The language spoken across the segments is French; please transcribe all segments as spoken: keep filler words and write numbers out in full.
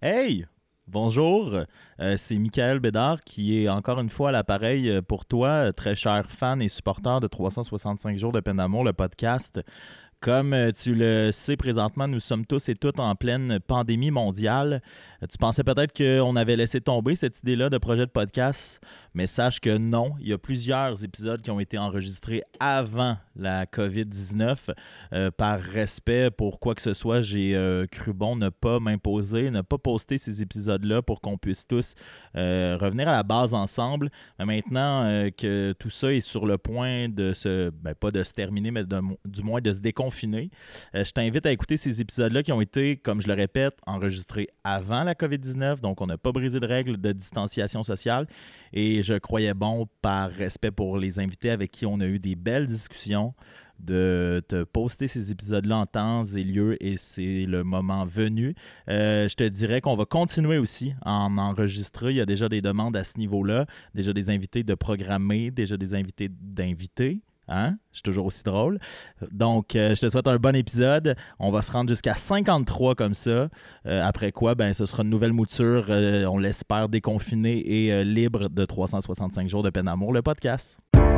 Hey! Bonjour, euh, c'est Michael Bédard qui est encore une fois à l'appareil pour toi, très cher fan et supporter de trois cent soixante-cinq jours de peine d'amour, le podcast. Comme tu le sais présentement, nous sommes tous et toutes en pleine pandémie mondiale. Tu pensais peut-être qu'on avait laissé tomber cette idée-là de projet de podcast, mais sache que non. Il y a plusieurs épisodes qui ont été enregistrés avant la covid dix-neuf. Euh, par respect pour quoi que ce soit, j'ai euh, cru bon ne pas m'imposer, ne pas poster ces épisodes-là pour qu'on puisse tous euh, revenir à la base ensemble. Mais maintenant euh, que tout ça est sur le point de se, ben pas de se terminer, mais de, du moins de se déconfiner, euh, je t'invite à écouter ces épisodes-là qui ont été, comme je le répète, enregistrés avant la covid dix-neuf. Donc, on n'a pas brisé de règles de distanciation sociale. Et je croyais bon, par respect pour les invités avec qui on a eu des belles discussions, de te poster ces épisodes-là en temps et lieu, et c'est le moment venu. Euh, je te dirais qu'on va continuer aussi à en enregistrer. Il y a déjà des demandes à ce niveau-là, déjà des invités de programmer, déjà des invités d'invités. Hein? Je suis toujours aussi drôle. Donc, euh, je te souhaite un bon épisode. On va se rendre jusqu'à cinquante-trois comme ça. Euh, après quoi, ben, ce sera une nouvelle mouture, euh, on l'espère, déconfinée et euh, libre de trois cent soixante-cinq jours de peine d'amour, le podcast.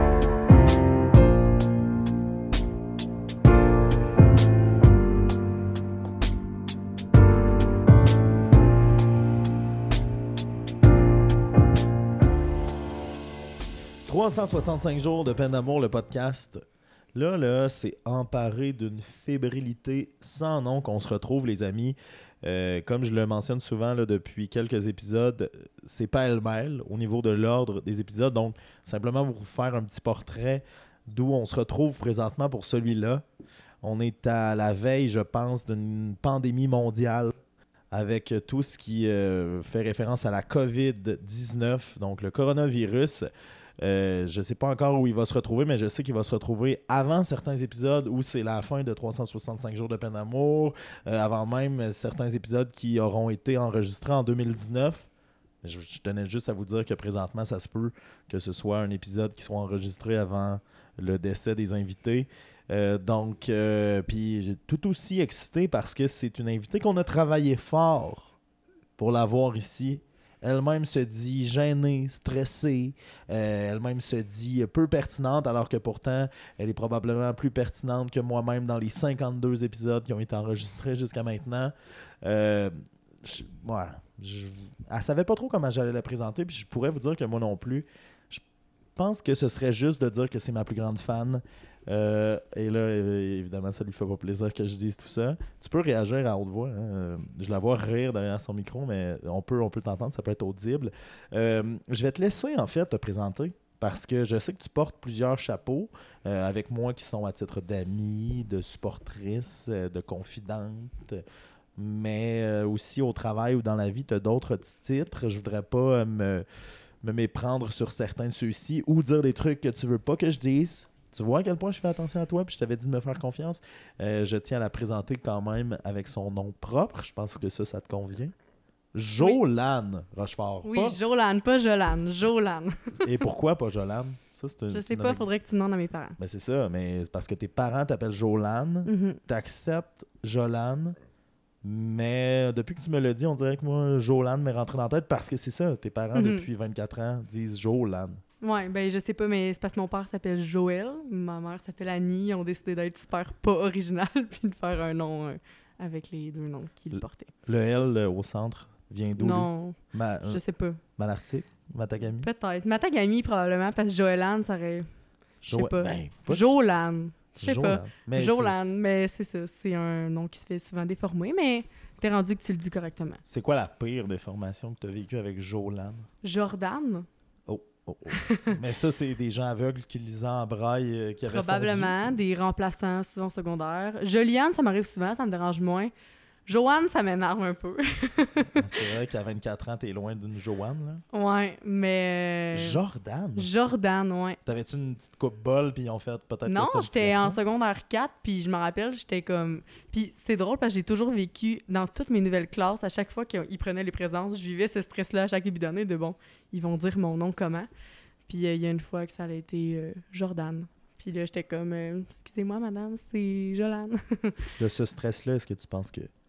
trois cent soixante-cinq jours de peine d'amour, le podcast. Là, là, c'est emparé d'une fébrilité sans nom qu'on se retrouve, les amis. Euh, comme je le mentionne souvent là, depuis quelques épisodes, c'est pêle-mêle au niveau de l'ordre des épisodes. Donc, simplement pour vous faire un petit portrait d'où on se retrouve présentement pour celui-là. On est à la veille, je pense, d'une pandémie mondiale avec tout ce qui euh, fait référence à la covid dix-neuf, donc le coronavirus. Euh, je ne sais pas encore où il va se retrouver, mais je sais qu'il va se retrouver avant certains épisodes où c'est la fin de trois cent soixante-cinq jours de peine d'amour, euh, avant même certains épisodes qui auront été enregistrés en deux mille dix-neuf. Je, je tenais juste à vous dire que présentement, ça se peut que ce soit un épisode qui soit enregistré avant le décès des invités. Euh, donc, euh, puis j'ai tout aussi excité parce que c'est une invitée qu'on a travaillé fort pour l'avoir ici. Elle-même se dit gênée, stressée. Euh, elle-même se dit peu pertinente, alors que pourtant, elle est probablement plus pertinente que moi-même dans les cinquante-deux épisodes qui ont été enregistrés jusqu'à maintenant. Euh, je, ouais, je, elle savait pas trop comment j'allais la présenter, puis je pourrais vous dire que moi non plus. Je pense que ce serait juste de dire que c'est ma plus grande fan. Euh, et là, évidemment, ça lui fait pas plaisir que je dise tout ça. Tu peux réagir à haute voix. Hein? Je la vois rire derrière son micro, mais on peut, on peut t'entendre, ça peut être audible. Euh, je vais te laisser, en fait, te présenter, parce que je sais que tu portes plusieurs chapeaux euh, avec moi qui sont à titre d'amie, de supportrice, de confidente, mais euh, aussi au travail ou dans la vie, tu as d'autres titres. Je voudrais pas euh, me, me méprendre sur certains de ceux-ci ou dire des trucs que tu veux pas que je dise. Tu vois à quel point je fais attention à toi, puis je t'avais dit de me faire confiance. Euh, je tiens à la présenter quand même avec son nom propre. Je pense que ça, ça te convient. Jolane oui. Rochefort. Oui, pas... Jolane, pas Jolane. Jolane. Et pourquoi pas Jolane? Ça, c'est une, je sais pas, il faudrait que tu demandes à mes parents. Ben, c'est ça, mais c'est parce que tes parents t'appellent Jolane. Mm-hmm. T'acceptes Jolane. Mais depuis que tu me l'as dit, on dirait que moi, Jolane m'est rentré dans la tête parce que c'est ça. Tes parents, mm-hmm. depuis vingt-quatre ans, disent Jolane. Ouais, ben je sais pas, mais c'est parce que mon père s'appelle Joël, ma mère s'appelle Annie, ils ont décidé d'être super pas original puis de faire un nom euh, avec les deux noms qu'ils portaient. Le L euh, au centre vient d'où? Non, Ma, je sais pas. Malartic? Matagami? Peut-être. Matagami, probablement, parce que Joëlane, ça aurait... Je sais jo- pas. Ben, Jolane. Je sais Jolane. pas. Mais Jolane, c'est... mais c'est ça. C'est un nom qui se fait souvent déformer, mais t'es rendu que tu le dis correctement. C'est quoi la pire déformation que tu as vécue avec Jolane? Jordan? Oh, oh. Mais ça, c'est des gens aveugles qui lisaient en braille, euh, qui avaient Probablement, fondu. des remplaçants souvent secondaires. Joliane, ça m'arrive souvent, ça me dérange moins. Joanne, ça m'énerve un peu. C'est vrai qu'à vingt-quatre ans, t'es loin d'une Joanne, là. Ouais, mais... Jordan? Jordan, ouais. T'avais-tu une petite coupe bol, puis ils ont fait peut-être... Non, que j'étais en secondaire quatre, puis je me rappelle, j'étais comme... Puis c'est drôle, parce que j'ai toujours vécu, dans toutes mes nouvelles classes, à chaque fois qu'ils prenaient les présences, je vivais ce stress-là à chaque début d'année, de bon, ils vont dire mon nom comment. Puis il euh, y a une fois que ça a été euh, Jordan. Puis là, j'étais comme, euh, excusez-moi, madame, c'est Jolane. De ce stress-là, est-ce que tu penses que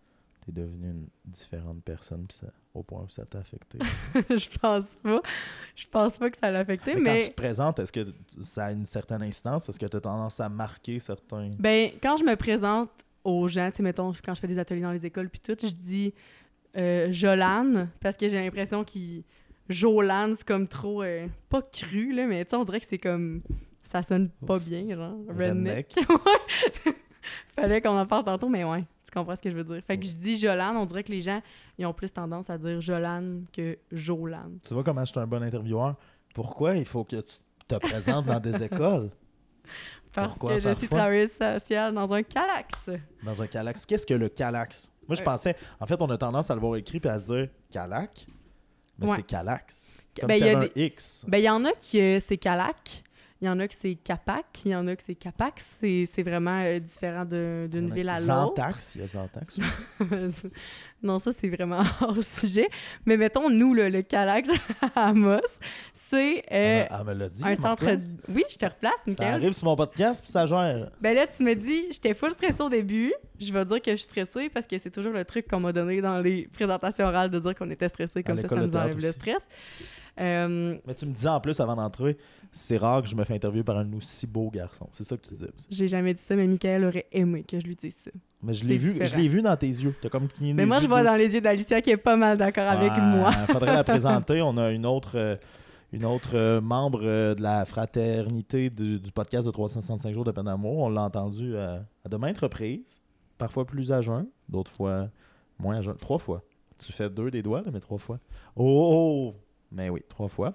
t'es devenue une différente personne pis ça, au point où ça t'a affecté? Je pense pas. Je pense pas que ça l'a affecté, mais, mais... quand tu te présentes, est-ce que ça a une certaine incidence? Est-ce que tu as tendance à marquer certains... Ben, quand je me présente aux gens, tu sais, mettons, quand je fais des ateliers dans les écoles puis tout, je dis euh, Jolane, parce que j'ai l'impression qu'il... Jolane, c'est comme trop... euh, pas cru, là, mais tu sais, on dirait que c'est comme... Ça sonne pas Ouf. bien, genre. Redneck. Ouais. Fallait qu'on en parle tantôt, mais ouais, tu comprends ce que je veux dire. Fait que je dis Jolane, on dirait que les gens, ils ont plus tendance à dire Jolane que Jolane. Tu vois comment je suis un bon intervieweur? Pourquoi il faut que tu te présentes dans des écoles? Parce Pourquoi, que je suis parfois? travailleuse sociale dans un Calax. Dans un Calax. Qu'est-ce que le Calax? Moi, je Ouais. pensais... En fait, on a tendance à le voir écrit et à se dire Calac, mais Ouais. c'est Calax. Comme Ben, s'il y y a avait des- un X. Ben, il y en a qui euh, c'est Calac, il y en a que c'est Capac, il y en a que c'est Capax. C'est, c'est vraiment euh, différent de- d'une ville à l'autre. Zantax. Il y a Zantax aussi. Non, ça, c'est vraiment hors sujet. Mais mettons, nous, là, le Calax à Amos, c'est euh, Elle, me- elle me l'a dit. un me centre... replace. Oui, je te replace, Ça Michael. arrive sur mon podcast puis ça gère. Ben là, tu me dis, j'étais full stressée au début. Je vais dire que je suis stressée parce que c'est toujours le truc qu'on m'a donné dans les présentations orales de dire qu'on était stressé, comme ça, l'école ça de nous théâtre enlève le aussi. stress. Euh, Mais tu me disais en plus avant d'entrer, c'est rare que je me fais interviewer par un aussi beau garçon. C'est ça que tu disais aussi. j'ai jamais dit ça, mais Michael aurait aimé que je lui dise ça. Mais je l'ai C'est vu, différent. je l'ai vu dans tes yeux. T'as comme cligné Mais des moi, yeux je vois de- dans les yeux d'Alicia qui est pas mal d'accord avec Ouais, moi. faudrait la présenter. On a une autre, euh, une autre euh, membre euh, de la fraternité du, du podcast de trois cent soixante-cinq jours de peine d'amour. On l'a entendu euh, à de maintes reprises. Parfois plus à jeun, d'autres fois moins à jeun. Trois fois. Tu fais deux des doigts, là, mais trois fois. Oh, oh, oh! Mais oui, trois fois.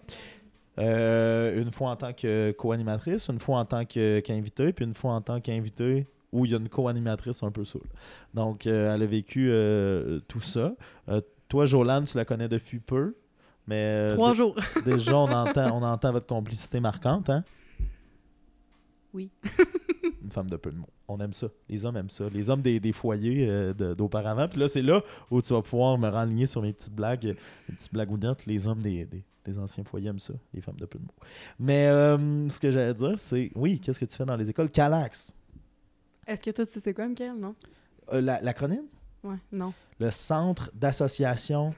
Euh, une fois en tant que co-animatrice, une fois en tant que, qu'invitée, puis une fois en tant qu'invitée où il y a une co-animatrice un peu saoule. Donc, euh, elle a vécu euh, tout ça. Euh, toi, Jolane, tu la connais depuis peu, mais euh, Trois dé- jours. déjà, on entend, on entend votre complicité marquante, hein? Oui. Une femme de peu de mots. On aime ça. Les hommes aiment ça. Les hommes des, des foyers euh, de- d'auparavant. Puis là, c'est là où tu vas pouvoir me renligner sur mes petites blagues, euh, mes petites blagounettes. Les hommes des, des, des anciens foyers aiment ça. Les femmes de peu de mots. Mais euh, ce que j'allais dire, c'est... Oui, qu'est-ce que tu fais dans les écoles? Calax. Est-ce que toi, tu sais quoi, Michael? Non? Euh, la- l'acronyme? Ouais, non. Le Centre d'association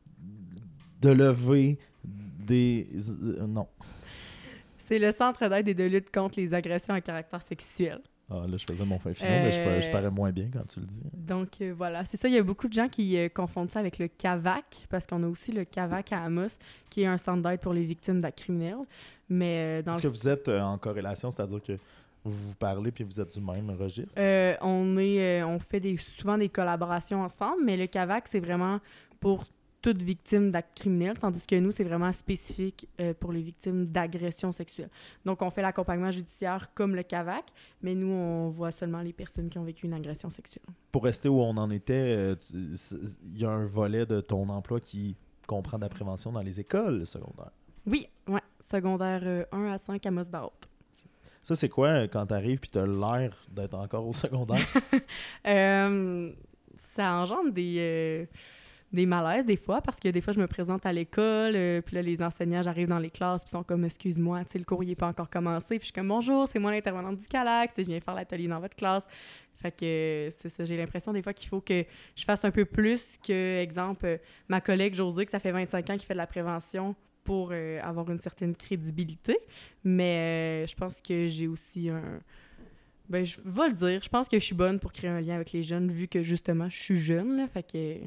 de levée des... euh, non. C'est le Centre d'aide et de lutte contre les agressions à caractère sexuel. Ah, là, je faisais mon fin final, mais je, pa- je Euh, parais moins bien quand tu le dis. Donc, euh, voilà. C'est ça, il y a beaucoup de gens qui euh, confondent ça avec le C A V A C, parce qu'on a aussi le C A V A C à Amos, qui est un centre d'aide pour les victimes d'actes criminels. Mais euh, dans Est-ce que vous êtes euh, en corrélation, c'est-à-dire que vous vous parlez puis vous êtes du même registre? Euh, on est, euh, on fait des, souvent des collaborations ensemble, mais le C A V A C, c'est vraiment pour toute victime d'actes criminels, tandis que nous, c'est vraiment spécifique euh, pour les victimes d'agressions sexuelles. Donc, on fait l'accompagnement judiciaire comme le C A V A C, mais nous, on voit seulement les personnes qui ont vécu une agression sexuelle. Pour rester où on en était, euh, tu- c'est- il y a un volet de ton emploi qui comprend de la prévention dans les écoles secondaires. Oui, ouais, secondaire euh, un à cinq à Amos-Barrault. Ça, c'est quoi euh, quand tu arrives et tu as l'air d'être encore au secondaire? Euh, ça engendre des, euh, des malaises des fois, parce que des fois, je me présente à l'école, euh, puis là, les enseignants, j'arrive dans les classes, puis ils sont comme « Excuse-moi, tu sais, le cours, il n'est pas encore commencé. » Puis je suis comme « Bonjour, c'est moi l'intervenante du Calax, je viens faire l'atelier dans votre classe. » Fait que euh, c'est ça, j'ai l'impression des fois qu'il faut que je fasse un peu plus que, exemple, euh, ma collègue Josée, que ça fait vingt-cinq ans qu'il fait de la prévention pour euh, avoir une certaine crédibilité. Mais euh, je pense que j'ai aussi un... Ben, je vais le dire. Je pense que je suis bonne pour créer un lien avec les jeunes, vu que, justement, je suis jeune, là. Fait que...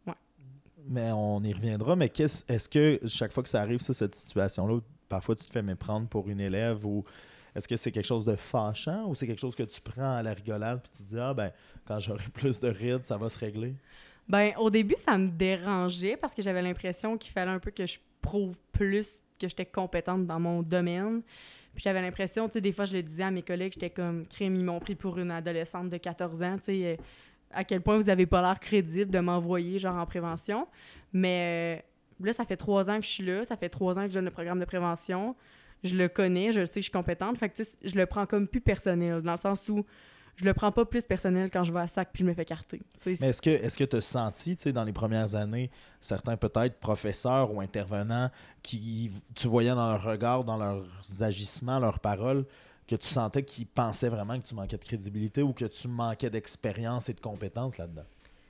Mais on y reviendra. Mais qu'est-ce, est-ce que chaque fois que ça arrive, ça, cette situation-là, où parfois tu te fais méprendre pour une élève, ou est-ce que c'est quelque chose de fâchant ou c'est quelque chose que tu prends à la rigolade puis tu te dis « Ah, ben, quand j'aurai plus de rides, ça va se régler? » Ben, au début, ça me dérangeait parce que j'avais l'impression qu'il fallait un peu que je prouve plus que j'étais compétente dans mon domaine. Puis j'avais l'impression, tu sais, des fois, je le disais à mes collègues, j'étais comme, crème, ils m'ont pris pour une adolescente de quatorze ans, tu sais, euh, à quel point vous avez pas l'air crédible de m'envoyer, genre, en prévention. Mais euh, là, ça fait trois ans que je suis là, ça fait trois ans que je donne le programme de prévention. Je le connais, je sais que je suis compétente. Fait que, tu sais, je le prends comme plus personnel, dans le sens où je le prends pas plus personnel quand je vais à sac puis je me fais carter. Tu sais, Mais est-ce que est-ce que tu as senti, tu sais, dans les premières années, certains peut-être professeurs ou intervenants qui, tu voyais dans leur regard, dans leurs agissements, leurs paroles, que tu sentais qu'ils pensaient vraiment que tu manquais de crédibilité ou que tu manquais d'expérience et de compétences là-dedans?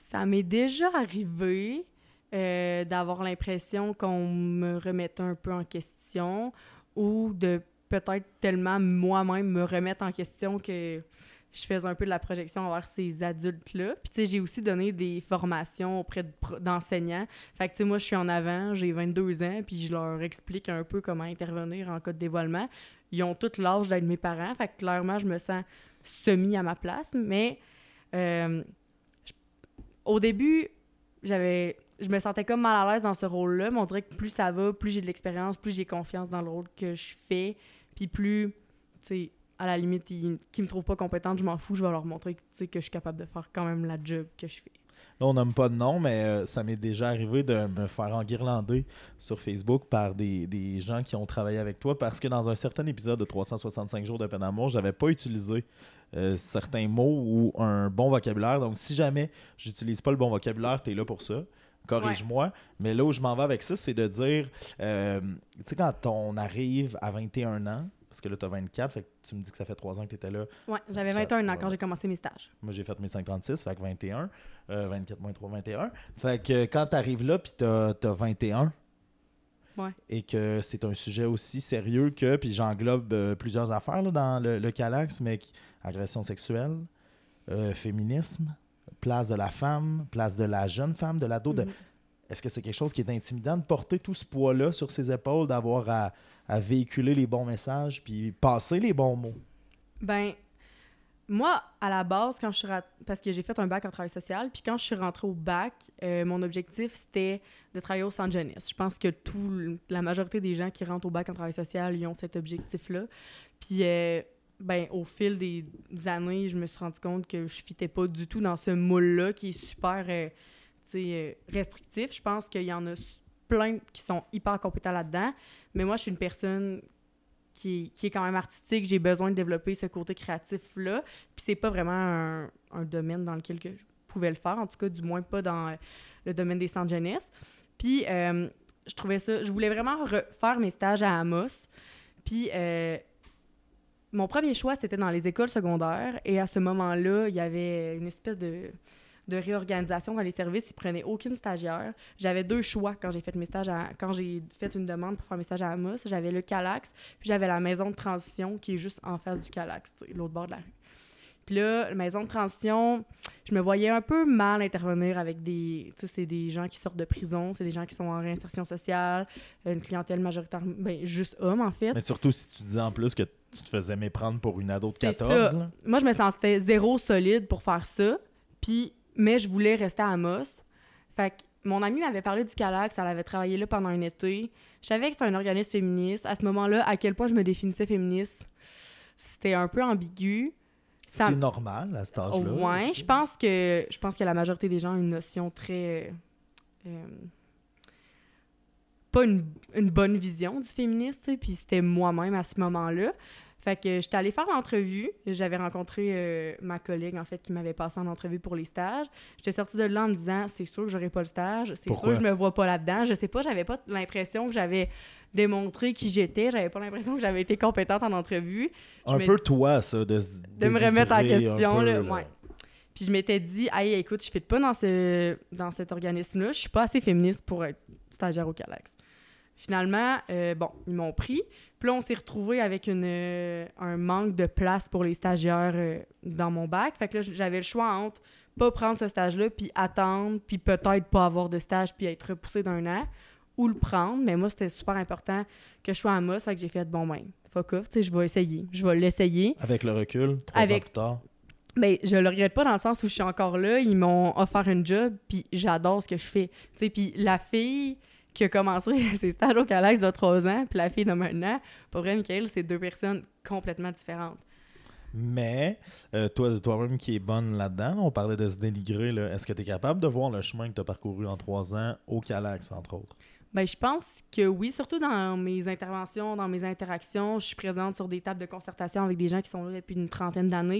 Ça m'est déjà arrivé euh, d'avoir l'impression qu'on me remette un peu en question ou de peut-être tellement moi-même me remettre en question que je faisais un peu de la projection envers ces adultes-là. Puis, tu sais, j'ai aussi donné des formations auprès de pro- d'enseignants. Fait que, tu sais, moi, je suis en avant, j'ai vingt-deux ans, puis je leur explique un peu comment intervenir en cas de dévoilement. Ils ont tous l'âge d'être mes parents. Fait que, clairement, je me sens semi à ma place. Mais, euh, je- au début, j'avais... Je me sentais comme mal à l'aise dans ce rôle-là, mais on dirait que plus ça va, plus j'ai de l'expérience, plus j'ai confiance dans le rôle que je fais, puis plus, tu sais, à la limite, ils, qui me trouvent pas compétente, je m'en fous, je vais leur montrer que, tu sais, que je suis capable de faire quand même la job que je fais. Là, on nomme pas de nom, mais euh, ça m'est déjà arrivé de me faire enguirlander sur Facebook par des, des gens qui ont travaillé avec toi parce que dans un certain épisode de trois cent soixante-cinq jours de peine d'amour, j'avais pas utilisé euh, certains mots ou un bon vocabulaire. Donc, si jamais j'utilise pas le bon vocabulaire, tu es là pour ça. Corrige-moi. Ouais. Mais là où je m'en vais avec ça, c'est de dire, euh, tu sais, quand on arrive à vingt et un ans, parce que là, tu as vingt-quatre, fait que tu me dis que ça fait trois ans que tu étais là. Oui, j'avais vingt et un ans quand j'ai commencé mes stages. Moi, j'ai fait mes cinquante-six, fait que vingt et un. Euh, vingt-quatre moins trois, vingt et un. Fait que quand tu arrives là, puis tu as vingt et un, ouais. et que c'est un sujet aussi sérieux que, puis j'englobe euh, plusieurs affaires là, dans le, le Calax, mais qui, agression sexuelle, euh, féminisme, place de la femme, place de la jeune femme, de l'ado. Mm-hmm. De... Est-ce que c'est quelque chose qui est intimidant de porter tout ce poids-là sur ses épaules, d'avoir à, à véhiculer les bons messages puis passer les bons mots? Ben, moi, à la base, quand je suis rat... parce que j'ai fait un bac en travail social, puis quand je suis rentrée au bac, euh, mon objectif, c'était de travailler au centre jeunesse. Je pense que tout, la majorité des gens qui rentrent au bac en travail social, ils ont cet objectif-là. Puis... Euh, ben, au fil des années, je me suis rendu compte que je ne fitais pas du tout dans ce moule-là qui est super euh, euh, restrictif. Je pense qu'il y en a plein qui sont hyper compétents là-dedans. Mais moi, je suis une personne qui, qui est quand même artistique. J'ai besoin de développer ce côté créatif-là. Puis c'est pas vraiment un, un domaine dans lequel que je pouvais le faire. En tout cas, du moins pas dans le domaine des centres jeunesse. Puis euh, je trouvais ça... Je voulais vraiment refaire mes stages à Amos. Puis... Euh, Mon premier choix, c'était dans les écoles secondaires. Et à ce moment-là, il y avait une espèce de, de réorganisation dans les services. Ils ne prenaient aucune stagiaire. J'avais deux choix quand j'ai fait mes stages à, quand j'ai fait une demande pour faire mes stages à Amos. J'avais le Calax, puis j'avais la maison de transition qui est juste en face du Calax, l'autre bord de la rue. Puis là, la maison de transition, je me voyais un peu mal intervenir avec des... Tu sais, c'est des gens qui sortent de prison, c'est des gens qui sont en réinsertion sociale, une clientèle majoritairement... Ben, juste hommes, en fait. Mais surtout si tu disais en plus que tu te faisais méprendre pour une ado de quatorze. Là. Moi, je me sentais zéro solide pour faire ça. Puis, mais je voulais rester à Amos. Fait que mon amie m'avait parlé du Calax, elle avait travaillé là pendant un été. Je savais que c'était un organisme féministe. À ce moment-là, à quel point je me définissais féministe, c'était un peu ambigu. Ça... C'est normal à cet âge-là. Oui, je pense que je pense que la majorité des gens ont une notion très... Euh, pas une, une bonne vision du féminisme, tu sais, puis c'était moi-même à ce moment-là. Fait que j'étais allée faire l'entrevue. J'avais rencontré euh, ma collègue, en fait, qui m'avait passé en entrevue pour les stages. J'étais sortie de là en me disant, c'est sûr que j'aurai pas le stage, c'est Pourquoi? sûr que je me vois pas là-dedans. Je sais pas, j'avais pas l'impression que j'avais démontré qui j'étais. J'avais pas l'impression que j'avais été compétente en entrevue. Je un me... peu toi, ça, de De me remettre en question, peu, là. là. Ouais. Puis je m'étais dit, hey, écoute, je ne fit pas dans, ce, dans cet organisme-là. Je suis pas assez féministe pour être stagiaire au Calax. Finalement, euh, bon, ils m'ont pris. Puis là, on s'est retrouvés avec une, euh, un manque de place pour les stagiaires euh, dans mon bac. Fait que là, j'avais le choix entre pas prendre ce stage-là, puis attendre, puis peut-être pas avoir de stage, puis être repoussé d'un an, ou le prendre. Mais moi, c'était super important que je sois à Amos. Fait que j'ai fait, bon, ben, fuck off, tu sais, je vais essayer. Je vais l'essayer. Avec le recul, trois avec... ans plus tard. Ben, je le regrette pas dans le sens où je suis encore là. Ils m'ont offert un job, puis j'adore ce que je fais. Tu sais, puis la fille qui a commencé ses stages au Calax de trois ans, puis la fille de maintenant, pour vrai, Michael, c'est deux personnes complètement différentes. Mais, euh, toi, toi-même qui es bonne là-dedans, on parlait de se dénigrer, là. Est-ce que tu es capable de voir le chemin que tu as parcouru en trois ans au Calax, entre autres? Ben, je pense que oui, surtout dans mes interventions, dans mes interactions. Je suis présente sur des tables de concertation avec des gens qui sont là depuis une trentaine d'années.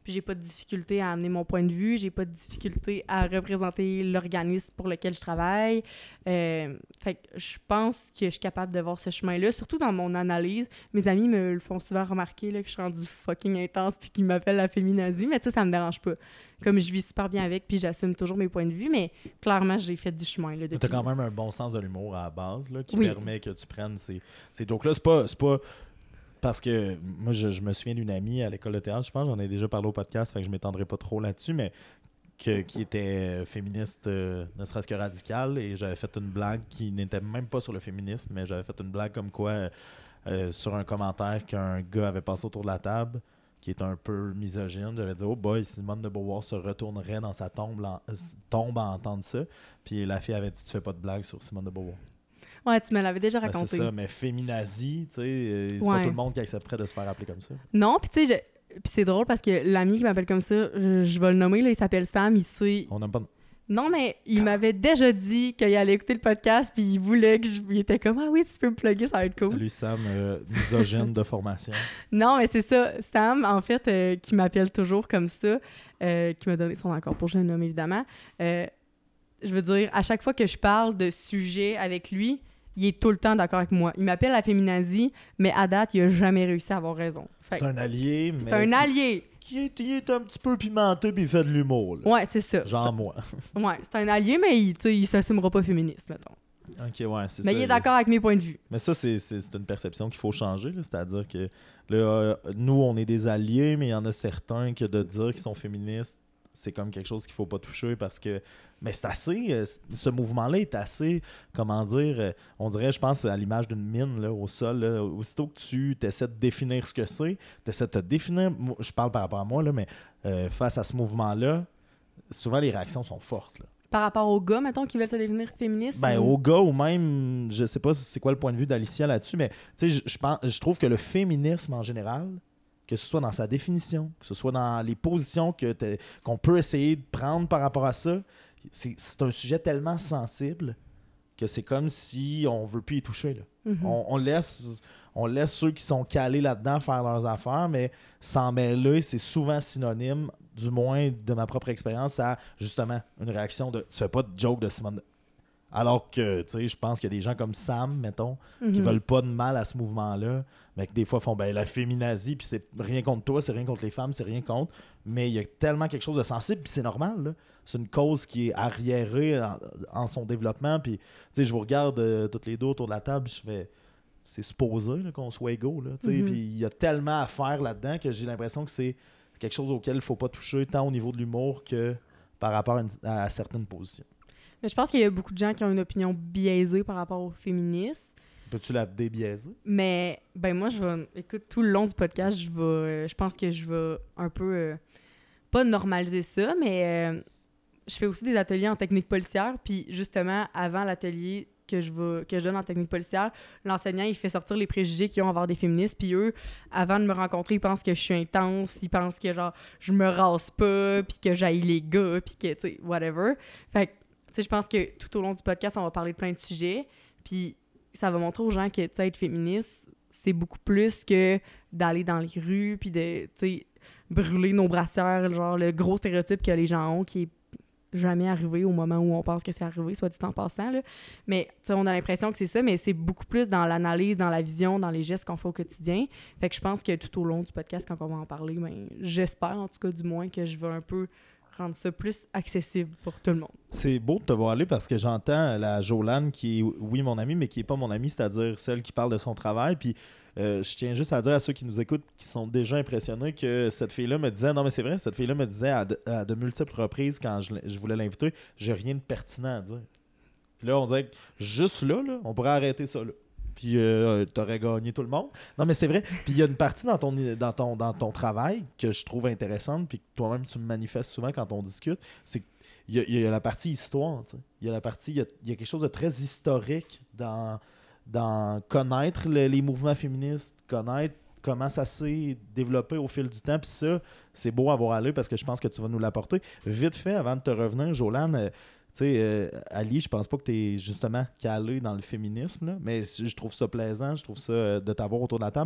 puis j'ai pas de difficulté à amener mon point de vue, j'ai pas de difficulté à représenter l'organisme pour lequel je travaille. Euh, fait que je pense que je suis capable de voir ce chemin-là, surtout dans mon analyse. Mes amis me le font souvent remarquer, là, que je suis rendue fucking intense puis qu'ils m'appellent la féminazie, mais tu sais, ça me dérange pas. Comme je vis super bien avec, puis j'assume toujours mes points de vue, mais clairement, j'ai fait du chemin. Là, depuis. T'as quand même un bon sens de l'humour à la base, là, qui oui. permet que tu prennes ces, ces jokes-là. C'est pas, c'est pas parce que moi, je, je me souviens d'une amie à l'école de théâtre, je pense, j'en ai déjà parlé au podcast, fait que je m'étendrai pas trop là-dessus, mais que, qui était féministe, euh, ne serait-ce que radicale, et j'avais fait une blague qui n'était même pas sur le féminisme, mais j'avais fait une blague comme quoi, euh, sur un commentaire qu'un gars avait passé autour de la table, qui est un peu misogyne. J'avais dit « Oh boy, Simone de Beauvoir se retournerait dans sa tombe, en, euh, tombe à entendre ça. » Puis la fille avait dit « Tu fais pas de blague sur Simone de Beauvoir. » Ouais, tu me l'avais déjà Ben, raconté. c'est ça, mais féminazie, tu sais, euh, c'est ouais. pas tout le monde qui accepterait de se faire appeler comme ça. Non, puis tu sais, je... puis c'est drôle parce que l'ami qui m'appelle comme ça, je, je vais le nommer, là, il s'appelle Sam, il sait... On n'aime pas... Non, mais il m'avait déjà dit qu'il allait écouter le podcast, puis il voulait que je... Il était comme « Ah oui, tu peux me plugger, ça va être cool. » Salut Sam, euh, misogyne de formation. Non, mais c'est ça. Sam, en fait, euh, qui m'appelle toujours comme ça, euh, qui m'a donné son accord pour jeune homme, évidemment. Euh, je veux dire, à chaque fois que je parle de sujets avec lui, il est tout le temps d'accord avec moi. Il m'appelle la féminazie, mais à date, il a jamais réussi à avoir raison. Fait C'est un allié, mais... C'est un allié! Qui est, qui est un petit peu pimenté puis il fait de l'humour. Là. Ouais, c'est ça. Genre moi. Ouais, c'est un allié, mais il, il s'assumera pas féministe, mettons. Ok, ouais, c'est mais ça. il est d'accord avec mes points de vue. Mais ça, c'est, c'est, c'est une perception qu'il faut changer. Là. C'est-à-dire que là, euh, nous, on est des alliés, mais il y en a certains que de dire qu'ils sont féministes, c'est comme quelque chose qu'il faut pas toucher parce que... Mais c'est assez... Euh, ce mouvement-là est assez... Comment dire... Euh, on dirait, je pense, à l'image d'une mine là, au sol. Là, aussitôt que tu essaies de définir ce que c'est, tu essaies de te définir... Moi, je parle par rapport à moi, là, mais euh, face à ce mouvement-là, souvent, les réactions sont fortes. Là. Par rapport aux gars, mettons, qui veulent se devenir féministes? Ben, ou... aux gars ou même... Je sais pas c'est quoi le point de vue d'Alicia là-dessus, mais tu sais, je, je, pense, je trouve que le féminisme en général... que ce soit dans sa définition, que ce soit dans les positions que qu'on peut essayer de prendre par rapport à ça, c'est, c'est un sujet tellement sensible que c'est comme si on veut plus y toucher. Là. Mm-hmm. On, on, laisse, on laisse ceux qui sont calés là-dedans faire leurs affaires, mais s'en mêler, c'est souvent synonyme, du moins de ma propre expérience, à justement une réaction de « tu fais pas de joke de Simone ». Alors que, tu sais, je pense qu'il y a des gens comme Sam, mettons, mm-hmm. qui veulent pas de mal à ce mouvement-là, mais qui des fois font ben, la féminazie, puis c'est rien contre toi, c'est rien contre les femmes, c'est rien contre. Mais il y a tellement quelque chose de sensible, puis c'est normal, là. C'est une cause qui est arriérée en, en son développement. Puis, tu sais, je vous regarde euh, toutes les deux autour de la table, je fais. C'est supposé là, qu'on soit égaux, là. Tu sais, mm-hmm. Puis il y a tellement à faire là-dedans que j'ai l'impression que c'est quelque chose auquel il faut pas toucher, tant au niveau de l'humour que par rapport à, une, à certaines positions. Mais je pense qu'il y a beaucoup de gens qui ont une opinion biaisée par rapport au féminisme. Peux-tu la débiaiser? Mais, ben moi, je vais... Écoute, tout le long du podcast, je vais... Euh, je pense que je vais un peu... Euh, pas normaliser ça, mais euh, je fais aussi des ateliers en technique policière. Puis, justement, avant l'atelier que je, vais, que je donne en technique policière, l'enseignant, il fait sortir les préjugés qu'ils ont envers des féministes. Puis eux, avant de me rencontrer, ils pensent que je suis intense. Ils pensent que, genre, je me rase pas, puis que j'haïs les gars, puis que, tu sais, whatever. Fait que, tu sais, je pense que tout au long du podcast, on va parler de plein de sujets. Puis ça va montrer aux gens que, tu sais, être féministe, c'est beaucoup plus que d'aller dans les rues puis de, tu sais, brûler nos brassières, genre le gros stéréotype que les gens ont qui est jamais arrivé au moment où on pense que c'est arrivé, soit dit en passant, là. Mais, tu sais, on a l'impression que c'est ça, mais c'est beaucoup plus dans l'analyse, dans la vision, dans les gestes qu'on fait au quotidien. Fait que je pense que tout au long du podcast, quand on va en parler, ben, j'espère, en tout cas, du moins, que je vais un peu rendre ça plus accessible pour tout le monde. C'est beau de te voir aller parce que j'entends la Jolane qui est, oui, mon amie, mais qui n'est pas mon amie, c'est-à-dire celle qui parle de son travail. Puis euh, je tiens juste à dire à ceux qui nous écoutent, qui sont déjà impressionnés, que cette fille-là me disait, non mais c'est vrai, cette fille-là me disait à de, à de multiples reprises quand je, je voulais l'inviter, j'ai rien de pertinent à dire. Puis là, on dirait que juste là, là on pourrait arrêter ça là. Puis euh, t'aurais gagné tout le monde. Non, mais c'est vrai. Puis il y a une partie dans ton, dans, ton, dans ton travail que je trouve intéressante, puis que toi-même, tu me manifestes souvent quand on discute, c'est qu'il y a, il y a la partie histoire. Il y a la partie, il y a, il y a quelque chose de très historique dans, dans connaître le, les mouvements féministes, connaître comment ça s'est développé au fil du temps. Puis ça, c'est beau à voir aller parce que je pense que tu vas nous l'apporter. Vite fait, avant de te revenir, Jolane, euh, tu sais, euh, Ali, je pense pas que tu es justement calé dans le féminisme, là, mais je trouve ça plaisant, je trouve ça euh, de t'avoir autour de la table.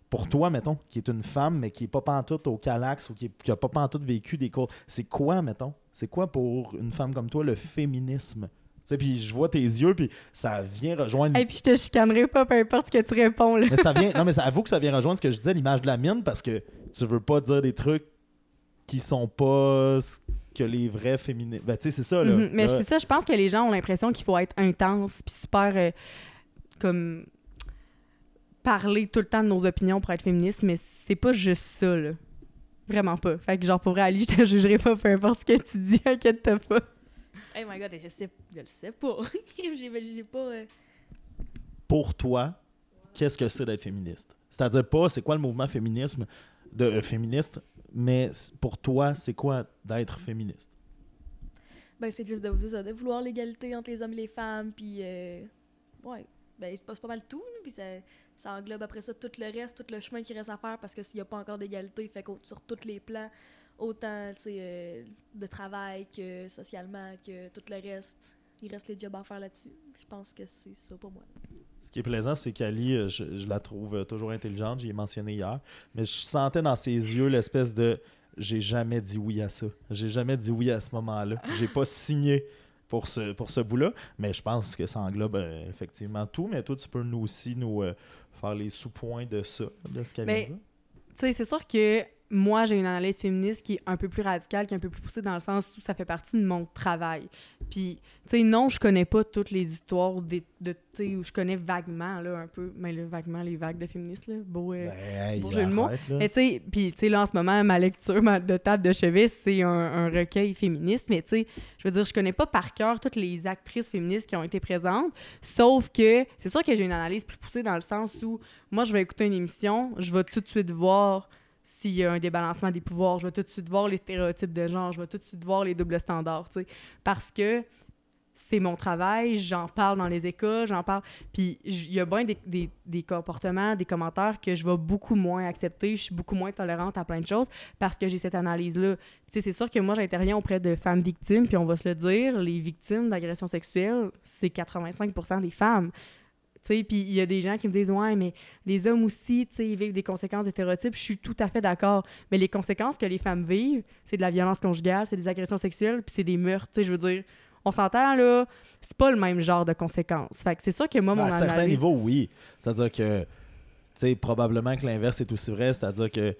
pour toi, mettons, qui est une femme, mais qui n'est pas pantoute au Calax ou qui n'a pas pantoute vécu des cours, c'est quoi, mettons? C'est quoi pour une femme comme toi le féminisme? Puis je vois tes yeux, puis ça vient rejoindre... Et hey, puis je te chicanerai pas, peu importe ce que tu réponds. Là. Mais ça vient... Non, mais ça, avoue que ça vient rejoindre ce que je disais, l'image de la mine, parce que tu veux pas dire des trucs qui sont pas ce que les vrais féministes... Ben, tu sais, c'est ça, là. Mm-hmm. Mais là... c'est ça, je pense que les gens ont l'impression qu'il faut être intense, puis super, euh, comme... parler tout le temps de nos opinions pour être féministe, mais c'est pas juste ça, là. Vraiment pas. Fait que genre, pour vrai, Ali, je te jugerai pas, peu importe ce que tu dis, inquiète-toi pas. Oh my god, je sais, je le sais pas. J'ai pas... Euh... Pour toi, qu'est-ce que c'est d'être féministe? C'est-à-dire pas, c'est quoi le mouvement féminisme de euh, féministe, mais pour toi, c'est quoi d'être féministe? Ben, c'est juste de, de, de vouloir l'égalité entre les hommes et les femmes, puis... Euh, ouais, ben, c'est pas mal tout, puis ça... Ça englobe après ça tout le reste, tout le chemin qui reste à faire parce que s'il n'y a pas encore d'égalité, fait que sur tous les plans, autant euh, de travail que socialement, que tout le reste, il reste les jobs à faire là-dessus. Je pense que c'est ça pour moi. Ce qui est plaisant, c'est qu'Ali, je, je la trouve toujours intelligente, j'y ai mentionné hier, mais je sentais dans ses yeux l'espèce de « j'ai jamais dit oui à ça ». J'ai jamais dit oui à ce moment-là. J'ai pas signé pour ce, pour ce bout-là, mais je pense que ça englobe euh, effectivement tout, mais toi, tu peux nous aussi nous euh, faire les sous-points de ça, de ce qu'elle vient de dire. Tu sais, c'est sûr que moi, j'ai une analyse féministe qui est un peu plus radicale, qui est un peu plus poussée dans le sens où ça fait partie de mon travail. Puis, tu sais, non, je connais pas toutes les histoires des, de, tu sais, où je connais vaguement, là, un peu, mais là, vaguement, les vagues de féministes, là, beau, euh, ben, beau jeu de mots. Mais tu sais, puis, tu sais, là, en ce moment, ma lecture ma, de table de chevet, c'est un, un recueil féministe, mais tu sais, je veux dire, je connais pas par cœur toutes les actrices féministes qui ont été présentes, sauf que, c'est sûr que j'ai une analyse plus poussée dans le sens où, moi, je vais écouter une émission, je vais tout de suite voir s'il y a un débalancement des pouvoirs, je vais tout de suite voir les stéréotypes de genre, je vais tout de suite voir les doubles standards, tu sais, parce que c'est mon travail, j'en parle dans les écoles, j'en parle, puis il y a bien des, des, des comportements, des commentaires que je vais beaucoup moins accepter, je suis beaucoup moins tolérante à plein de choses parce que j'ai cette analyse-là. Tu sais, c'est sûr que moi, j'interviens auprès de femmes victimes, puis on va se le dire, les victimes d'agressions sexuelles, c'est quatre-vingt-cinq pour cent des femmes. Puis il y a des gens qui me disent « Ouais, mais les hommes aussi, ils vivent des conséquences des stéréotypes. » Je suis tout à fait d'accord. Mais les conséquences que les femmes vivent, c'est de la violence conjugale, c'est des agressions sexuelles, puis c'est des meurtres. Je veux dire, on s'entend, là, c'est pas le même genre de conséquences. Fait que c'est sûr que moi, mon à analyse... À certains niveaux, oui. C'est-à-dire que, tu sais, probablement que l'inverse est aussi vrai. C'est-à-dire que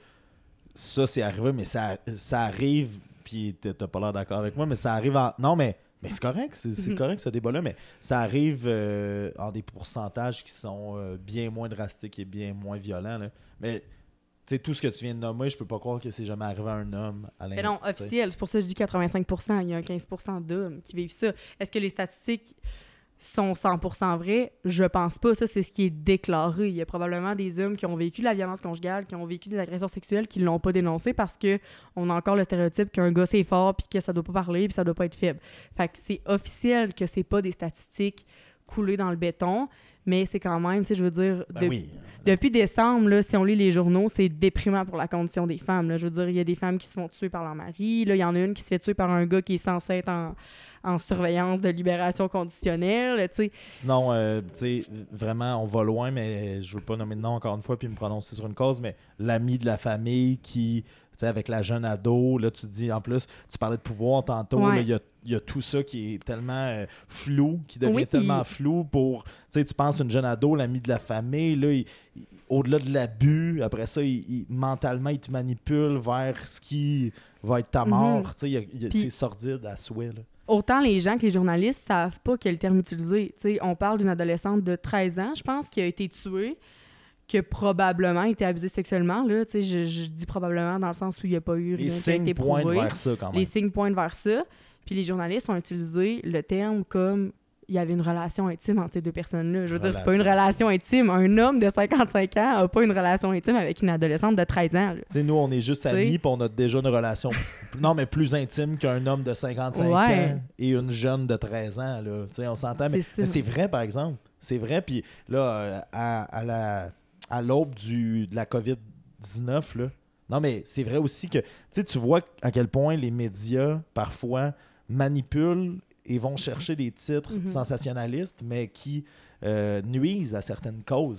ça, c'est arrivé, mais ça, ça arrive, puis t'as pas l'air d'accord avec moi, mais ça arrive en... Non, mais... Mais c'est correct, c'est, c'est mm-hmm. correct ce débat-là, mais ça arrive euh, en des pourcentages qui sont euh, bien moins drastiques et bien moins violents. Là. Mais tu sais, tout ce que tu viens de nommer, je peux pas croire que c'est jamais arrivé à un homme. À mais non, officiel, c'est pour ça que je dis quatre-vingt-cinq pour cent. Il y a un quinze pour cent d'hommes qui vivent ça. Est-ce que les statistiques sont cent pour cent vraies? Je pense pas. Ça, c'est ce qui est déclaré. Il y a probablement des hommes qui ont vécu de la violence conjugale, qui ont vécu des agressions sexuelles, qui l'ont pas dénoncé parce que on a encore le stéréotype qu'un gars c'est fort puis que ça doit pas parler puis ça doit pas être faible. Fait que c'est officiel que c'est pas des statistiques coulées dans le béton, mais c'est quand même, tu sais, je veux dire, ben de, oui. depuis décembre, là, si on lit les journaux, c'est déprimant pour la condition des femmes. Là. Je veux dire, il y a des femmes qui se font tuer par leur mari. Là, il y en a une qui se fait tuer par un gars qui est censé être en en surveillance de libération conditionnelle, tu sais. Sinon, euh, tu sais, vraiment, on va loin, mais je veux pas nommer de nom encore une fois puis me prononcer sur une cause, mais l'ami de la famille qui, tu sais, avec la jeune ado, là, tu te dis, en plus, tu parlais de pouvoir tantôt, ouais. il y a, y a tout ça qui est tellement euh, flou, qui devient oui, tellement puis... flou pour, tu sais, tu penses une jeune ado, l'ami de la famille, là, il, il, au-delà de l'abus, après ça, il, il, mentalement, il te manipule vers ce qui va être ta mort, mm-hmm. tu sais, puis... c'est sordide à souhait, là. Autant les gens que les journalistes savent pas quel terme utiliser. T'sais, on parle d'une adolescente de treize ans, je pense, qui a été tuée, qui a probablement été abusée sexuellement. Là, je, je dis probablement dans le sens où il n'y a pas eu rien qui a été prouvé. Les signes pointent vers ça, quand même. Les signes pointent vers ça. Puis les journalistes ont utilisé le terme comme il y avait une relation intime entre ces deux personnes-là. Je veux relation. dire, c'est pas une relation intime. Un homme de cinquante-cinq ans n'a pas une relation intime avec une adolescente de treize ans. Tu sais, nous, on est juste amis, puis on a déjà une relation, non, mais plus intime qu'un homme de cinquante-cinq ouais. ans et une jeune de treize ans. Là. Tu sais, on s'entend, mais c'est, mais c'est vrai, par exemple. C'est vrai, puis là, à, à, la, à l'aube du, de la covid dix-neuf, là, non, mais c'est vrai aussi que, tu sais, tu vois à quel point les médias, parfois, manipulent et vont chercher des titres mm-hmm. sensationnalistes, mais qui euh, nuisent à certaines causes. Là.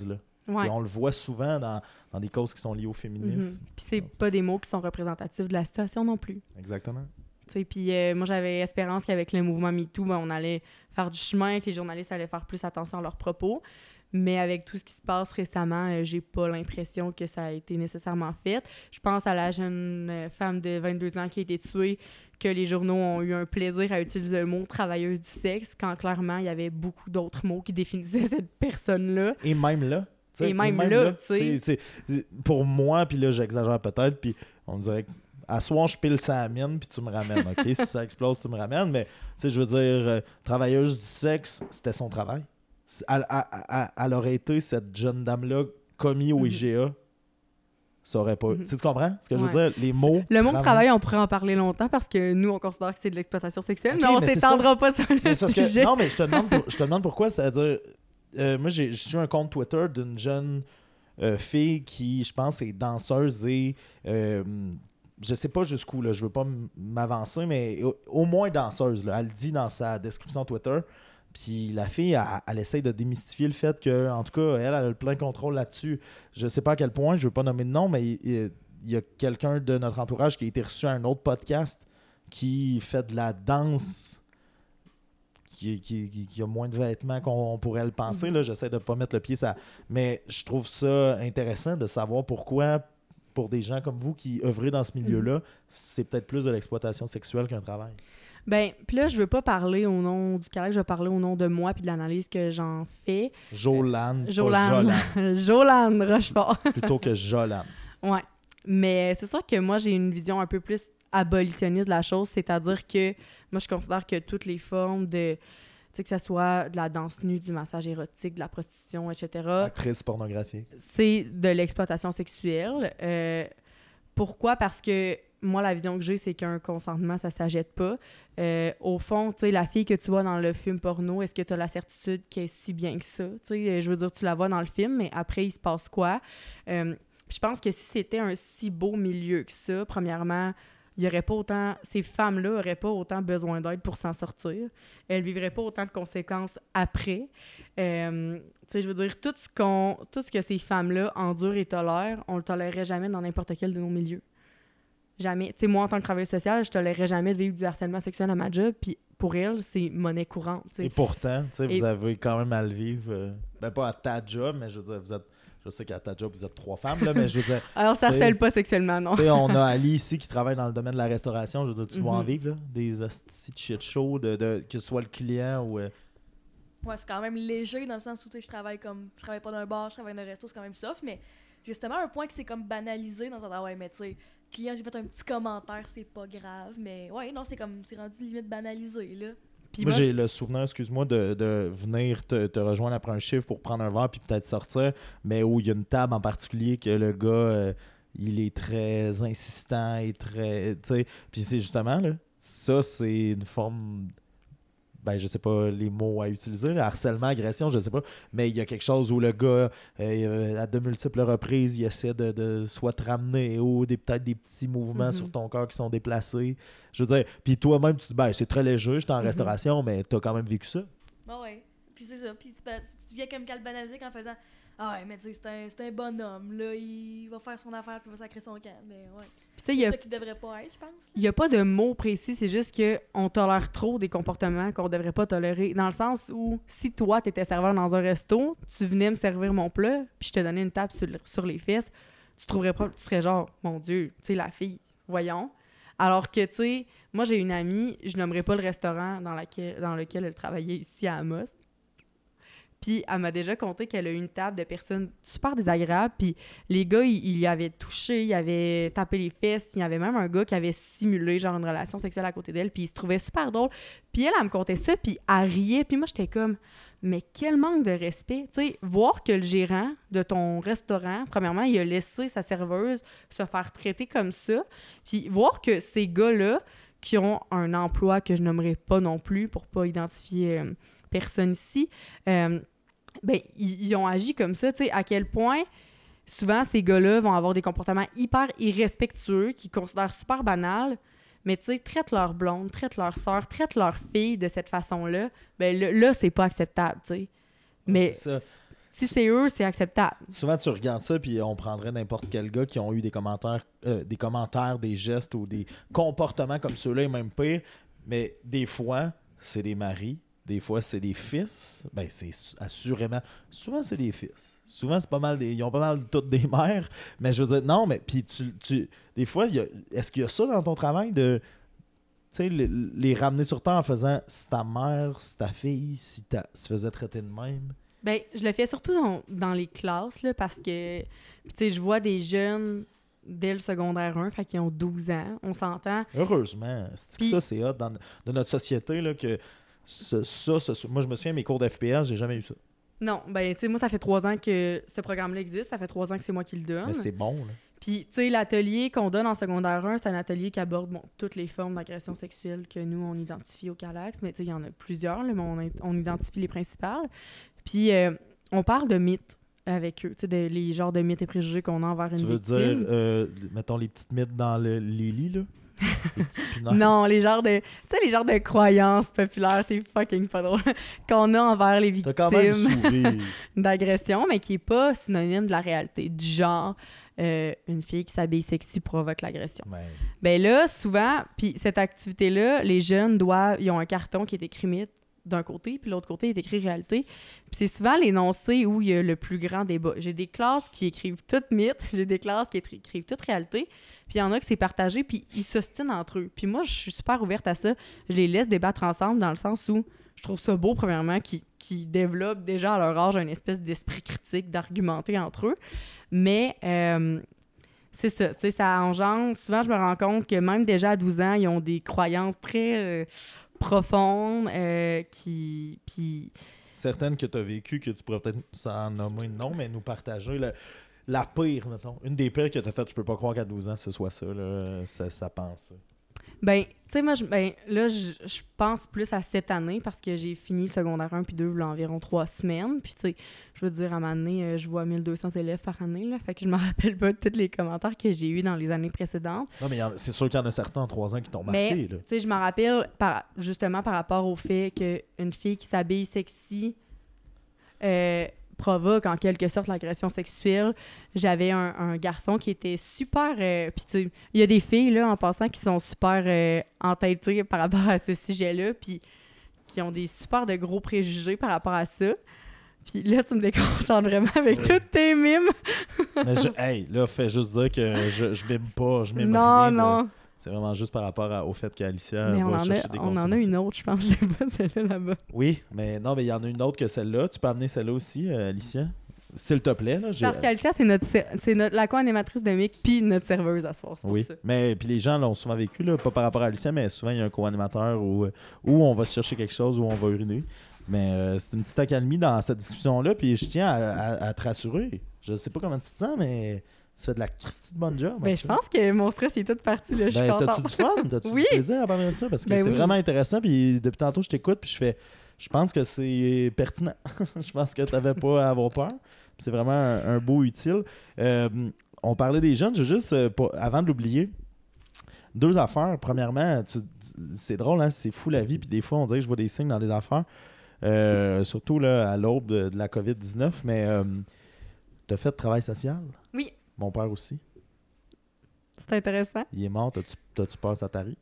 Ouais. Et on le voit souvent dans, dans des causes qui sont liées au féminisme. Mm-hmm. Puis c'est pas des mots qui sont représentatifs de la situation non plus. Exactement. Puis euh, moi, j'avais espérance qu'avec le mouvement MeToo, ben, on allait faire du chemin, que les journalistes allaient faire plus attention à leurs propos. Mais avec tout ce qui se passe récemment, euh, j'ai pas l'impression que ça a été nécessairement fait. Je pense à la jeune euh, femme de vingt-deux ans qui a été tuée, que les journaux ont eu un plaisir à utiliser le mot « travailleuse du sexe », quand clairement, il y avait beaucoup d'autres mots qui définissaient cette personne-là. Et même là, et même, et même là, là c'est, c'est, pour moi, puis là, j'exagère peut-être, puis on dirait que à soir, je pile ça à la mine, puis tu me ramènes, OK? Si ça explose, tu me ramènes, mais, tu sais, je veux dire, euh, travailleuse du sexe, c'était son travail. Elle, elle, elle, elle aurait été, cette jeune dame-là, commis au I G A, ça aurait pas... Mm-hmm. Tu comprends ce que je veux ouais. dire? Les mots... Le mot travail, on pourrait en parler longtemps, parce que nous, on considère que c'est de l'exploitation sexuelle, okay, mais on mais s'étendra pas sur le mais sujet. Que, non, mais je te demande, pour, je te demande pourquoi, c'est-à-dire... Euh, moi, j'ai, je suis un compte Twitter d'une jeune euh, fille qui, je pense, est danseuse et... Euh, je sais pas jusqu'où, là, je veux pas m'avancer, mais au, au moins danseuse. Là, elle le dit dans sa description Twitter. Puis la fille, elle, elle essaye de démystifier le fait que, en tout cas, elle, elle a le plein contrôle là-dessus. Je sais pas à quel point, je veux pas nommer de nom, mais il, il y a quelqu'un de notre entourage qui a été reçu à un autre podcast qui fait de la danse, qui, qui, qui, qui a moins de vêtements qu'on pourrait le penser. Là, j'essaie de pas mettre le pied ça. Mais je trouve ça intéressant de savoir pourquoi, pour des gens comme vous qui œuvrez dans ce milieu-là, c'est peut-être plus de l'exploitation sexuelle qu'un travail. Ben, puis là, je veux pas parler au nom du collègue, je veux parler au nom de moi puis de l'analyse que j'en fais. Jolane, euh, Jolane. pas Jolane Rochefort. Plutôt que Jolane. Ouais. Mais c'est sûr que moi, j'ai une vision un peu plus abolitionniste de la chose, c'est-à-dire que moi, je considère que toutes les formes de... Tu sais, que ce soit de la danse nue, du massage érotique, de la prostitution, et cetera. Actrice pornographique. C'est de l'exploitation sexuelle. Euh, pourquoi? Parce que moi, la vision que j'ai, c'est qu'un consentement, ça ne s'achète pas. Euh, au fond, tu sais, la fille que tu vois dans le film porno, est-ce que tu as la certitude qu'elle est si bien que ça? Tu sais, je veux dire, tu la vois dans le film, mais après, il se passe quoi? Euh, je pense que si c'était un si beau milieu que ça, premièrement, il y aurait pas autant... Ces femmes-là n'auraient pas autant besoin d'aide pour s'en sortir. Elles vivraient pas autant de conséquences après. Euh, tu sais, je veux dire, tout ce, qu'on, tout ce que ces femmes-là endurent et tolèrent, on le tolérerait jamais dans n'importe quel de nos milieux. Jamais. Tu sais, moi, en tant que travailleuse sociale, je tolérerais jamais de vivre du harcèlement sexuel à ma job, puis pour elle, c'est monnaie courante. T'sais. Et pourtant, tu sais, et... vous avez quand même à le vivre, euh, ben pas à ta job, mais je veux dire, vous êtes... Je sais qu'à ta job, vous êtes trois femmes, là, mais je veux dire... Alors, ça harcèle pas sexuellement, non. Tu sais, on a Ali ici qui travaille dans le domaine de la restauration. Je veux dire, tu dois mm-hmm. en vivre, là, des hosties de shit show, de, de, que ce soit le client ou... Euh... Ouais, c'est quand même léger dans le sens où, tu sais, je travaille comme... Je travaille pas dans un bar, je travaille dans un resto, c'est quand même soft, mais justement, un point que c'est comme banalisé dans le sens, ah ouais, mais tu sais, client, j'ai fait un petit commentaire, c'est pas grave, mais ouais, non, c'est comme... C'est rendu limite banalisé, là. Moi, moi, j'ai le souvenir, excuse-moi, de, de venir te, te rejoindre après un chiffre pour prendre un verre puis peut-être sortir, mais où il y a une table en particulier que le gars, euh, il est très insistant et très... Tu sais, puis c'est justement, là, ça, c'est une forme... Ben, je sais pas les mots à utiliser, là, harcèlement, agression, je sais pas, mais il y a quelque chose où le gars, euh, à de multiples reprises, il essaie de, de soit te ramener ou des, peut-être des petits mouvements mm-hmm. sur ton corps qui sont déplacés. Je veux dire, puis toi-même, tu te dis, ben, c'est très léger, j'étais en mm-hmm. restauration, mais t'as quand même vécu ça. Ben ouais, puis c'est ça, puis tu, tu viens comme qu'à le banaliser en faisant, ah ouais, mais tu sais, c'est un, c'est un bonhomme, là, il va faire son affaire puis il va sacrer son camp, mais ouais. C'est y a, ça qui devrait pas être, je pense. Il n'y a pas de mots précis, c'est juste qu'on tolère trop des comportements qu'on devrait pas tolérer. Dans le sens où, si toi, tu étais serveur dans un resto, tu venais me servir mon plat, puis je te donnais une tape sur, sur les fesses, tu trouverais pas, tu serais genre, mon Dieu, tu sais, la fille, voyons. Alors que, tu sais, moi, j'ai une amie, je nommerai pas le restaurant dans, laquelle, dans lequel elle travaillait ici à Amos. Puis elle m'a déjà conté qu'elle a eu une table de personnes super désagréables. Puis les gars, ils, ils y avaient touché, ils avaient tapé les fesses. Il y avait même un gars qui avait simulé genre une relation sexuelle à côté d'elle. Puis il se trouvait super drôle. Puis elle, elle me contait ça, puis elle riait. Puis moi, j'étais comme, mais quel manque de respect. Tu sais, voir que le gérant de ton restaurant, premièrement, il a laissé sa serveuse se faire traiter comme ça. Puis voir que ces gars-là, qui ont un emploi que je nommerai pas non plus pour pas identifier... Euh, personne ici, euh, ben, ils, ils ont agi comme ça, tu sais, à quel point souvent ces gars-là vont avoir des comportements hyper irrespectueux, qu'ils considèrent super banals, mais tu sais, traitent leur blonde, traitent leur sœur, traitent leur fille de cette façon-là, ben là, là c'est pas acceptable, tu sais. Mais c'est ça. Si c'est eux, c'est acceptable. Souvent, tu regardes ça, puis on prendrait n'importe quel gars qui ont eu des commentaires, euh, des commentaires, des gestes ou des comportements comme ceux-là, et même pire. Mais des fois, c'est des maris, des fois, c'est des fils. Ben, c'est assurément... Souvent, c'est des fils. Souvent, c'est pas mal des... Ils ont pas mal toutes des mères. Mais je veux dire, non, mais... Puis, tu, tu... des fois, il y a... est-ce qu'il y a ça dans ton travail de... Tu sais, les, les ramener sur terre en faisant si ta mère, si ta fille, si ta se faisait traiter de même? Ben, je le fais surtout dans, dans les classes, là, parce que, tu sais, je vois des jeunes dès le secondaire un, fait qu'ils ont douze ans, on s'entend. Heureusement. C'est que Puis- ça, c'est hot dans, dans notre société, là, que ce- ça, ce- moi, je me souviens, mes cours d'F P S, j'ai jamais eu ça. Non, ben, tu sais, moi, ça fait trois ans que ce programme-là existe, ça fait trois ans que c'est moi qui le donne. Mais c'est bon, là. Puis, tu sais, l'atelier qu'on donne en secondaire un, c'est un atelier qui aborde bon, toutes les formes d'agression sexuelle que nous, on identifie au Calax. Mais tu sais, il y en a plusieurs, là, mais on, on identifie les principales. Puis, euh, on parle de mythes avec eux, tu sais, de- les genres de mythes et préjugés qu'on a envers une Tu veux victime. dire, euh, mettons les petites mythes dans le, les lits, là? Les petites punaises. Non, les genres de, tu sais, les genres de croyances populaires, t'es fucking pas drôle, qu'on a envers les T'as quand même victimes souri. d'agression, mais qui est pas synonyme de la réalité. Du genre, euh, une fille qui s'habille sexy provoque l'agression. Ben, Ben là, souvent, puis cette activité-là, les jeunes doivent, ils ont un carton qui est écrit mythe d'un côté, puis l'autre côté est écrit réalité. Puis c'est souvent l'énoncé où il y a le plus grand débat. J'ai des classes qui écrivent toutes mythe, j'ai des classes qui écri- écrivent toutes réalité, puis il y en a que c'est partagé, puis ils s'ostinent entre eux. Puis moi, je suis super ouverte à ça. Je les laisse débattre ensemble dans le sens où je trouve ça beau, premièrement, qu'ils qu'ils développent déjà à leur âge une espèce d'esprit critique, d'argumenter entre eux. Mais euh, c'est ça, tu sais, ça engendre... Souvent, je me rends compte que même déjà à douze ans, ils ont des croyances très euh, profondes euh, qui... Puis... certaines que tu as vécues, que tu pourrais peut-être s'en nommer non, mais nous partager. Le, la pire, mettons. Une des pires que tu as faites, je peux pas croire qu'à douze ans, ce soit ça, là, ça, ça pense. Ben, tu sais, moi, je, ben, là, je, je pense plus à cette année parce que j'ai fini secondaire un puis deux, il y a environ trois semaines. Puis, tu sais, je veux dire, à ma année, euh, je vois mille deux cents élèves par année, là. Fait que je me rappelle pas de tous les commentaires que j'ai eus dans les années précédentes. Non, mais il y en- c'est sûr qu'il y en a certains en trois ans qui t'ont marqué, Mais, là. tu sais, je me rappelle, par, justement, par rapport au fait qu'une fille qui s'habille sexy euh, provoque en quelque sorte l'agression sexuelle. J'avais un, un garçon qui était super... Euh, puis tu sais, il y a des filles, là, en passant, qui sont super euh, entêtées par rapport à ce sujet-là, puis qui ont des super de gros préjugés par rapport à ça. Puis là, tu me déconcentres vraiment avec Oui. toutes tes mimes. Mais je, hey, là, fais juste dire que je, je mime pas, je mime Non, rien de- non. C'est vraiment juste par rapport à- au fait qu'Alicia Mais va on en, a, chercher des on en a consommations. une autre, je pense. C'est pas celle-là là-bas. Oui, mais non, mais il y en a une autre que celle-là. Tu peux amener celle-là aussi, euh, Alicia? S'il te plaît. Là, j'ai- Parce qu'Alicia, c'est notre, ser- c'est notre, la co-animatrice de Mick, puis notre serveuse à soir. C'est pour Oui, ça. mais puis les gens l'ont souvent vécu, là, pas par rapport à Alicia, mais souvent il y a un co-animateur où, où on va se chercher quelque chose, où on va uriner. Mais euh, c'est une petite accalmie dans cette discussion-là, puis je tiens à, à- à te rassurer. Je sais pas comment tu te sens, mais tu fais de la Christie de bonne job. Ben, je pense que mon stress est tout parti, là. Je suis Ben, t'as-tu contente. du fun? T'as-tu Oui. du plaisir à parler de ça? Parce que Ben c'est oui. vraiment intéressant, puis depuis tantôt, je t'écoute, puis je fais... Je pense que c'est pertinent. Je pense que t'avais pas à avoir peur. Puis c'est vraiment un, un beau utile. Euh, on parlait des jeunes, je veux juste, euh, pas- avant de l'oublier, deux affaires. Premièrement, tu- c'est drôle, hein, c'est fou la vie, puis des fois, on dirait que je vois des signes dans des affaires, euh, surtout là, à l'aube de, de la covid dix-neuf, mais euh, t'as fait de travail social? Oui. Mon père aussi. C'est intéressant. Il est mort, t'as-tu, t'as-tu peur, ça t'arrive?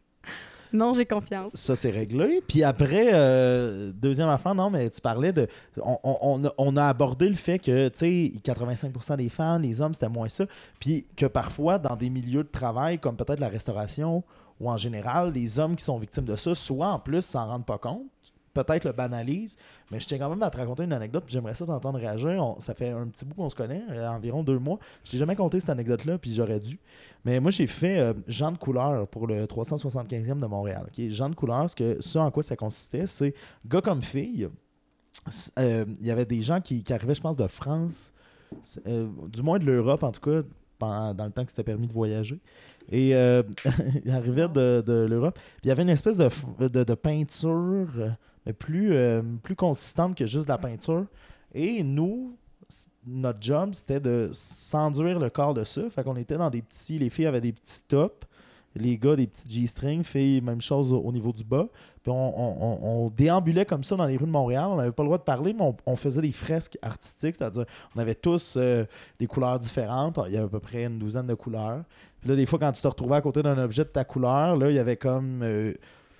Non, j'ai confiance. Ça, c'est réglé. Puis après, euh, deuxième affaire, non, mais tu parlais de... On, on- on a, on a abordé le fait que, tu sais, quatre-vingt-cinq pour cent des femmes, les hommes, c'était moins ça. Puis que parfois, dans des milieux de travail, comme peut-être la restauration ou en général, les hommes qui sont victimes de ça, soit en plus, s'en rendent pas compte, peut-être le banalisent. Mais je tiens quand même à te raconter une anecdote, puis j'aimerais ça t'entendre réagir. On- ça fait un petit bout qu'on se connaît, euh, environ deux mois. Je t'ai jamais conté cette anecdote-là, puis j'aurais dû. Mais moi, j'ai fait euh, Jean de couleur pour le trois cent soixante-quinzième de Montréal. ok? Jean de couleur, ce, que, ce en quoi ça consistait, c'est gars comme fille. s- euh, Il y avait des gens qui, qui arrivaient, je pense, de France, euh, du moins de l'Europe en tout cas, pendant- dans le temps que c'était permis de voyager. Et euh, ils arrivaient de, de l'Europe. Puis il y avait une espèce de, f- de, de peinture, euh, mais plus, euh, plus consistante que juste de la peinture. Et nous, c- notre job, c'était de s'enduire le corps de ça. Fait qu'on était dans des petits... Les filles avaient des petits tops. Les gars, des petits G-strings. Filles, même chose au, au niveau du bas. Puis on, on, on, on déambulait comme ça dans les rues de Montréal. On n'avait pas le droit de parler, mais on, on faisait des fresques artistiques, c'est-à-dire on avait tous euh, des couleurs différentes. Il y avait à peu près une douzaine de couleurs. Puis là, des fois, quand tu te retrouvais à côté d'un objet de ta couleur, là, il y avait comme euh,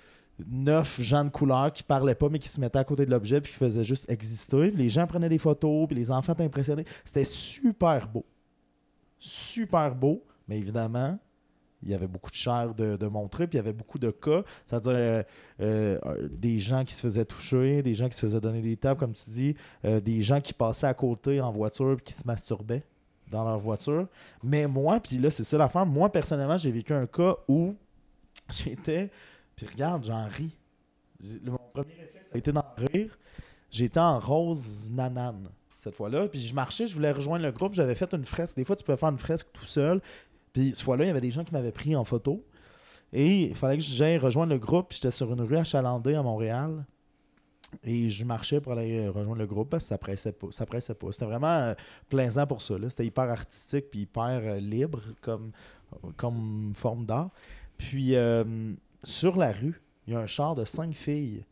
neuf gens de couleur qui parlaient pas, mais qui se mettaient à côté de l'objet puis qui faisaient juste exister. Puis les gens prenaient des photos, puis les enfants étaient impressionnés. C'était super beau. Super beau, mais évidemment... il y avait beaucoup de chair de, de montrer, puis il y avait beaucoup de cas, c'est-à-dire euh, euh, des gens qui se faisaient toucher, des gens qui se faisaient donner des tapes, comme tu dis, euh, des gens qui passaient à côté en voiture puis qui se masturbaient dans leur voiture. Mais moi, puis là, c'est ça l'affaire, moi, personnellement, j'ai vécu un cas où j'étais, puis regarde, j'en ris. Mon premier réflexe a été d'en rire. J'étais en rose nanane cette fois-là, puis je marchais, je voulais rejoindre le groupe, j'avais fait une fresque. Des fois, tu peux faire une fresque tout seul. Puis, cette fois-là, il y avait des gens qui m'avaient pris en photo. Et il fallait que j'aille rejoindre le groupe. Puis, j'étais sur une rue achalandée à Montréal. Et je marchais pour aller rejoindre le groupe parce que ça pressait pas. Ça pressait pas. C'était vraiment euh, plaisant pour ça. Là. C'était hyper artistique puis hyper euh, libre comme, comme forme d'art. Puis, euh, sur la rue, il y a un char de cinq filles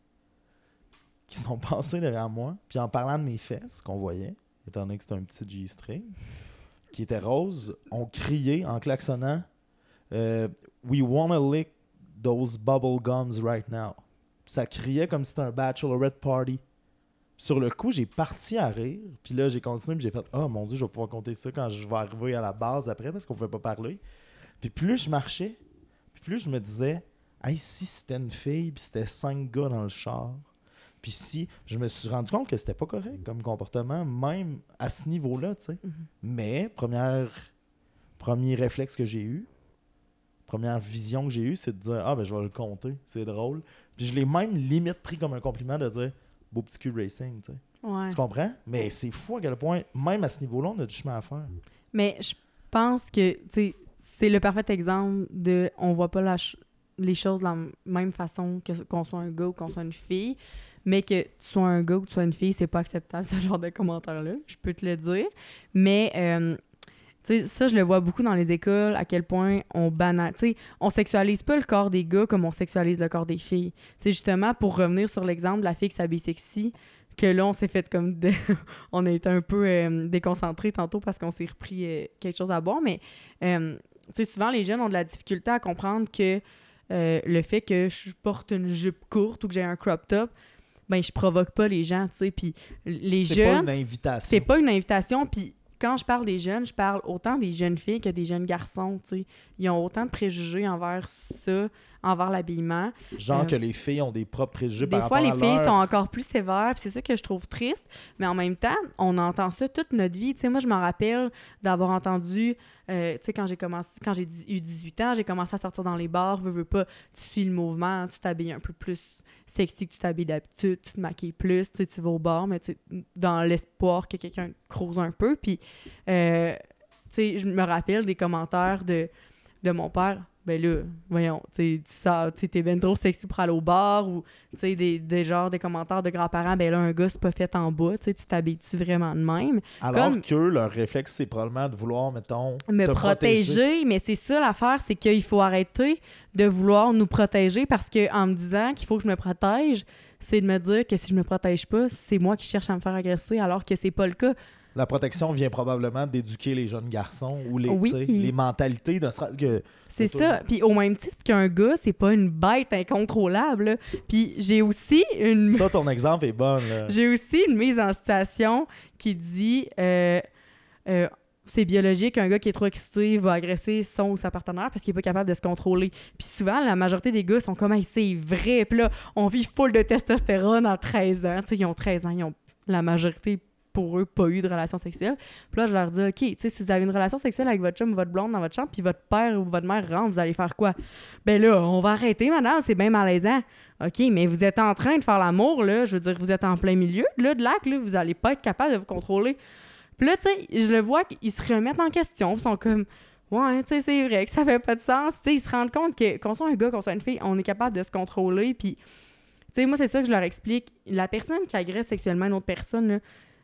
qui sont passées derrière moi. Puis, en parlant de mes fesses, qu'on voyait, étant donné que c'était un petit G-string, qui était rose, ont crié en klaxonnant euh, « We wanna lick those bubble gums right now ». Ça criait comme si c'était un bachelorette party. Sur le coup, j'ai parti à rire, puis là, j'ai continué, puis j'ai fait « Oh mon Dieu, je vais pouvoir compter ça quand je vais arriver à la base après, parce qu'on pouvait pas parler. » Puis plus je marchais, puis plus je me disais « Hey, si c'était une fille, puis c'était cinq gars dans le char, puis si, je me suis rendu compte que c'était pas correct comme comportement, même à ce niveau-là, tu sais. Mm-hmm. Mais, première, premier réflexe que j'ai eu, première vision que j'ai eue, c'est de dire « Ah, ben je vais le compter, c'est drôle. » Puis je l'ai même limite pris comme un compliment de dire « Beau petit cul racing », tu sais. Ouais. Tu comprends? Mais c'est fou à quel point, même à ce niveau-là, on a du chemin à faire. Mais je pense que, tu sais, c'est le parfait exemple de on voit pas la ch- les choses de la même façon que, qu'on soit un gars ou qu'on soit une fille. Mais que tu sois un gars ou que tu sois une fille, c'est pas acceptable, ce genre de commentaires-là. Je peux te le dire. Mais, euh, tu sais, ça, je le vois beaucoup dans les écoles, à quel point on banalise. Tu sais, on sexualise pas le corps des gars comme on sexualise le corps des filles. Tu sais, justement, pour revenir sur l'exemple de la fille qui s'habille sexy, que là, on s'est fait comme... De... on a été un peu euh, déconcentrés tantôt parce qu'on s'est repris euh, quelque chose à boire. Mais, euh, tu sais, souvent, les jeunes ont de la difficulté à comprendre que euh, le fait que je porte une jupe courte ou que j'ai un crop top, ben je provoque pas les gens, tu sais, puis les c'est jeunes... C'est pas une invitation. C'est pas une invitation, puis quand je parle des jeunes, je parle autant des jeunes filles que des jeunes garçons, tu sais. Ils ont autant de préjugés envers ça, envers l'habillement. Genre euh, que les filles ont des propres préjugés par rapport à Des leur... fois, les filles sont encore plus sévères, puis c'est ça que je trouve triste, mais en même temps, on entend ça toute notre vie. Tu sais, moi, je m'en rappelle d'avoir entendu, euh, tu sais, quand j'ai commencé, quand j'ai eu dix-huit ans, j'ai commencé à sortir dans les bars, veux, veux pas, tu suis le mouvement, tu t'habilles un peu plus sexy que tu t'habilles d'habitude, tu te maquilles plus, tu sais, tu vas au bar, mais tu sais, dans l'espoir que quelqu'un te crouse un peu. Puis, euh, tu sais, je me rappelle des commentaires de, de mon père. Ben là, voyons, tu sais, tu t'es ben trop sexy pour aller au bar, ou, tu sais, des, des genres, des commentaires de grands-parents, ben là, un gars, c'est pas fait en bas, tu sais, tu t'habilles-tu vraiment de même? Alors Comme... que leur réflexe, c'est probablement de vouloir, mettons, me te protéger, protéger. Mais c'est ça l'affaire, c'est qu'il faut arrêter de vouloir nous protéger, parce qu'en me disant qu'il faut que je me protège, c'est de me dire que si je me protège pas, c'est moi qui cherche à me faire agresser, alors que c'est pas le cas. La protection vient probablement d'éduquer les jeunes garçons ou les, Oui. les mentalités de que c'est ça. Puis au même titre qu'un gars, c'est pas une bête incontrôlable. Là. Puis j'ai aussi une... Ça, ton exemple est bon. Là. J'ai aussi une mise en situation qui dit... Euh, euh, c'est biologique, un gars qui est trop excité va agresser son ou sa partenaire parce qu'il est pas capable de se contrôler. Puis souvent, la majorité des gars sont comme hey, « c'est vrai ». Puis là, on vit full de testostérone à treize ans. Tu sais, ils ont treize ans, ils ont la majorité... pour eux, pas eu de relation sexuelle. Puis là, je leur dis, OK, tu sais, si vous avez une relation sexuelle avec votre chum ou votre blonde dans votre chambre, puis votre père ou votre mère rentre, vous allez faire quoi? Ben là, on va arrêter, madame, c'est bien malaisant. OK, mais vous êtes en train de faire l'amour, là, je veux dire, vous êtes en plein milieu, là, de l'acte, là, vous allez pas être capable de vous contrôler. Puis là, tu sais, je le vois qu'ils se remettent en question, ils sont comme, ouais, tu sais, c'est vrai que ça fait pas de sens. Puis tu sais, ils se rendent compte que, qu'on soit un gars, qu'on soit une fille, on est capable de se contrôler, puis, tu sais, moi, c'est ça que je leur explique. La personne qui agresse sexuellement une autre personne, là,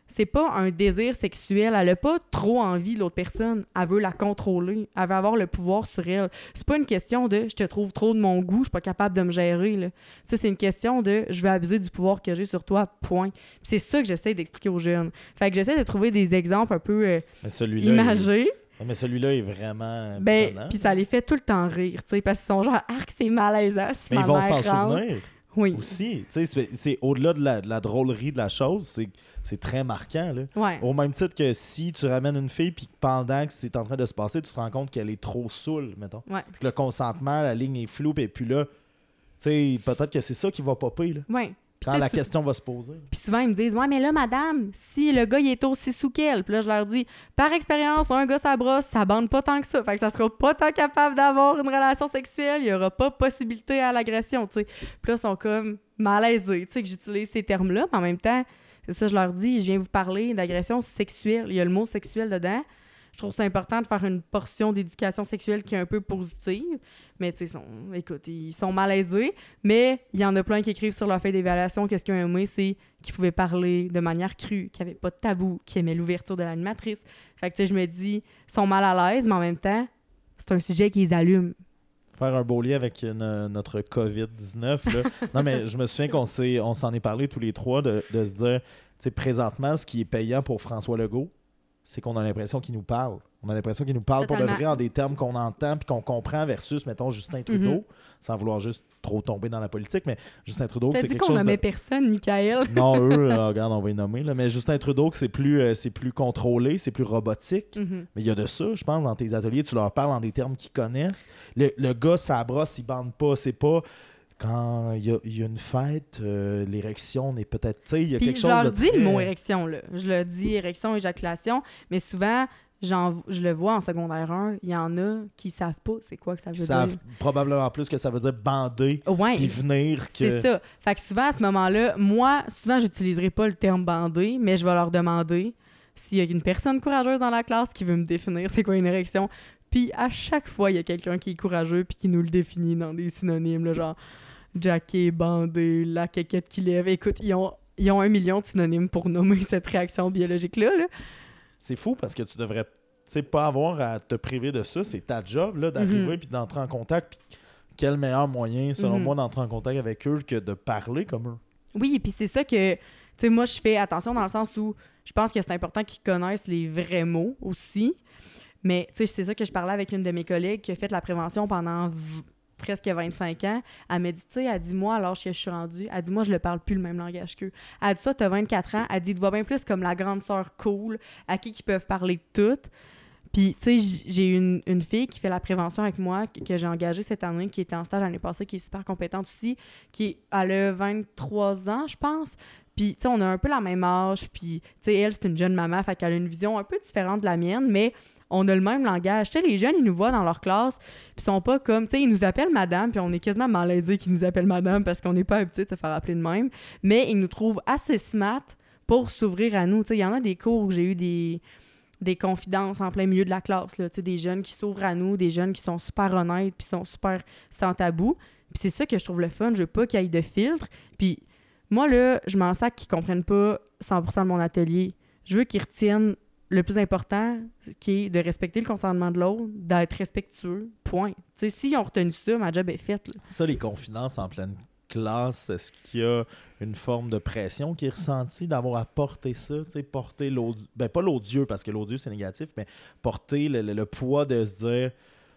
c'est pas un désir sexuel. Elle a pas trop envie de l'autre personne. Elle veut la contrôler. Elle veut avoir le pouvoir sur elle. C'est pas une question de « je te trouve trop de mon goût, je suis pas capable de me gérer ». Tu sais, c'est une question de « je veux abuser du pouvoir que j'ai sur toi, point ». C'est ça que j'essaie d'expliquer aux jeunes. Fait que j'essaie de trouver des exemples un peu euh, Mais celui-là, imagés. il... Mais celui-là est vraiment... Ben, puis ça les fait tout le temps rire, tu sais, parce qu'ils sont genre « arc, c'est malaisant, si Mais ma ils vont mère s'en rentre. souvenir Oui. aussi. Tu sais, c'est, c'est au-delà de la, de la drôlerie de la chose, c'est, c'est très marquant, là. Ouais. Au même titre que si tu ramènes une fille puis que pendant que c'est en train de se passer, tu te rends compte qu'elle est trop saoule, mettons. Ouais. Puis que le consentement, la ligne est floue, et puis là, tu sais, peut-être que c'est ça qui va popper, là. Ouais. Quand Puis la sou- question va se poser. Puis souvent, ils me disent « ouais, mais là, madame, si le gars, il est aussi sous qu'elle. » Puis là, je leur dis « par expérience, un gars, ça brosse, ça bande pas tant que ça. Fait que ça sera pas tant capable d'avoir une relation sexuelle. Il y aura pas possibilité à l'agression, tu sais. » Puis là, ils sont comme malaisés, tu sais, que j'utilise ces termes-là. Mais en même temps, c'est ça, je leur dis « je viens vous parler d'agression sexuelle. » Il y a le mot « sexuel » dedans. Je trouve ça important de faire une portion d'éducation sexuelle qui est un peu positive. Mais, tu sais, sont, écoute, ils sont malaisés. Mais il y en a plein qui écrivent sur leur feuille d'évaluation que ce qu'ils ont aimé, c'est qu'ils pouvaient parler de manière crue, qu'il n'y avait pas de tabou, qu'ils aimaient l'ouverture de l'animatrice. Fait que, tu sais, je me dis, ils sont mal à l'aise, mais en même temps, c'est un sujet qui les allume. Faire un beau lien avec une- notre covid dix-neuf, là. Non, mais je me souviens qu'on s'est, on s'en est parlé tous les trois de, de se dire, tu sais, présentement, ce qui est payant pour François Legault, c'est qu'on a l'impression qu'il nous parle. On a l'impression qu'il nous parle pour de Totalement. vrai en des termes qu'on entend puis qu'on comprend versus, mettons, Justin Trudeau, Mhm. sans vouloir juste trop tomber dans la politique, mais Justin Trudeau, T'as c'est dit quelque qu'on chose nommait de... personne, Michael. Non, eux, euh, regarde, on va les nommer, là, mais Justin Trudeau, que c'est plus, euh, c'est plus contrôlé, c'est plus robotique. Mhm. Mais il y a de ça, je pense, dans tes ateliers, tu leur parles en des termes qu'ils connaissent. Le, le gars, ça brosse, il bande pas, c'est pas... Quand il y a, il y a une fête, euh, l'érection n'est peut-être... Tu sais, il y a Puis quelque je chose leur de dis très... le mot érection, là. Je le dis, érection, éjaculation, mais souvent, j'en, je le vois en secondaire un, il y en a qui savent pas c'est quoi que ça veut Ils savent dire. probablement plus que ça veut dire bander Ouais, puis venir que... c'est ça. Fait que souvent, à ce moment-là, moi, souvent, j'utiliserai pas le terme bandé, mais je vais leur demander s'il y a une personne courageuse dans la classe qui veut me définir c'est quoi une érection. Puis à chaque fois, il y a quelqu'un qui est courageux puis qui nous le définit dans des synonymes, là, genre jacké, bandé, la quéquette qui lève. Écoute, ils ont, ils ont un million de synonymes pour nommer cette réaction biologique-là. Là. C'est fou parce que tu devrais tu sais, pas avoir à te priver de ça. C'est ta job là, d'arriver Mhm. puis d'entrer en contact. Puis quel meilleur moyen, selon Mhm. moi, d'entrer en contact avec eux que de parler comme eux? Oui, et puis c'est ça que, tu sais, moi, je fais attention dans le sens où je pense que c'est important qu'ils connaissent les vrais mots aussi. Mais, tu sais, c'est ça que je parlais avec une de mes collègues qui a fait la prévention pendant v- presque vingt-cinq ans. Elle m'a dit, tu sais, elle dit, moi, à l'âge que je suis rendue, elle dit, moi, je le parle plus le même langage qu'eux. Elle dit, toi, t'as vingt-quatre ans, elle dit, te vois bien plus comme la grande sœur cool, à qui qui peuvent parler de tout. Puis, tu sais, j- j'ai une, une fille qui fait la prévention avec moi, que, que j'ai engagée cette année, qui était en stage l'année passée, qui est super compétente aussi, qui est, elle a vingt-trois ans, je pense. Puis, tu sais, on a un peu la même âge. Puis, tu sais, elle, c'est une jeune maman, fait qu'elle a une vision un peu différente de la mienne, mais on a le même langage. Tu sais, les jeunes, ils nous voient dans leur classe, puis ils sont pas comme... Tu sais, ils nous appellent madame, puis on est quasiment malaisés qu'ils nous appellent madame parce qu'on n'est pas habitué de se faire appeler de même. Mais ils nous trouvent assez smart pour s'ouvrir à nous. Tu sais, il y en a des cours où j'ai eu des... des confidences en plein milieu de la classe, là, tu sais, des jeunes qui s'ouvrent à nous, des jeunes qui sont super honnêtes puis sont super sans tabou. Puis c'est ça que je trouve le fun, je veux pas qu'il y ait de filtre. Puis moi, là, je m'en sac qu'ils comprennent pas cent pour cent de mon atelier. Je veux qu'ils retiennent le plus important, qui est de respecter le consentement de l'autre, d'être respectueux, point. Tu sais, s'ils ont retenu ça, ma job est faite. Là. Ça, les confidences en pleine classe, est-ce qu'il y a une forme de pression qui est ressentie d'avoir à porter ça, tu sais, porter l'odieux, ben pas l'odieux parce que l'odieux c'est négatif, mais porter le, le- le poids de se dire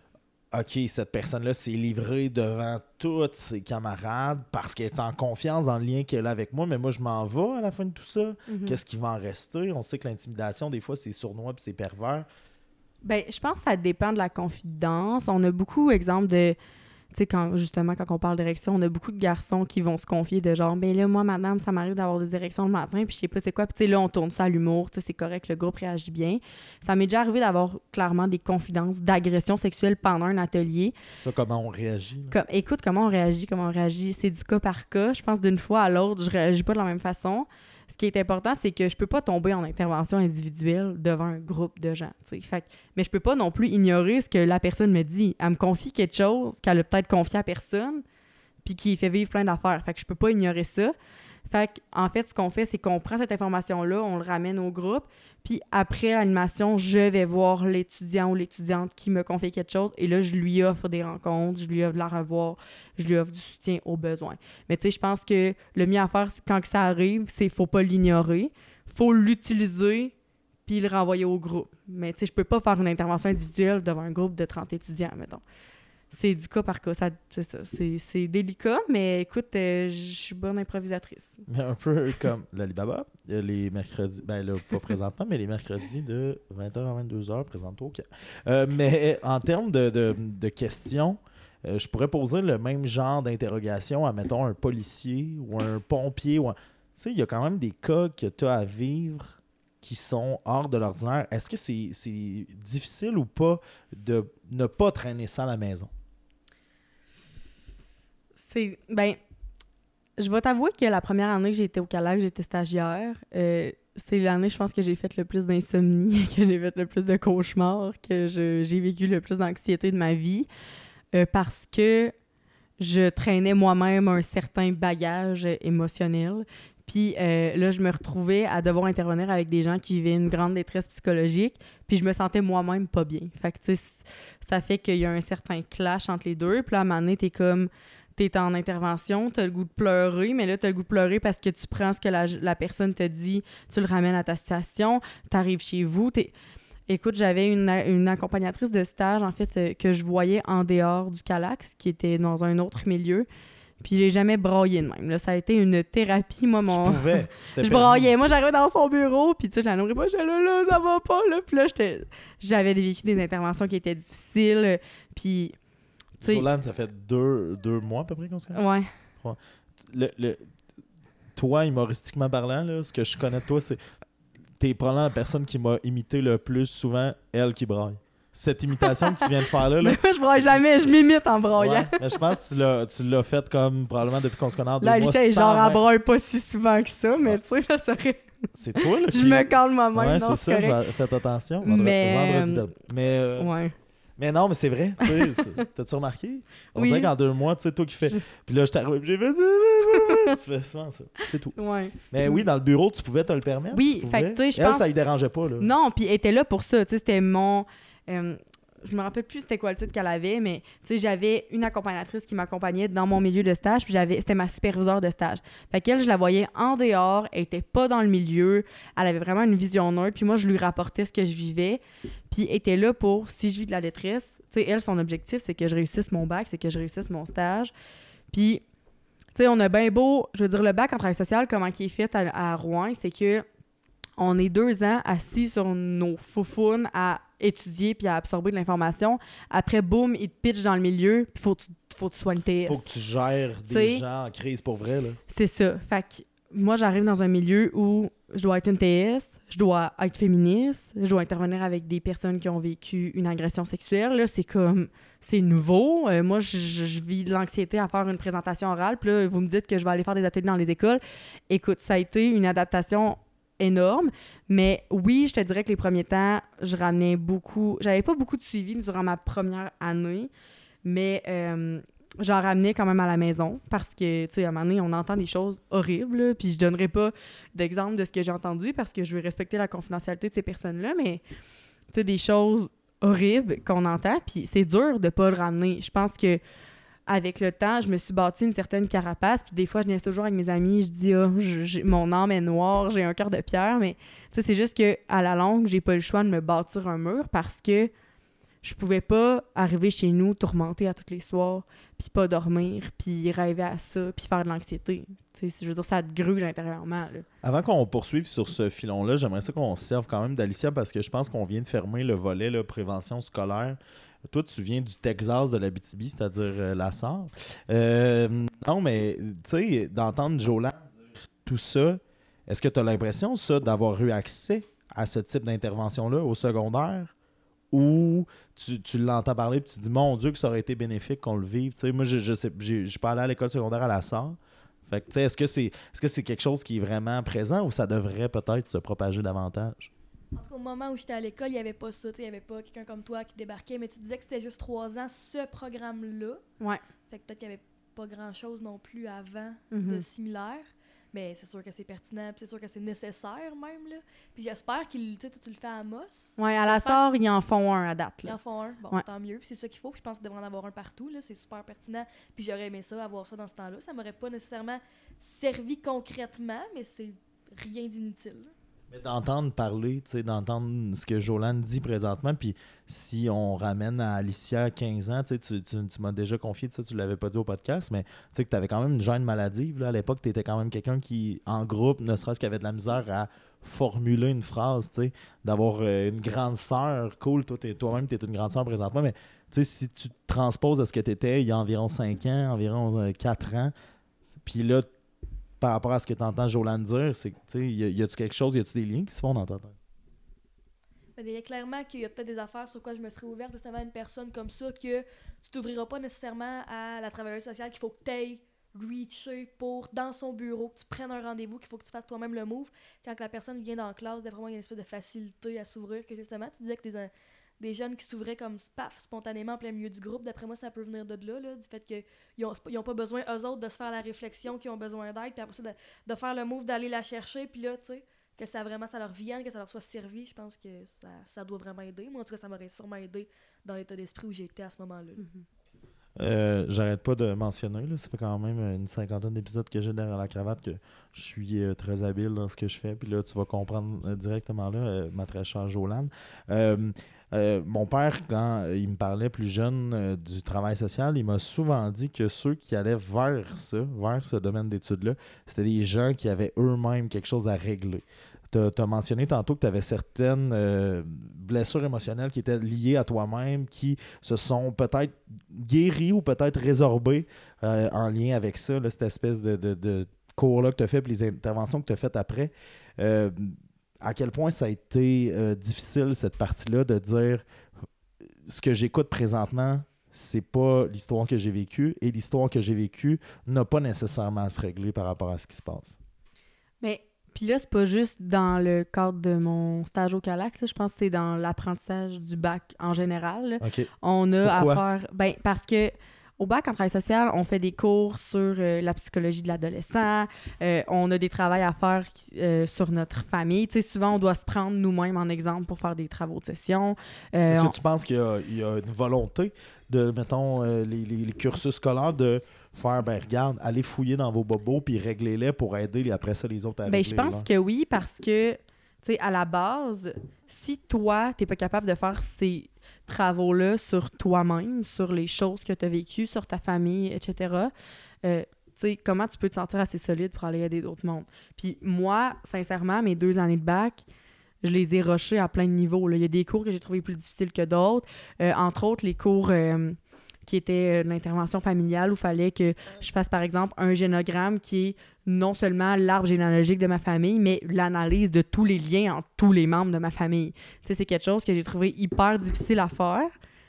OK, cette personne-là s'est livrée devant tous ses camarades parce qu'elle est en confiance dans le lien qu'elle a avec moi, mais moi je m'en vais à la fin de tout ça. Mm-hmm. Qu'est-ce qui va en rester? On sait que l'intimidation, des fois, c'est sournois puis c'est pervers. Ben, je pense que ça dépend de la confidence. On a beaucoup exemple de... Tu sais, quand, justement, quand on parle d'érection, on a beaucoup de garçons qui vont se confier de genre, ben là, moi, madame, ça m'arrive d'avoir des érections le matin, puis je sais pas c'est quoi. Puis tu sais, là, on tourne ça à l'humour, tu sais, c'est correct, le groupe réagit bien. Ça m'est déjà arrivé d'avoir clairement des confidences d'agression sexuelle pendant un atelier. Ça, comment on réagit? là? Comme, écoute, comment on réagit, comment on réagit, c'est du cas par cas. Je pense d'une fois à l'autre, je réagis pas de la même façon. Ce qui est important, c'est que je peux pas tomber en intervention individuelle devant un groupe de gens. Tu sais. Fait que- mais je peux pas non plus ignorer ce que la personne me dit. Elle me confie quelque chose qu'elle a peut-être confié à personne, puis qui fait vivre plein d'affaires. Fait que je peux pas ignorer ça. Fait qu'en fait, ce qu'on fait, c'est qu'on prend cette information-là, on le ramène au groupe, puis après l'animation, je vais voir l'étudiant ou l'étudiante qui me confie quelque chose, et là, je lui offre des rencontres, je lui offre de la revoir, je lui offre du soutien aux besoins. Mais tu sais, je pense que le mieux à faire, c'est, quand que ça arrive, c'est faut pas l'ignorer, faut l'utiliser, puis le renvoyer au groupe. Mais tu sais, je peux pas faire une intervention individuelle devant un groupe de trente étudiants, mettons. C'est du cas par cas, ça, c'est ça. C'est, c'est délicat, mais écoute, euh, je suis bonne improvisatrice. Mais un peu comme l'Alibaba, les mercredis, ben là, pas présentement, mais les mercredis de vingt heures à vingt-deux heures, présente au camp. Euh, mais en termes de, de, de questions, euh, je pourrais poser le même genre d'interrogation à, mettons, un policier ou un pompier. Ou un... Tu sais, il y a quand même des cas que tu as à vivre qui sont hors de l'ordinaire. Est-ce que c'est, c'est difficile ou pas de ne pas traîner ça à la maison? C'est, ben, je vais t'avouer que la première année que j'ai été au Calac, j'étais stagiaire. Euh, c'est l'année, je pense, que j'ai fait le plus d'insomnie, que j'ai fait le plus de cauchemars, que je, j'ai vécu le plus d'anxiété de ma vie, euh, parce que je traînais moi-même un certain bagage émotionnel. Puis euh, là, je me retrouvais à devoir intervenir avec des gens qui vivaient une grande détresse psychologique, puis je me sentais moi-même pas bien. Fait que, tu sais, ça fait qu'il y a un certain clash entre les deux. Puis là, à un moment donné, t'es comme... T'es en intervention, t'as le goût de pleurer, mais là, t'as le goût de pleurer parce que tu prends ce que la, la personne te dit, tu le ramènes à ta situation, t'arrives chez vous. T'es... Écoute, j'avais une, une accompagnatrice de stage, en fait, euh, que je voyais en dehors du Calax, qui était dans un autre milieu, puis j'ai jamais braillé de même. Là, ça a été une thérapie, moi, mon... Tu pouvais, c'était je permis. braillais. Moi, j'arrivais dans son bureau, puis tu sais, je la nourris pas, j'étais là, là, ça va pas, là. Puis là, j'étais... j'avais vécu des interventions qui étaient difficiles, puis... Jolane, ça fait deux, deux mois à peu près qu'on se connaît. Ouais. Ouais. Le, le, toi, humoristiquement parlant, là, ce que je connais de toi, c'est t'es probablement la personne qui m'a imité le plus souvent, elle qui braille. Cette imitation que tu viens de faire là. là mais je braille jamais, je m'imite en braillant. Ouais, mais je pense que tu l'as, tu l'as fait comme probablement depuis qu'on se connaît en deux là, mois. Alicia est genre, même... elle braille pas si souvent que ça, mais ouais. Tu sais, là, ça aurait... C'est toi, là, je qui... me calme moi-même, ouais, non, c'est, c'est ça, correct. Faites attention. Vendredi, mais... vendredi dernier. Mais, euh... ouais. mais non, mais c'est vrai. T'as-tu remarqué? On oui. dirait qu'en deux mois, tu sais, toi qui fais... Puis là, je t'arrive, j'ai fait... tu fais souvent ça. C'est tout. Ouais. Mais oui, dans le bureau, tu pouvais te le permettre. Oui, fait que tu sais, je Elle, pense... ça lui dérangeait pas, là. Non, puis elle était là pour ça. Tu sais, c'était mon... Euh, je me rappelle plus c'était quoi le titre qu'elle avait, mais tu sais, j'avais une accompagnatrice qui m'accompagnait dans mon milieu de stage, puis j'avais, c'était ma superviseure de stage. Fait qu'elle, je la voyais en dehors, elle était pas dans le milieu, elle avait vraiment une vision neutre, puis moi, je lui rapportais ce que je vivais, puis elle était là pour, si je vis de la détresse, tu sais, elle, son objectif, c'est que je réussisse mon bac, c'est que je réussisse mon stage, puis, tu sais, on a bien beau, je veux dire, le bac en travail social, comment il est fait à, à Rouen, c'est que on est deux ans assis sur nos foufounes à étudier puis à absorber de l'information. Après, boum, ils te pitchent dans le milieu, puis faut que tu, faut que tu sois une T S. Faut que tu gères des T'sais, gens en crise pour vrai, là. C'est ça. Fait que moi, j'arrive dans un milieu où je dois être une T S, je dois être féministe, je dois intervenir avec des personnes qui ont vécu une agression sexuelle. Là, c'est comme... C'est nouveau. Euh, moi, je, je vis de l'anxiété à faire une présentation orale, puis là, vous me dites que je vais aller faire des ateliers dans les écoles. Écoute, ça a été une adaptation énorme, mais oui, je te dirais que les premiers temps, je ramenais beaucoup... J'avais pas beaucoup de suivi durant ma première année, mais euh, j'en ramenais quand même à la maison parce que, tu sais, à un moment donné, on entend des choses horribles, puis je donnerai pas d'exemple de ce que j'ai entendu parce que je veux respecter la confidentialité de ces personnes-là, mais, tu sais, des choses horribles qu'on entend, puis c'est dur de pas le ramener. Je pense que avec le temps, je me suis bâti une certaine carapace. Puis des fois, je niaise toujours avec mes amis. Je dis, oh, j'ai, mon âme est noire, j'ai un cœur de pierre. Mais c'est juste qu'à la longue, j'ai pas le choix de me bâtir un mur parce que je pouvais pas arriver chez nous tourmentée à tous les soirs, puis pas dormir, puis rêver à ça, puis faire de l'anxiété. T'sais, je veux dire, ça te gruge intérieurement. Là. Avant qu'on poursuive sur ce filon-là, j'aimerais ça qu'on se serve quand même d'Alicia parce que je pense qu'on vient de fermer le volet là, prévention scolaire. Toi, tu viens du Texas de l'Abitibi, c'est-à-dire euh, la Sarre. Euh, non, mais tu sais, d'entendre Jolane dire tout ça, est-ce que tu as l'impression, ça, d'avoir eu accès à ce type d'intervention-là au secondaire? Ou tu, tu l'entends parler et tu te dis, mon Dieu, que ça aurait été bénéfique qu'on le vive? T'sais, moi, je je sais, je suis pas allé à l'école secondaire à la Sarre. Fait que, tu sais, est-ce que c'est, est-ce que c'est quelque chose qui est vraiment présent ou ça devrait peut-être se propager davantage? En tout cas, au moment où j'étais à l'école, il n'y avait pas ça. Il n'y avait pas quelqu'un comme toi qui débarquait. Mais tu disais que c'était juste trois ans, ce programme-là. Ouais. Fait que peut-être qu'il n'y avait pas grand-chose non plus avant mm-hmm. de similaire. Mais c'est sûr que c'est pertinent, puis c'est sûr que c'est nécessaire même, là. Puis j'espère qu'il, tu sais, tu le fais à Amos. Ouais, à la SOR, ils en font un à date, là. Ils en font un, bon, ouais. tant mieux, puis c'est ça qu'il faut, puis je pense qu'il devrait en avoir un partout, là, c'est super pertinent. Puis j'aurais aimé ça, avoir ça dans ce temps-là. Ça m'aurait pas nécessairement servi concrètement, mais c'est rien d'inutile, là. Mais d'entendre parler, tu sais, d'entendre ce que Jolane dit présentement, puis si on ramène à Alicia quinze ans, tu, tu, tu m'as déjà confié de ça, tu l'avais pas dit au podcast, mais tu sais que tu avais quand même une gêne maladive. Là, à l'époque, tu étais quand même quelqu'un qui, en groupe, ne serait-ce qu'avait de la misère à formuler une phrase, tu sais, d'avoir euh, une grande sœur. Cool, toi, t'es, toi-même, tu es une grande sœur présentement, mais tu sais, si tu te transposes à ce que tu étais il y a environ cinq ans, environ euh, quatre ans, puis là, par rapport à ce que tu entends Jolane dire, c'est que, tu sais, y, y a-tu quelque chose, y a-tu des liens qui se font dans ta tête? Il y a clairement qu'il y a peut-être des affaires sur quoi je me serais ouverte justement à une personne comme ça, que tu t'ouvriras pas nécessairement à la travailleuse sociale, qu'il faut que tu ailles reacher pour, dans son bureau, que tu prennes un rendez-vous, qu'il faut que tu fasses toi-même le move. Quand que la personne vient dans la classe, d'après moi, il y a une espèce de facilité à s'ouvrir, que justement, tu disais que des, des jeunes qui s'ouvraient comme paf, spontanément en plein milieu du groupe, d'après moi, ça peut venir de là, là du fait qu'ils n'ont ils ont pas besoin, eux autres, de se faire la réflexion qu'ils ont besoin d'aide, puis après ça, de, de faire le move, d'aller la chercher, puis là, tu sais, que ça vraiment, ça leur vienne, que ça leur soit servi, je pense que ça, ça doit vraiment aider. Moi, en tout cas, ça m'aurait sûrement aidé dans l'état d'esprit où j'étais à ce moment-là. Mm-hmm. Euh, j'arrête pas de mentionner, là, ça fait quand même une cinquantaine d'épisodes que j'ai derrière la cravate, que je suis euh, très habile dans ce que je fais, puis là, tu vas comprendre euh, directement là, euh, ma très chère Jolane. Euh, euh, mon père, quand il me parlait plus jeune euh, du travail social, il m'a souvent dit que ceux qui allaient vers ça, vers ce domaine d'études-là, c'était des gens qui avaient eux-mêmes quelque chose à régler. Tu as mentionné tantôt que tu avais certaines euh, blessures émotionnelles qui étaient liées à toi-même, qui se sont peut-être guéries ou peut-être résorbées euh, en lien avec ça, là, cette espèce de, de, de cours-là que tu as fait, puis les interventions que tu as faites après. Euh, à quel point ça a été euh, difficile, cette partie-là, de dire ce que j'écoute présentement, c'est pas l'histoire que j'ai vécue, et l'histoire que j'ai vécue n'a pas nécessairement à se régler par rapport à ce qui se passe. Mais puis là, c'est pas juste dans le cadre de mon stage au Calax, là, je pense que c'est dans l'apprentissage du bac en général. Okay. On a Pourquoi? à faire... Ben, parce que au bac en travail social, on fait des cours sur euh, la psychologie de l'adolescent, euh, on a des travaux à faire euh, sur notre famille. Tu sais, souvent, on doit se prendre nous-mêmes en exemple pour faire des travaux de session. Euh, Est-ce on... que tu penses qu'il y a, il y a une volonté de, mettons, euh, les, les, les cursus scolaires de faire, ben regarde, allez fouiller dans vos bobos puis régler-les pour aider les, après ça les autres à ben, régler? Je pense là. que oui, parce que, tu sais, à la base, si toi, t'es pas capable de faire ces travaux-là sur toi-même, sur les choses que tu as vécues, sur ta famille, et cetera, euh, tu sais, comment tu peux te sentir assez solide pour aller aider d'autres mondes? Puis moi, sincèrement, mes deux années de bac, je les ai rushées à plein de niveaux, là. Il y a des cours que j'ai trouvés plus difficiles que d'autres. Euh, entre autres, les cours euh, qui étaient de l'intervention familiale où il fallait que je fasse, par exemple, un génogramme qui est non seulement l'arbre généalogique de ma famille, mais l'analyse de tous les liens entre tous les membres de ma famille. Tu sais, c'est quelque chose que j'ai trouvé hyper difficile à faire.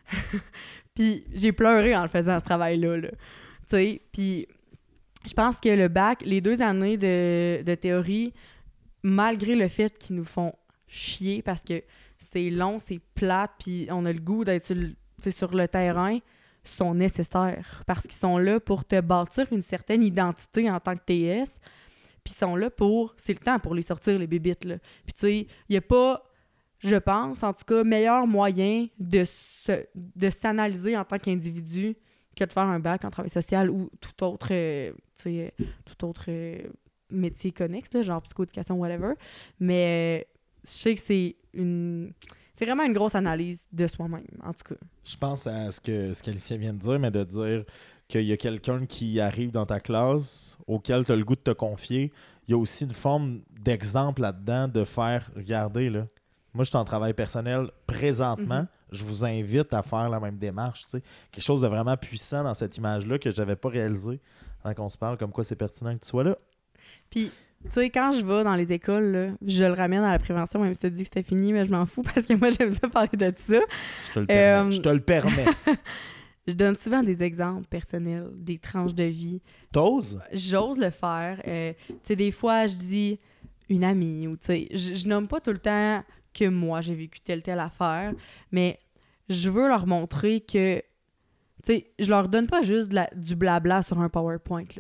Puis j'ai pleuré en le faisant, ce travail-là, là. Tu sais, puis je pense que le bac, les deux années de, de théorie, malgré le fait qu'ils nous font chier parce que c'est long, c'est plate, puis on a le goût d'être sur le, sur le terrain, sont nécessaires parce qu'ils sont là pour te bâtir une certaine identité en tant que T S, puis ils sont là pour... C'est le temps pour les sortir, les bébites, là. Puis tu sais, il n'y a pas, je pense, en tout cas, meilleur moyen de, se, de s'analyser en tant qu'individu que de faire un bac en travail social ou tout autre, euh, tu sais, tout autre euh, métier connexe, là, genre psychoéducation, whatever. Mais euh, je sais que c'est une... C'est vraiment une grosse analyse de soi-même, en tout cas. Je pense à ce que ce qu'Alicia vient de dire, mais de dire qu'il y a quelqu'un qui arrive dans ta classe auquel tu as le goût de te confier. Il y a aussi une forme d'exemple là-dedans de faire, regardez, là, moi je suis en travail personnel présentement, mm-hmm. je vous invite à faire la même démarche. Tu sais. Quelque chose de vraiment puissant dans cette image-là que je n'avais pas réalisé quand on se parle, comme quoi c'est pertinent que tu sois là. Puis, tu sais, quand je vais dans les écoles, là, je le ramène à la prévention, même si tu as dit que c'était fini, mais je m'en fous parce que moi, j'aime ça parler de ça. Je te le permets. Euh, je te le permets. Je donne souvent des exemples personnels, des tranches de vie. T'oses? J'ose le faire. Euh, tu sais, des fois, je dis une amie ou, tu sais, je, je nomme pas tout le temps que moi, j'ai vécu telle, telle affaire, mais je veux leur montrer que, tu sais, je leur donne pas juste de la, du blabla sur un PowerPoint, là. Tu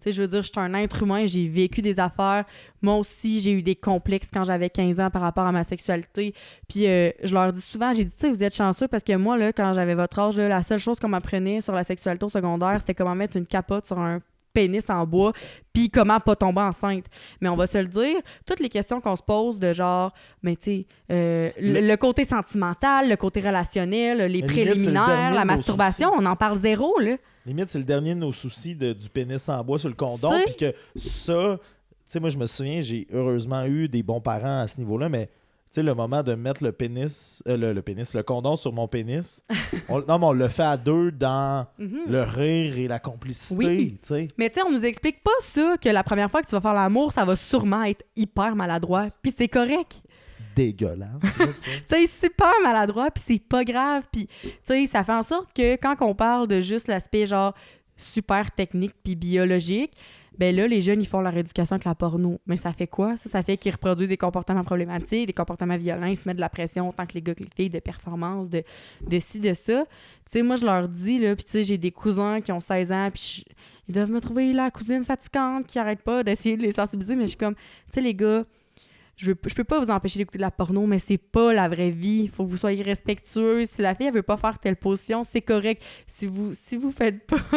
sais, je veux dire, je suis un être humain, j'ai vécu des affaires. Moi aussi, j'ai eu des complexes quand j'avais quinze ans par rapport à ma sexualité. Puis euh, je leur dis souvent, j'ai dit, tu sais, vous êtes chanceux parce que moi, là, quand j'avais votre âge, là, la seule chose qu'on m'apprenait sur la sexualité au secondaire, c'était comment mettre une capote sur un pénis en bois, puis comment pas tomber enceinte. Mais on va se le dire, toutes les questions qu'on se pose de genre, mais tu sais, euh, le, le côté sentimental, le côté relationnel, les Mais préliminaires, limite, la de nos masturbation, soucis. on en parle zéro, là. Limite, c'est le dernier de nos soucis de- du pénis en bois sur le condom. C'est- Puis que ça, tu sais, moi, je me souviens, j'ai heureusement eu des bons parents à ce niveau-là, mais tu sais, le moment de mettre le pénis, euh, le, le pénis, le condom sur mon pénis, on, non, mais on le fait à deux dans Mhm. le rire et la complicité, Oui. tu sais. Mais tu sais, on nous explique pas ça, que la première fois que tu vas faire l'amour, ça va sûrement être hyper maladroit, puis c'est correct. Dégueulasse, là, tu sais. Tu sais, super maladroit, puis c'est pas grave. Puis, tu sais, ça fait en sorte que quand on parle de juste l'aspect, genre, super technique puis biologique, ben là, les jeunes, ils font leur éducation avec la porno. Mais ça fait quoi? Ça, ça fait qu'ils reproduisent des comportements problématiques, des comportements violents, ils se mettent de la pression, autant que les gars que les filles, de performance, de, de ci, de ça. Tu sais, moi, je leur dis, là, puis tu sais, j'ai des cousins qui ont seize ans, puis je- ils doivent me trouver la cousine fatigante qui arrête pas d'essayer de les sensibiliser, mais je suis comme, tu sais, les gars, je, veux, je peux pas vous empêcher d'écouter de la porno, mais c'est pas la vraie vie. Il faut que vous soyez respectueux. Si la fille, elle veut pas faire telle position, c'est correct. Si vous, si vous faites pas...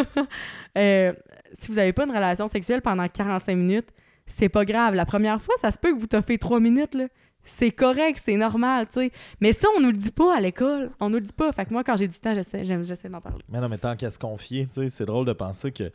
euh, si vous avez pas une relation sexuelle pendant quarante-cinq minutes, c'est pas grave. La première fois, ça se peut que vous toffez trois minutes, là. C'est correct, c'est normal, tu sais. Mais ça, on nous le dit pas à l'école. On nous le dit pas. Fait que moi, quand j'ai du temps, j'essaie, j'aime- j'essaie d'en parler. Mais non, mais tant qu'à se confier, tu sais, c'est drôle de penser que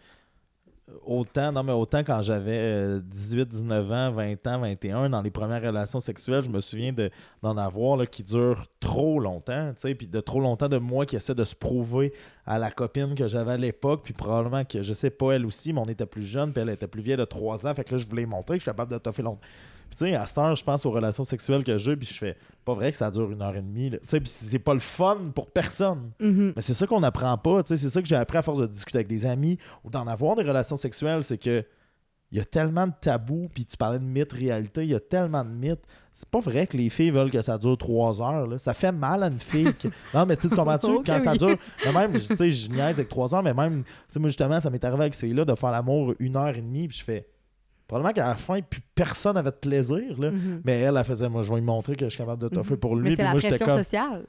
autant, non, mais autant quand j'avais euh, dix-huit, dix-neuf ans, vingt ans, vingt et un, dans les premières relations sexuelles, je me souviens de, d'en avoir là, qui durent trop longtemps, tu sais, puis de trop longtemps de moi qui essaie de se prouver à la copine que j'avais à l'époque, puis probablement que, je sais pas, elle aussi, mais on était plus jeune, puis elle était plus vieille de trois ans, fait que là, je voulais montrer que je suis capable de toffer longtemps. Puis tu sais, à cette heure, je pense aux relations sexuelles que j'ai, puis je fais, pas vrai que ça dure une heure et demie, là. Tu sais, puis c'est pas le fun pour personne. Mhm. Mais c'est ça qu'on n'apprend pas, tu sais, c'est ça que j'ai appris à force de discuter avec des amis ou d'en avoir des relations sexuelles, c'est que il y a tellement de tabous, puis tu parlais de mythes, réalité, il y a tellement de mythes. C'est pas vrai que les filles veulent que ça dure trois heures, là. Ça fait mal à une fille. que- Non, mais tu sais, tu comprends-tu? Ok, Quand ça oui. dure, mais même, tu sais, je niaise avec trois heures, mais même, tu sais, moi, justement, ça m'est arrivé avec ces filles-là de faire l'amour une heure et demie, puis je fais, probablement qu'à la fin, plus personne n'avait de plaisir, là. Mhm. Mais elle, elle faisait, moi, je vais lui montrer que je suis capable de toffer Mhm. pour lui, Mais c'est puis la moi, j'étais pression comme... sociale.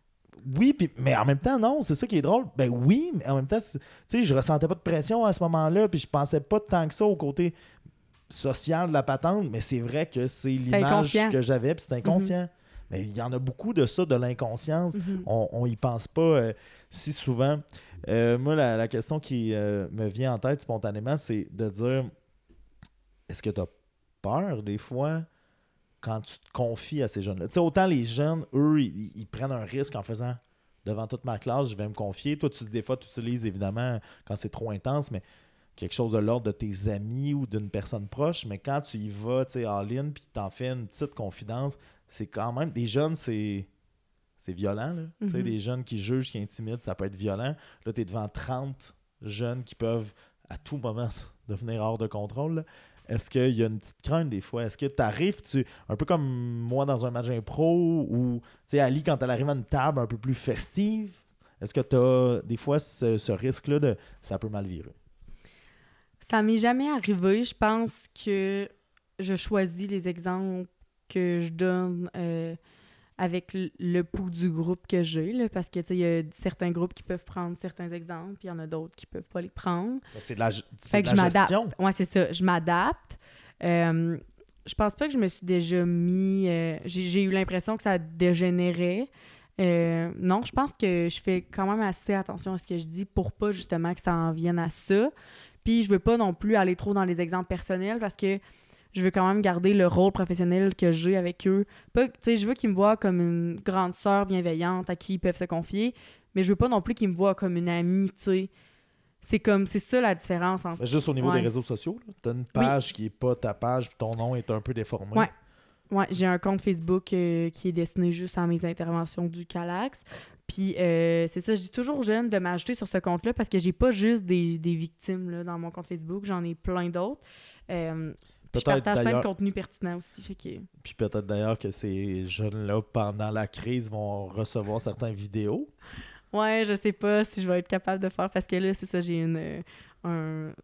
Oui, puis, mais en même temps, non, c'est ça qui est drôle. Ben oui, mais en même temps, c'est- tu sais, je ressentais pas de pression à ce moment-là, puis je pensais pas tant que ça au côté social de la patente, mais c'est vrai que c'est l'image inconscient. que j'avais, puis c'est inconscient. Mais il y en a beaucoup de ça, de l'inconscience. Mhm. On, on y pense pas euh, si souvent. Euh, moi, la, la question qui euh, me vient en tête spontanément, c'est de dire, est-ce que tu as peur des fois quand tu te confies à ces jeunes-là? Tu sais, autant les jeunes, eux, ils, ils prennent un risque en faisant devant toute ma classe, je vais me confier. Toi, tu, des fois, tu utilises évidemment quand c'est trop intense, mais quelque chose de l'ordre de tes amis ou d'une personne proche. Mais quand tu y vas, tu sais, all-in, puis t'en fais une petite confidence, c'est quand même... Des jeunes, c'est... C'est violent, là. Tu sais, Mhm. des jeunes qui jugent, qui intimident, ça peut être violent. Là, tu es devant trente jeunes qui peuvent à tout moment devenir hors de contrôle, là. Est-ce qu'il y a une petite crainte des fois? Est-ce que tu arrives, tu, un peu comme moi dans un match impro, ou tu sais, Ali, quand elle arrive à une table un peu plus festive, est-ce que tu as des fois ce, ce risque-là de ça peut mal virer? Ça m'est jamais arrivé. Je pense que je choisis les exemples que je donne euh, avec le, le pouls du groupe que j'ai, là, parce que tu sais, il y a certains groupes qui peuvent prendre certains exemples, puis il y en a d'autres qui peuvent pas les prendre. Mais c'est de la, c'est Fait de que la je m'adapte. gestion. Ouais, c'est ça. Je m'adapte. Euh, je pense pas que je me suis déjà mis... euh, j'ai, j'ai eu l'impression que ça dégénérait. Euh, non, je pense que je fais quand même assez attention à ce que je dis pour pas justement que ça en vienne à ça. Puis je veux pas non plus aller trop dans les exemples personnels parce que je veux quand même garder le rôle professionnel que j'ai avec eux. Pas, tu sais, je veux qu'ils me voient comme une grande sœur bienveillante à qui ils peuvent se confier, mais je veux pas non plus qu'ils me voient comme une amie, tu sais. C'est comme, c'est ça la différence entre... Mais juste au niveau Ouais. des réseaux sociaux, tu as une page qui est pas ta page, puis ton nom est un peu déformé. Ouais. Ouais, j'ai un compte Facebook euh, qui est destiné juste à mes interventions du Calax. Puis euh, c'est ça, je dis toujours aux jeunes de m'ajouter sur ce compte-là parce que j'ai pas juste des, des victimes là, dans mon compte Facebook, j'en ai plein d'autres. Euh, puis je Peut-être partage plein de d'ailleurs- contenu pertinent aussi. Fait que... Puis peut-être d'ailleurs que ces jeunes-là, pendant la crise, vont recevoir certaines vidéos. Ouais, je sais pas si je vais être capable de faire parce que là, c'est ça, j'ai une... euh, un...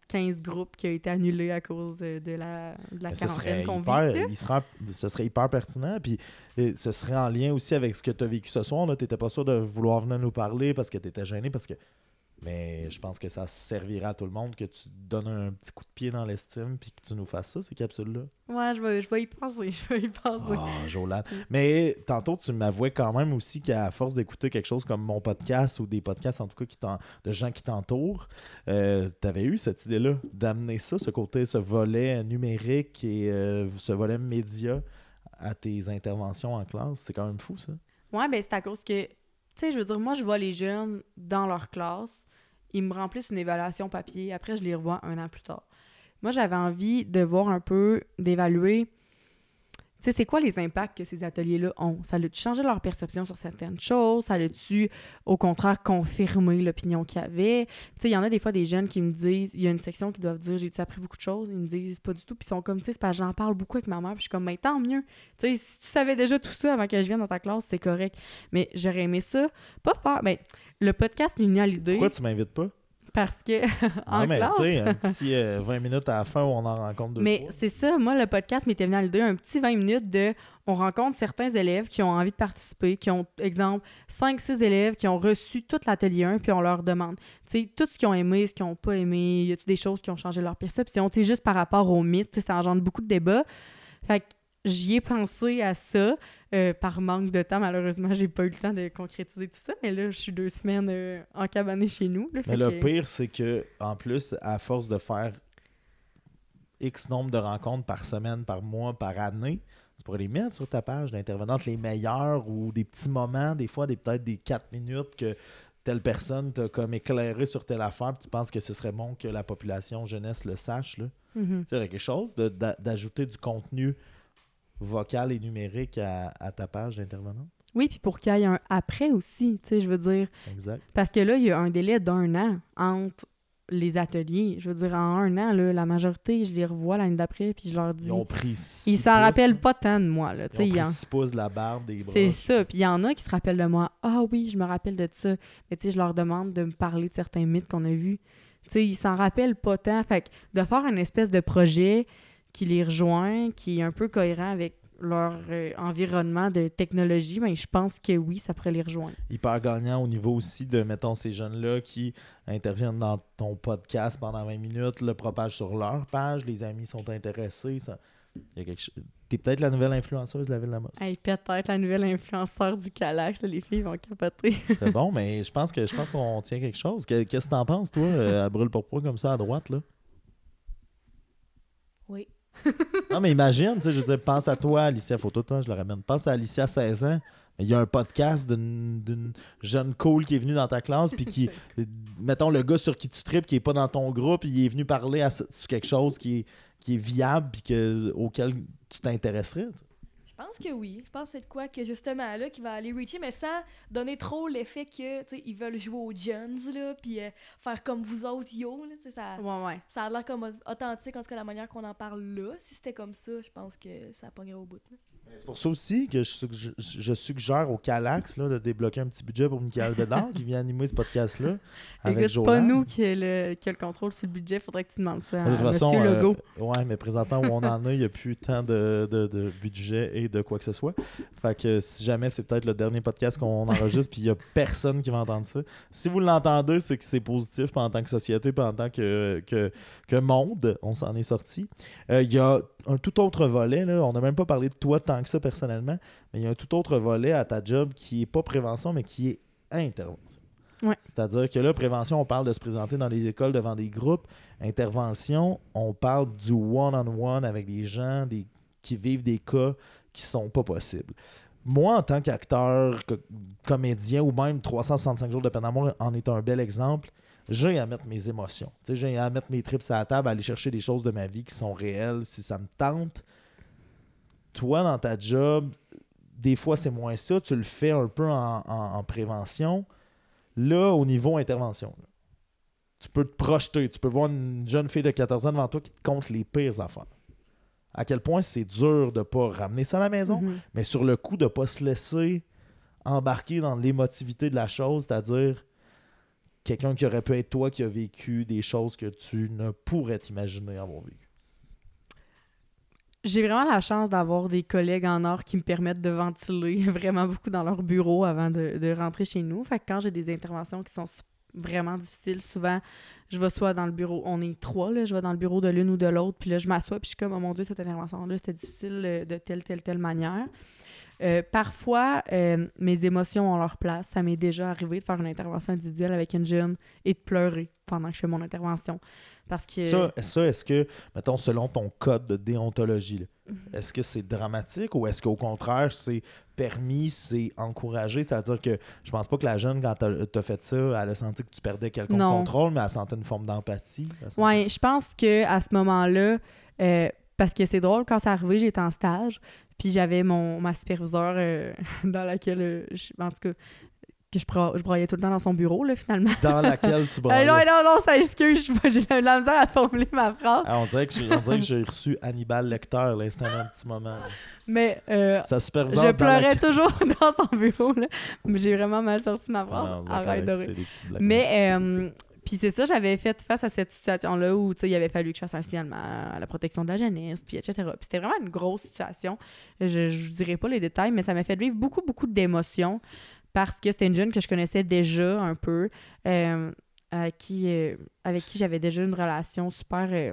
quinze groupes qui ont été annulés à cause de, de la, de la Mais ce serait quarantaine qu'on hyper, vit. là. il sera- ce serait hyper pertinent. Puis et ce serait en lien aussi avec ce que tu as vécu ce soir. Tu n'étais pas sûr de vouloir venir nous parler parce que tu étais gêné. Parce que... Mais je pense que ça servira à tout le monde que tu donnes un petit coup de pied dans l'estime puis que tu nous fasses ça, ces capsules-là. Ouais, je vais, je vais y penser. Je vais y penser. Ah, Jolane. Mais tantôt, tu m'avouais quand même aussi qu'à force d'écouter quelque chose comme mon podcast ou des podcasts, en tout cas, qui t'en- de gens qui t'entourent, euh, tu avais eu cette idée-là d'amener ça, ce côté, ce volet numérique et euh, ce volet média à tes interventions en classe. C'est quand même fou, ça. Ouais, ben c'est à cause que, tu sais, je veux dire, moi, je vois les jeunes dans leur classe, ils me remplissent une évaluation papier, après, je les revois un an plus tard. Moi, j'avais envie de voir un peu, d'évaluer, tu sais, c'est quoi les impacts que ces ateliers-là ont? Ça a-tu changé leur perception sur certaines choses? Ça a-tu, au contraire, confirmé l'opinion qu'ils avaient? Tu sais, il y en a des fois des jeunes qui me disent, il y a une section qui doivent dire, j'ai-tu appris beaucoup de choses? Ils me disent pas du tout, puis ils sont comme, tu sais, c'est parce que j'en parle beaucoup avec ma mère, puis je suis comme, ben tant mieux. Tu sais, si tu savais déjà tout ça avant que je vienne dans ta classe, c'est correct. Mais j'aurais aimé ça, pas faire, ben, le podcast m'est venu à l'idée Pourquoi tu m'invites pas? parce que, en non, mais classe... tu sais, un petit euh, vingt minutes à la fin où on en rencontre deux. Mais trois. c'est ça, moi, le podcast m'était venu à l'idée, un petit vingt minutes de... On rencontre certains élèves qui ont envie de participer, qui ont, exemple, cinq six élèves qui ont reçu tout l'atelier un, puis on leur demande, tu sais, tout ce qu'ils ont aimé, ce qu'ils n'ont pas aimé, y a-t-il des choses qui ont changé leur perception, tu sais, juste par rapport au mythe, tu sais, ça engendre beaucoup de débats. Fait que j'y ai pensé à ça. Euh, par manque de temps, malheureusement, j'ai pas eu le temps de concrétiser tout ça, mais là, je suis deux semaines euh, encabanée chez nous. Là, Mais fait le que- pire, c'est que en plus, à force de faire X nombre de rencontres par semaine, par mois, par année, tu pourrais les mettre sur ta page d'intervenante, les meilleurs ou des petits moments, des fois, des peut-être des quatre minutes que telle personne t'a comme éclairé sur telle affaire, puis tu penses que ce serait bon que la population jeunesse le sache. Là. Mhm. Tu sais, il y aurait quelque chose de- d'a- d'ajouter du contenu vocal et numérique à, à ta page d'intervenante. Oui, puis pour qu'il y ait un après aussi, tu sais, je veux dire, Exact. parce que là, il y a un délai d'un an entre les ateliers. Je veux dire, en un an, là, la majorité, je les revois l'année d'après, puis je leur dis... Ils ont pris six Ils s'en pouces. rappellent pas tant de moi, là, tu Ils sais. ont il y pris en- six pouces de la barbe, des bras. C'est ça. Puis il y en a qui se rappellent de moi. Ah oui, je me rappelle de ça. Mais tu sais, je leur demande de me parler de certains mythes qu'on a vus. Tu sais, ils s'en rappellent pas tant. Fait que de faire une espèce de projet qui les rejoint, qui est un peu cohérent avec leur euh, environnement de technologie, ben, je pense que oui, ça pourrait les rejoindre. Hyper gagnant au niveau aussi de, mettons, ces jeunes-là qui interviennent dans ton podcast pendant vingt minutes, le propagent sur leur page, les amis sont intéressés. Ça... Il y a quelque chose... T'es peut-être la nouvelle influenceuse de la Ville-la-Mosse. Hey, peut-être la nouvelle influenceur du Calax, là, les filles vont capoter. C'est bon, mais je pense que je pense qu'on tient quelque chose. Que- Qu'est-ce que t'en penses, toi, euh, à brûle pour point comme ça à droite, là? Oui. Non, mais imagine, tu sais, je veux dire, pense à toi, Alicia, faut tout le temps, je le ramène. Pense à Alicia, seize ans. Il y a un podcast d'une d'une jeune cool qui est venue dans ta classe, puis qui, mettons, le gars sur qui tu tripes, qui est pas dans ton groupe, il est venu parler à, sur quelque chose qui est, qui est viable, puis que, auquel tu t'intéresserais. tu sais. Je pense que oui. Je pense que c'est de quoi que justement là qui va aller reacher, mais sans donner trop l'effet que tu sais ils veulent jouer aux jeunes là, puis euh, faire comme vous autres yo là, tu sais ça. Ouais, ouais. Ça a l'air comme authentique en tout cas la manière qu'on en parle là. Si c'était comme ça, je pense que ça pognerait au bout. Là. C'est pour ça aussi que je, suggère- je suggère au Calax là, de débloquer un petit budget pour Michael Bédard qui vient animer ce podcast-là avec Écoute, c'est pas Jolane. nous qui a le, qui a le contrôle sur le budget, faudrait que tu demandes ça à De toute façon, Monsieur euh, Legault. ouais, mais présentement où on en est, il n'y a plus tant de, de, de budget et de quoi que ce soit. Fait que si jamais c'est peut-être le dernier podcast qu'on enregistre puis il n'y a personne qui va entendre ça. Si vous l'entendez, c'est que c'est positif puis en tant que société puis en tant que, que, que monde, on s'en est sorti. Euh, Il y a un tout autre volet, là. On n'a même pas parlé de toi tant que ça personnellement, mais il y a un tout autre volet à ta job qui n'est pas prévention, mais qui est intervention. Ouais. C'est-à-dire que là, prévention, on parle de se présenter dans les écoles devant des groupes. Intervention, on parle du one-on-one avec des gens des, qui vivent des cas qui sont pas possibles. Moi, en tant qu'acteur, co- comédien ou même trois cent soixante-cinq jours de peine d'amour en est un bel exemple, j'ai à mettre mes émotions. Tu sais, j'ai à mettre mes trips à la table, à aller chercher des choses de ma vie qui sont réelles si ça me tente. Toi, dans ta job, des fois, c'est moins ça. Tu le fais un peu en, en- en prévention. Là, au niveau intervention, là, tu peux te projeter. Tu peux voir une jeune fille de quatorze ans devant toi qui te compte les pires affaires. À quel point c'est dur de ne pas ramener ça à la maison, Mhm. mais sur le coup, de ne pas se laisser embarquer dans l'émotivité de la chose, c'est-à-dire quelqu'un qui aurait pu être toi qui a vécu des choses que tu ne pourrais t'imaginer avoir vécu? J'ai vraiment la chance d'avoir des collègues en or qui me permettent de ventiler vraiment beaucoup dans leur bureau avant de, de rentrer chez nous. Fait que quand j'ai des interventions qui sont vraiment difficiles, souvent, je vais soit dans le bureau, on est trois, là, je vais dans le bureau de l'une ou de l'autre, puis là, je m'assois, puis je suis comme, oh mon Dieu, cette intervention-là, c'était difficile euh, de telle, telle, telle manière. Euh, parfois, euh, mes émotions ont leur place. Ça m'est déjà arrivé de faire une intervention individuelle avec une jeune et de pleurer pendant que je fais mon intervention. Parce que... Ça, ça est-ce que, mettons, selon ton code de déontologie, là, mm-hmm. est-ce que c'est dramatique ou est-ce qu'au contraire, c'est permis, c'est encouragé? C'est-à-dire que je pense pas que la jeune, quand t'as, t'as fait ça, elle a senti que tu perdais quelconque non. contrôle, mais elle sentait une forme d'empathie. Oui, je pense qu'à ce moment-là, euh, parce que c'est drôle, quand c'est arrivé, j'étais en stage, puis j'avais mon ma superviseure euh, dans laquelle, euh, je, en tout cas, que je, bra- je broyais tout le temps dans son bureau, là, finalement. Dans laquelle tu broyais? Euh, non, non, non, ça excuse, j'ai eu la misère à formuler ma phrase. Ah, on dirait que j'ai, on dirait que j'ai reçu Hannibal Lecter, l'instant un petit moment. Là. Mais euh, Sa superviseure je pleurais la... toujours dans son bureau, là. Mais j'ai vraiment mal sorti ma phrase. Non, arrête de rire. Mais, euh, puis c'est ça, j'avais fait face à cette situation-là où, tu sais, il avait fallu que je fasse un signalement à la protection de la jeunesse, puis et cetera. Puis c'était vraiment une grosse situation. Je, je dirais pas les détails, mais ça m'a fait vivre beaucoup, beaucoup d'émotions. Parce que c'était une jeune que je connaissais déjà un peu, euh, à qui, euh, avec qui j'avais déjà une relation super euh,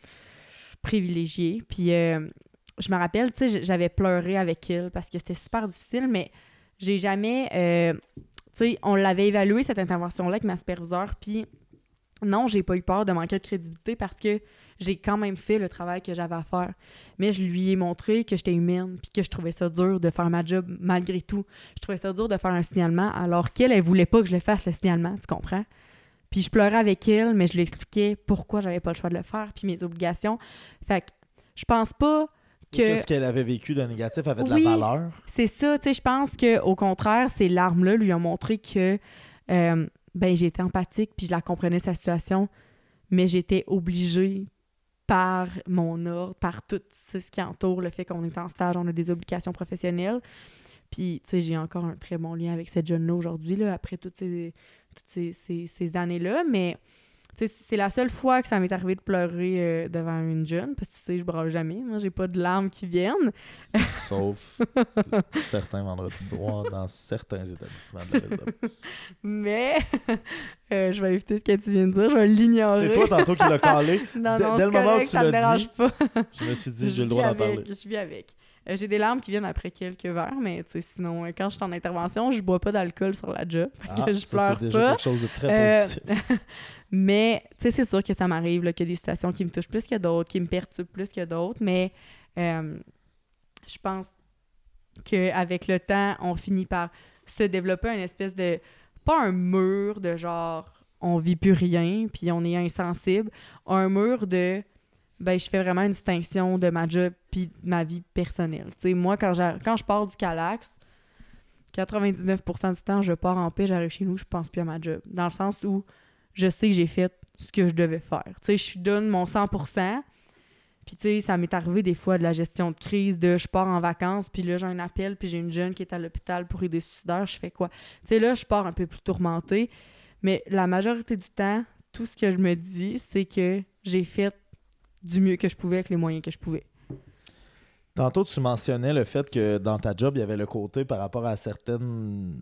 privilégiée. Puis euh, je me rappelle, tu sais, j'avais pleuré avec elle parce que c'était super difficile, mais j'ai jamais... Euh, tu sais, on l'avait évalué, cette intervention-là, avec ma superviseure, puis non, j'ai pas eu peur de manquer de crédibilité parce que j'ai quand même fait le travail que j'avais à faire. Mais je lui ai montré que j'étais humaine puis que je trouvais ça dur de faire ma job malgré tout. Je trouvais ça dur de faire un signalement alors qu'elle, elle voulait pas que je le fasse, le signalement, tu comprends? Puis je pleurais avec elle, mais je lui expliquais pourquoi j'avais pas le choix de le faire puis mes obligations. Fait que je pense pas que... Qu'est-ce qu'elle avait vécu de négatif avait de oui, la valeur? C'est ça, tu sais, je pense qu'au contraire, ces larmes-là lui ont montré que... Euh, ben j'étais empathique, puis je la comprenais, sa situation, mais j'étais obligée par mon ordre, par tout ce qui entoure le fait qu'on est en stage, on a des obligations professionnelles. Puis, tu sais, j'ai encore un très bon lien avec cette jeune-là aujourd'hui, là, après toutes ces, toutes ces, ces, ces années-là, mais... Tu sais, c'est la seule fois que ça m'est arrivé de pleurer euh, devant une jeune, parce que tu sais, je braille jamais. Moi, j'ai pas de larmes qui viennent. Sauf certains vendredis soirs dans certains établissements de la ville de Beauce. Mais, euh, je vais éviter ce que tu viens de dire, je vais l'ignorer. C'est toi tantôt qui l'as calé. non, D- non, dès le moment correct, où tu l'as dit, pas. je me suis dit, j'ai le droit d'en avec, parler. Je vis avec. Euh, j'ai des larmes qui viennent après quelques verres, mais tu sais, sinon, euh, quand je suis en intervention, je bois pas d'alcool sur la job. Ah, que je ça, pleure c'est déjà pas. quelque chose de très positif. Euh, mais, tu sais, c'est sûr que ça m'arrive, là, qu'il y a des situations qui me touchent plus que d'autres, qui me perturbent plus que d'autres, mais euh, je pense qu'avec le temps, on finit par se développer une espèce de... Pas un mur de genre, on vit plus rien, puis on est insensible. Un mur de... Ben, je fais vraiment une distinction de ma job puis de ma vie personnelle. Tu sais, moi, quand, quand je pars du Calax, quatre-vingt-dix-neuf pour cent du temps, je pars en paix, j'arrive chez nous, je pense plus à ma job. Dans le sens où je sais que j'ai fait ce que je devais faire. Tu sais, je donne mon cent pour cent. Puis, tu sais, ça m'est arrivé des fois de la gestion de crise, de je pars en vacances, puis là, j'ai un appel, puis j'ai une jeune qui est à l'hôpital pour aider suicidaires, je fais quoi? Tu sais, là, je pars un peu plus tourmentée. Mais la majorité du temps, tout ce que je me dis, c'est que j'ai fait du mieux que je pouvais avec les moyens que je pouvais. Tantôt, tu mentionnais le fait que dans ta job, il y avait le côté par rapport à certaines...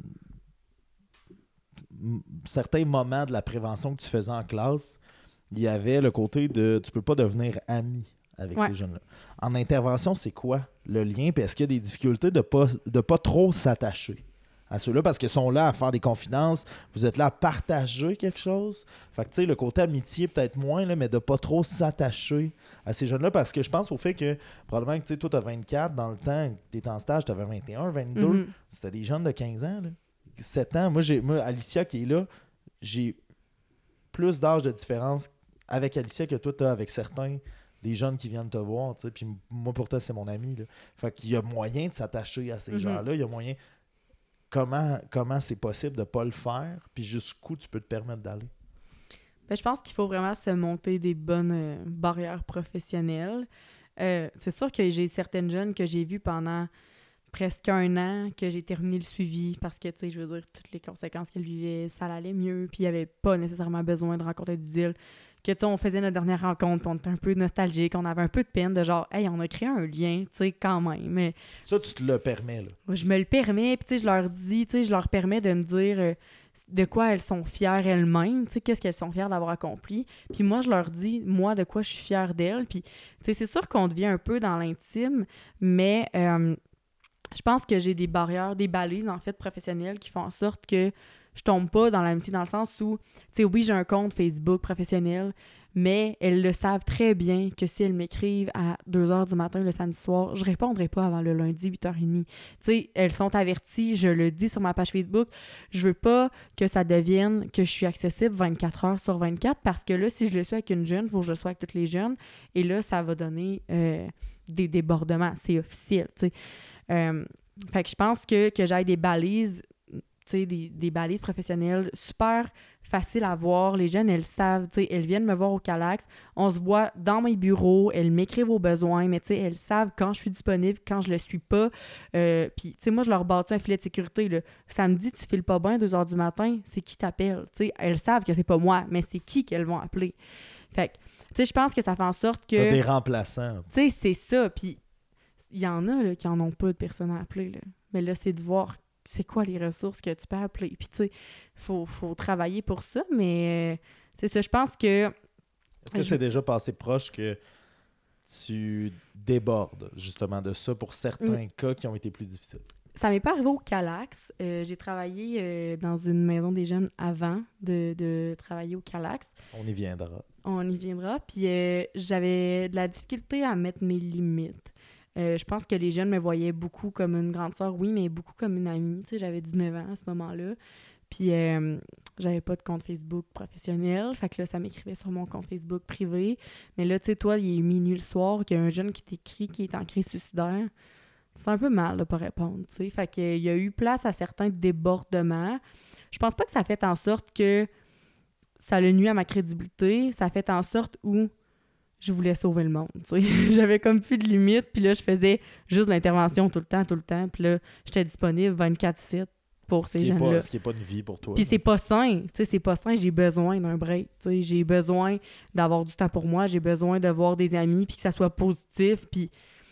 certains moments de la prévention que tu faisais en classe, il y avait le côté de tu peux pas devenir ami avec ouais. ces jeunes-là. En intervention, c'est quoi le lien? Puis est-ce qu'il y a des difficultés de pas, de pas trop s'attacher à ceux-là parce qu'ils sont là à faire des confidences, vous êtes là à partager quelque chose. Fait que tu sais, le côté amitié peut-être moins, là, mais de pas trop s'attacher à ces jeunes-là parce que je pense au fait que probablement que tu sais, toi, tu as vingt-quatre, dans le temps, tu étais en stage, tu avais vingt et un, vingt-deux. Mm-hmm. C'était des jeunes de quinze ans, là. sept ans. Moi, j'ai, moi, Alicia qui est là, j'ai plus d'âge de différence avec Alicia que toi, tu as avec certains des jeunes qui viennent te voir. Tu sais. Puis moi, pourtant, c'est mon ami. Là. Fait qu'il y a moyen de s'attacher à ces mm-hmm. gens-là. Il y a moyen... Comment, comment c'est possible de ne pas le faire, puis jusqu'où tu peux te permettre d'aller? Ben, je pense qu'il faut vraiment se monter des bonnes euh, barrières professionnelles. Euh, c'est sûr que j'ai certaines jeunes que j'ai vues pendant presque un an que j'ai terminé le suivi parce que, tu sais, je veux dire, toutes les conséquences qu'elle vivait, ça allait mieux, puis il n'y avait pas nécessairement besoin de rencontrer du deal. Que, tu sais, on faisait notre dernière rencontre, puis on était un peu nostalgique, on avait un peu de peine de genre, hey, on a créé un lien, tu sais, quand même. Mais ça, tu te le permets, là. je me le permets, puis tu sais, je leur dis, tu sais, je leur permets de me dire euh, de quoi elles sont fières elles-mêmes, tu sais, qu'est-ce qu'elles sont fières d'avoir accompli. Puis moi, je leur dis, moi, de quoi je suis fière d'elles. Puis, tu sais, c'est sûr qu'on devient un peu dans l'intime, mais euh, je pense que j'ai des barrières, des balises, en fait, professionnelles qui font en sorte que je tombe pas dans l'amitié dans le sens où, tu sais, oui, j'ai un compte Facebook professionnel, mais elles le savent très bien que si elles m'écrivent à deux heures du matin le samedi soir, je répondrai pas avant le lundi huit heures trente. Tu sais, elles sont averties, je le dis sur ma page Facebook, je veux pas que ça devienne que je suis accessible vingt-quatre heures sur vingt-quatre parce que là, si je le suis avec une jeune, il faut que je le sois avec toutes les jeunes et là, ça va donner euh, des débordements, c'est officiel, tu sais. Euh, fait que je pense que, que j'aille des balises, tu sais, des, des balises professionnelles super faciles à voir. Les jeunes, elles savent, tu sais, elles viennent me voir au Calax, on se voit dans mes bureaux, elles m'écrivent aux besoins, mais tu sais, elles savent quand je suis disponible, quand je le suis pas. Euh, Puis, tu sais, moi, je leur bâtis un filet de sécurité, là. Samedi, tu files pas bien, deux heures du matin, c'est qui t'appelle? Tu sais, elles savent que c'est pas moi, mais c'est qui qu'elles vont appeler? Fait que, tu sais, je pense que ça fait en sorte que... T'as des remplaçants. Tu sais, c'est ça, puis il y en a, là, qui en ont pas de personnes à appeler, là. Mais là, c'est de voir c'est quoi les ressources que tu peux appeler. Puis, tu sais, il faut, faut travailler pour ça, mais euh, c'est ça, je pense que... Est-ce que je... c'est déjà passé proche que tu débordes, justement, de ça pour certains mm. cas qui ont été plus difficiles? Ça m'est pas arrivé au Calax. Euh, j'ai travaillé euh, dans une maison des jeunes avant de, de travailler au Calax. On y viendra. On y viendra. Puis, euh, j'avais de la difficulté à mettre mes limites. Euh, je pense que les jeunes me voyaient beaucoup comme une grande sœur, oui, mais beaucoup comme une amie. Tu sais, j'avais dix-neuf ans à ce moment-là. Puis, euh, j'avais pas de compte Facebook professionnel. Fait que là, ça m'écrivait sur mon compte Facebook privé. Mais là, tu sais, toi, il est minuit le soir, qu'il y a un jeune qui t'écrit qui est en crise suicidaire. C'est un peu mal de pas répondre, tu sais. Fait qu'il y a eu place à certains débordements. Je pense pas que ça a fait en sorte que ça le nuit à ma crédibilité. Ça a fait en sorte où je voulais sauver le monde, tu sais. J'avais comme plus de limite, puis là, je faisais juste de l'intervention tout le temps, tout le temps, puis là, j'étais disponible vingt-quatre sept pour ce ces jeunes-là. Ce qui n'est pas une vie pour toi. Puis c'est pas sain, tu sais, c'est pas sain, j'ai besoin d'un break, tu sais, j'ai besoin d'avoir du temps pour moi, j'ai besoin de voir des amis, puis que ça soit positif, puis...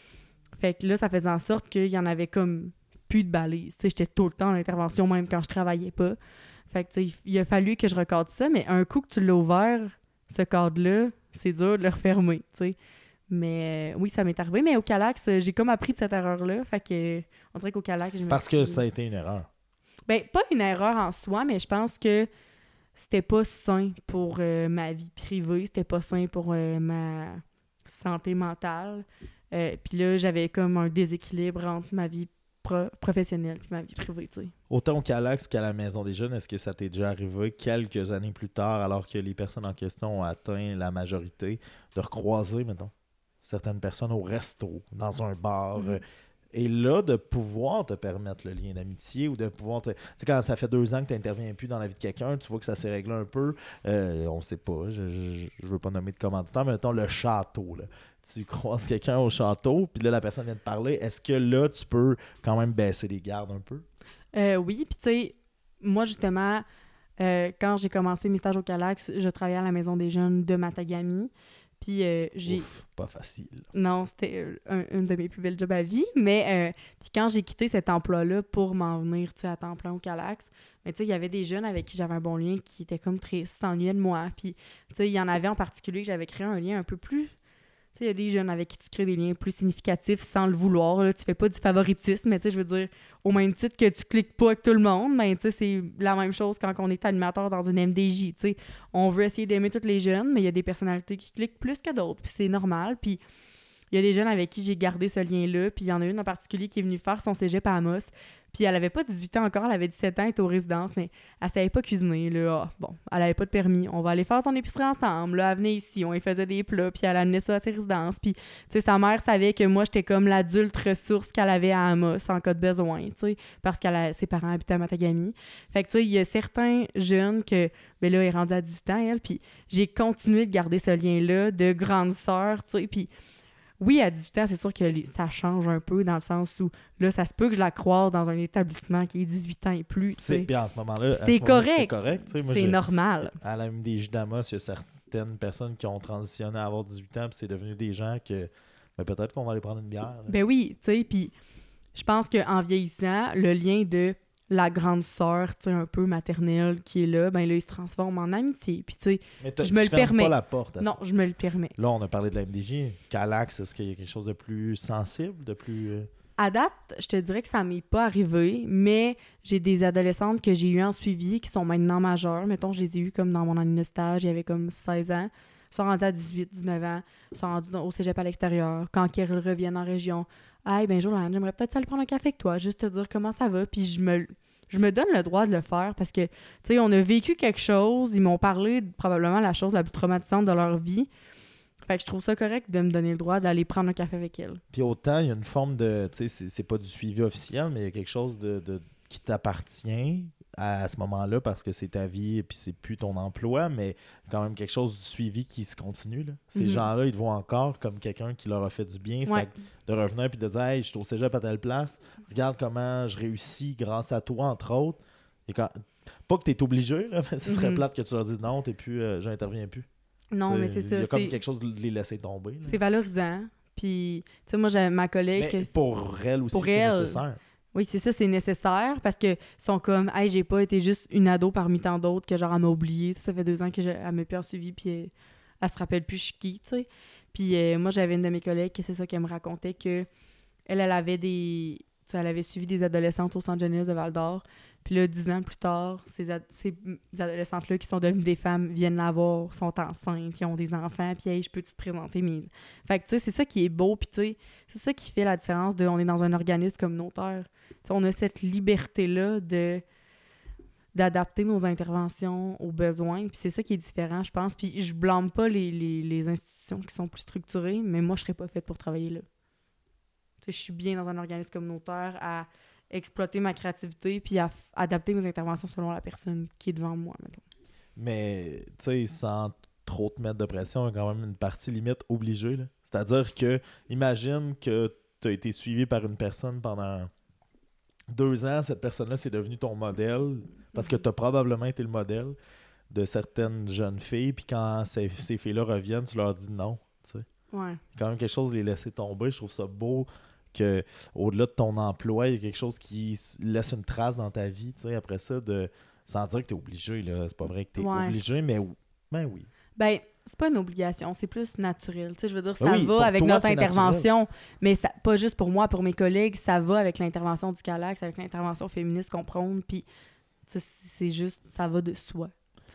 Fait que là, ça faisait en sorte qu'il y en avait comme plus de balises, tu sais, j'étais tout le temps en intervention, même quand je travaillais pas. Fait que, tu sais, il a fallu que je recadre ça, mais un coup que tu l'as ouvert, ce cadre-là, c'est dur de le refermer, tu sais. Mais euh, oui, ça m'est arrivé. Mais au Calax, euh, j'ai comme appris de cette erreur-là. Fait que, on dirait qu'au Calax, je me Parce suis... que ça a été une erreur. Ben, pas une erreur en soi, mais je pense que c'était pas sain pour euh, ma vie privée. C'était pas sain pour euh, ma santé mentale. Euh, Puis là, j'avais comme un déséquilibre entre ma vie pro- professionnelle et ma vie privée, tu sais. Autant au Calax qu'à la Maison des Jeunes, est-ce que ça t'est déjà arrivé quelques années plus tard, alors que les personnes en question ont atteint la majorité, de recroiser, mettons, certaines personnes au resto, dans un bar, mm-hmm. euh, et là, de pouvoir te permettre le lien d'amitié ou de pouvoir te... Tu sais, quand ça fait deux ans que tu n'interviens plus dans la vie de quelqu'un, tu vois que ça s'est réglé un peu, euh, on sait pas, je, je, je veux pas nommer de commanditaire, mais mettons le château, là. Tu croises quelqu'un au château, puis là, la personne vient te parler, est-ce que là, tu peux quand même baisser les gardes un peu? Euh, oui, puis tu sais, moi justement, euh, quand j'ai commencé mes stages au Calax, je travaillais à la Maison des Jeunes de Matagami. Puis euh, j'ai... Ouf, pas facile. Non, c'était euh, un, une de mes plus belles jobs à vie. Mais euh, puis quand j'ai quitté cet emploi-là pour m'en venir, tu sais, à temps plein au Calax, mais tu sais, il y avait des jeunes avec qui j'avais un bon lien qui étaient comme très... s'ennuyaient de moi. Puis, tu sais, il y en avait en particulier que j'avais créé un lien un peu plus... Tu sais, il y a des jeunes avec qui tu crées des liens plus significatifs sans le vouloir. Là. Tu fais pas du favoritisme, mais tu sais, je veux dire, au même titre que tu cliques pas avec tout le monde, mais tu sais, c'est la même chose quand on est animateur dans une M D J. Tu sais, on veut essayer d'aimer tous les jeunes, mais il y a des personnalités qui cliquent plus que d'autres, puis c'est normal. Puis il y a des jeunes avec qui j'ai gardé ce lien-là, puis il y en a une en particulier qui est venue faire son cégep à Amos. Puis elle avait pas dix-huit ans encore, elle avait dix-sept ans, elle était aux résidences, mais elle savait pas cuisiner, là. Ah, bon, elle avait pas de permis. On va aller faire ton épicerie ensemble, là. Elle venait ici, on lui faisait des plats, puis elle amenait ça à ses résidences. Puis, tu sais, sa mère savait que moi, j'étais comme l'adulte ressource qu'elle avait à Amos en cas de besoin, tu sais, parce que ses parents habitaient à Matagami. Fait que, tu sais, il y a certains jeunes que, ben là, elle est rendue à dix-huit ans, elle, puis j'ai continué de garder ce lien-là de grande sœur, tu sais, puis... oui, à dix-huit ans, c'est sûr que les- ça change un peu dans le sens où là, ça se peut que je la croise dans un établissement qui est dix-huit ans et plus. tu C'est, sais. puis en ce moment-là, à C'est ce moment-là, c'est correct. correct. tu sais. Moi, C'est je- normal. À la M D J Damas, il y a certaines personnes qui ont transitionné à avoir dix-huit ans, puis c'est devenu des gens que ben, peut-être qu'on va aller prendre une bière. là. Ben oui, tu sais, puis je pense qu'en vieillissant, le lien de la grande sœur, tu sais, un peu maternelle qui est là, ben là, il se transforme en amitié. Puis tu sais, Mais t'as- je tu me le fermes permets. pas la porte à non, ça. je me le permets. Là, on a parlé de la M D J. Calax, est-ce qu'il y a quelque chose de plus sensible, de plus... euh, À date, je te dirais que ça m'est pas arrivé, mais j'ai des adolescentes que j'ai eues en suivi qui sont maintenant majeures. Mettons, je les ai eues comme dans mon année de stage, il y avait comme seize ans. Ils sont rendus à dix-huit, dix-neuf ans. Ils sont rendus au cégep à l'extérieur. Quand ils reviennent en région, « Hey, ben Jolane, j'aimerais peut-être aller prendre un café avec toi, juste te dire comment ça va. » Puis je me, je me donne le droit de le faire parce que, tu sais, on a vécu quelque chose. Ils m'ont parlé de probablement la chose la plus traumatisante de leur vie. Fait que je trouve ça correct de me donner le droit d'aller prendre un café avec elles. Puis autant, il y a une forme de... Tu sais, c'est, c'est pas du suivi officiel, mais il y a quelque chose de, de qui t'appartient à, à ce moment-là parce que c'est ta vie et puis c'est plus ton emploi, mais quand même quelque chose du suivi qui se continue. Là. Ces Mhm. gens-là, ils te voient encore comme quelqu'un qui leur a fait du bien. Ouais. Fait que de revenir puis de dire « Hey, je suis au cégep à telle place. Regarde comment je réussis grâce à toi, entre autres. » Et quand... Pas que tu es obligé, là, mais ce serait Mhm. plate que tu leur dises « Non, t'es plus, euh, j'interviens plus. » Non, T'sais, mais c'est Il y ça. a comme c'est- quelque chose de les laisser tomber. là. C'est valorisant. Puis, tu sais, moi, j'ai ma collègue. Mais que- pour elle aussi, pour c'est elle, nécessaire. Oui, c'est ça, c'est nécessaire parce que sont comme, hey, j'ai pas été juste une ado parmi tant d'autres que genre, elle m'a oublié. Ça fait deux ans qu'elle m'a plus suivi, puis elle, elle se rappelle plus je suis qui, tu sais. Puis euh, moi, j'avais une de mes collègues que c'est ça qu'elle me racontait que elle, elle avait des. Tu sais, elle avait suivi des adolescentes au centre jeunesse de Val d'Or. Puis là, dix ans plus tard, ces, ad- ces adolescentes-là qui sont devenues des femmes viennent la voir, sont enceintes, qui ont des enfants, puis hey, je peux te présenter mes. Fait que tu sais, c'est ça qui est beau, puis tu sais, c'est ça qui fait la différence de on est dans un organisme communautaire. Tu sais, on a cette liberté-là de d'adapter nos interventions aux besoins, puis c'est ça qui est différent, je pense. Puis je blâme pas les, les, les institutions qui sont plus structurées, mais moi, je serais pas faite pour travailler là. Tu sais, je suis bien dans un organisme communautaire à exploiter ma créativité puis à f- adapter mes interventions selon la personne qui est devant moi, mettons. Mais, tu sais, sans trop te mettre de pression, il y a quand même une partie limite obligée. là. C'est-à-dire que, imagine que tu as été suivi par une personne pendant deux ans, cette personne-là, c'est devenu ton modèle, parce que tu as probablement été le modèle de certaines jeunes filles, puis quand ces, ces filles-là reviennent, tu leur dis non. tu sais. Ouais. Quand même quelque chose de les laisser tomber, je trouve ça beau que au-delà de ton emploi, il y a quelque chose qui s- laisse une trace dans ta vie, tu sais, après ça, de sans dire que tu es obligé, là. C'est pas vrai que tu es Ouais. obligé, mais ou- ben oui. Ben, c'est pas une obligation, c'est plus naturel. Tu sais, je veux dire, ça Ben oui, va pour avec toi, notre c'est intervention, mais ça, pas juste pour moi, pour mes collègues, ça va avec l'intervention du Calax, avec l'intervention féministe qu'on prône, puis tu sais, c'est juste, ça va de soi.